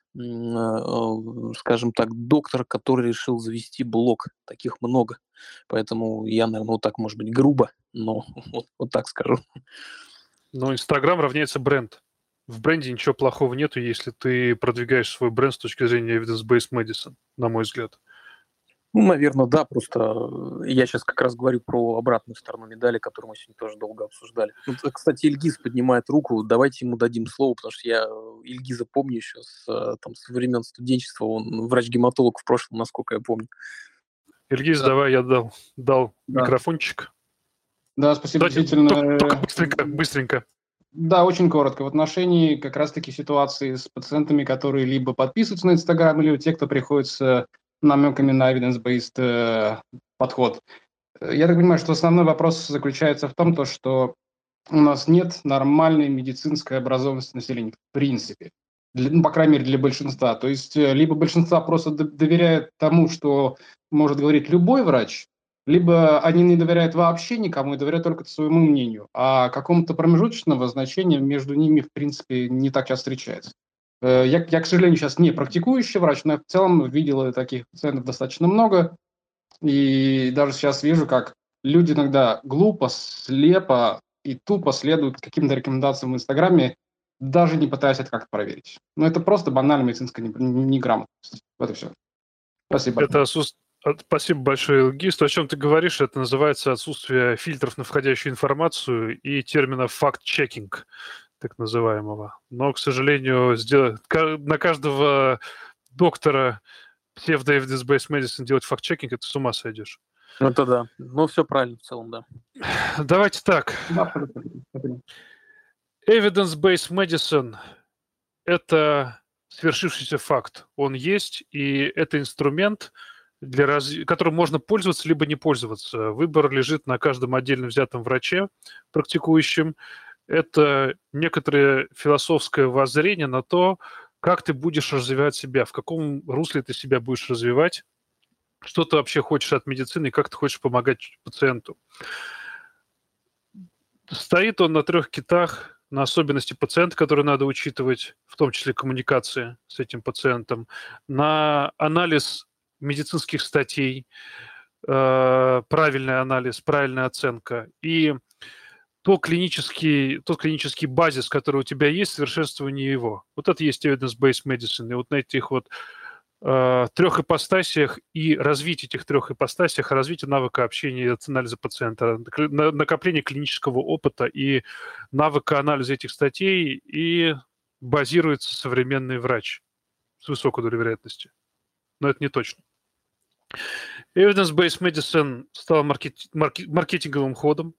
скажем так, доктор, который решил завести блог. Таких много. Поэтому я, наверное, вот так, может быть, грубо, но вот так скажу. Но Инстаграм равняется бренд. В бренде ничего плохого нету, если ты продвигаешь свой бренд с точки зрения evidence-based medicine, на мой взгляд. Ну, наверное, да, просто я сейчас как раз говорю про обратную сторону медали, которую мы сегодня тоже долго обсуждали. Ну, кстати, Ильгиз поднимает руку, давайте ему дадим слово, потому что я Ильгиза помню еще со времен студенчества, он врач-гематолог в прошлом, насколько я помню. Ильгиз, да. Давай, я дал микрофончик. Да, спасибо, действительно. Только быстренько. Да, очень коротко. В отношении как раз-таки ситуации с пациентами, которые либо подписываются на Инстаграм, или те, кто приходит с намеками на evidence-based подход. Я так понимаю, что основной вопрос заключается в том, что у нас нет нормальной медицинской образованности населения в принципе, по крайней мере для большинства. То есть либо большинство просто доверяет тому, что может говорить любой врач, либо они не доверяют вообще никому и доверяют только своему мнению, а какому-то промежуточного значения между ними в принципе не так часто встречается. Я, к сожалению, сейчас не практикующий врач, но я в целом видел таких пациентов достаточно много. И даже сейчас вижу, как люди иногда глупо, слепо и тупо следуют каким-то рекомендациям в Инстаграме, даже не пытаясь это как-то проверить. Но это просто банальная медицинская неграмотность. Вот и все. Спасибо. Спасибо большое, Ильгиз. То, о чем ты говоришь, это называется отсутствие фильтров на входящую информацию и термина факт-чекинг, так называемого. Но, к сожалению, на каждого доктора псевдо-evidence-based medicine делать факт-чекинг, это с ума сойдешь. Это да. Ну, все правильно в целом, да. Давайте так. Evidence-based medicine – это свершившийся факт. Он есть, и это инструмент, которым можно пользоваться либо не пользоваться. Выбор лежит на каждом отдельно взятом враче, практикующем. Это некоторое философское воззрение на то, как ты будешь развивать себя, в каком русле ты себя будешь развивать, что ты вообще хочешь от медицины и как ты хочешь помогать пациенту. Стоит он на 3 китах, на особенности пациента, которые надо учитывать, в том числе коммуникации с этим пациентом, на анализ медицинских статей, правильный анализ, правильная оценка и тот клинический базис, который у тебя есть, совершенствование его. Вот это есть evidence-based medicine. И вот на этих вот 3 ипостасиях и развитие этих 3 ипостасиях, развитие навыка общения и анализа пациента, накопление клинического опыта и навыка анализа этих статей и базируется современный врач с высокой долей вероятности. Но это не точно. Evidence-based medicine стал маркетинговым ходом.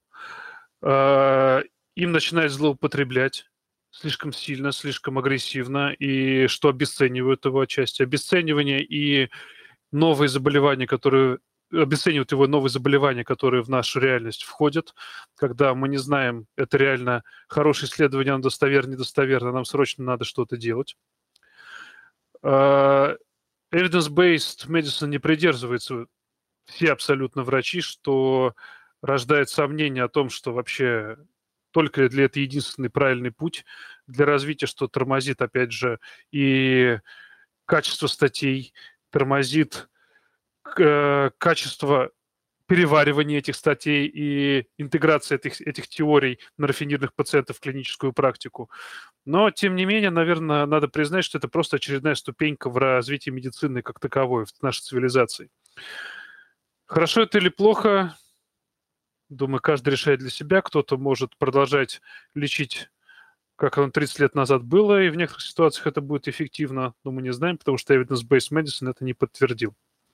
Им начинают злоупотреблять слишком сильно, слишком агрессивно, и что обесценивают его отчасти. Обесценивание и новые заболевания, обесценивают его новые заболевания, которые в нашу реальность входят, когда мы не знаем, это реально хорошее исследование, оно достоверно, недостоверно, нам срочно надо что-то делать. Evidence-based medicine не придерживается все абсолютно врачи, что рождает сомнение о том, что вообще только ли это единственный правильный путь для развития, что тормозит, опять же, и качество статей, тормозит качество переваривания этих статей и интеграция этих теорий на рафинированных пациентов в клиническую практику. Но, тем не менее, наверное, надо признать, что это просто очередная ступенька в развитии медицины как таковой в нашей цивилизации. Хорошо это или плохо? Думаю, каждый решает для себя. Кто-то может продолжать лечить, как оно 30 лет назад было, и в некоторых ситуациях это будет эффективно, но мы не знаем, потому что evidence-based medicine это не подтвердил.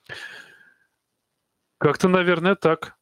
Как-то, наверное, так.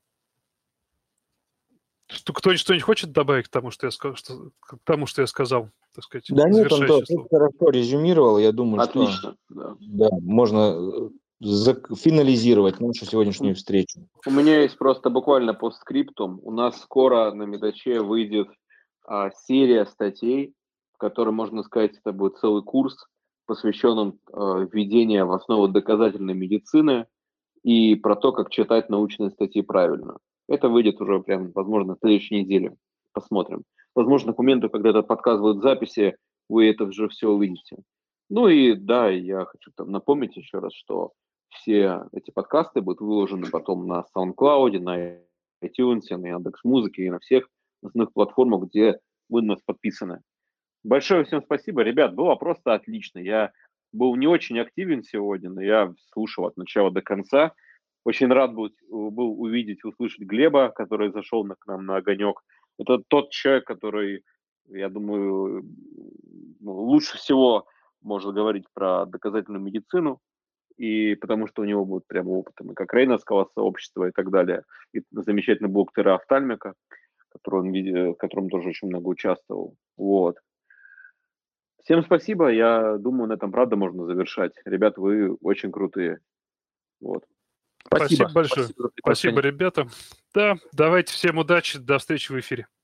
Кто-нибудь что-нибудь хочет добавить к тому, что я сказал, так сказать? Да нет, он хорошо резюмировал. Я думаю, отлично, что да, можно финализировать нашу сегодняшнюю встречу. У меня есть просто буквально постскриптум. У нас скоро на Медаче выйдет серия статей, в которой, можно сказать, это будет целый курс, посвященный введению в основу доказательной медицины и про то, как читать научные статьи правильно. Это выйдет уже прям, возможно, в следующей неделе. Посмотрим. Возможно, к моменту, когда этот подкаст будет в записи, вы это уже все увидите. Ну и да, я хочу напомнить еще раз, что все эти подкасты будут выложены потом на SoundCloud, на iTunes, на Яндекс.Музыке и на всех основных платформах, где вы на нас подписаны. Большое всем спасибо. Ребят, было просто отлично. Я был не очень активен сегодня, но я слушал от начала до конца. Очень рад был увидеть, услышать Глеба, который зашел к нам на огонек. Это тот человек, который, я думаю, лучше всего можно говорить про доказательную медицину, и потому что у него будет прямо опытом и как Рейновского сообщества и так далее. И замечательный блог Тера Офтальмика, в котором тоже очень много участвовал. Вот. Всем спасибо. Я думаю, на этом, правда, можно завершать. Ребят, вы очень крутые. Вот. Спасибо большое. Спасибо, ребята. Да, давайте всем удачи. До встречи в эфире.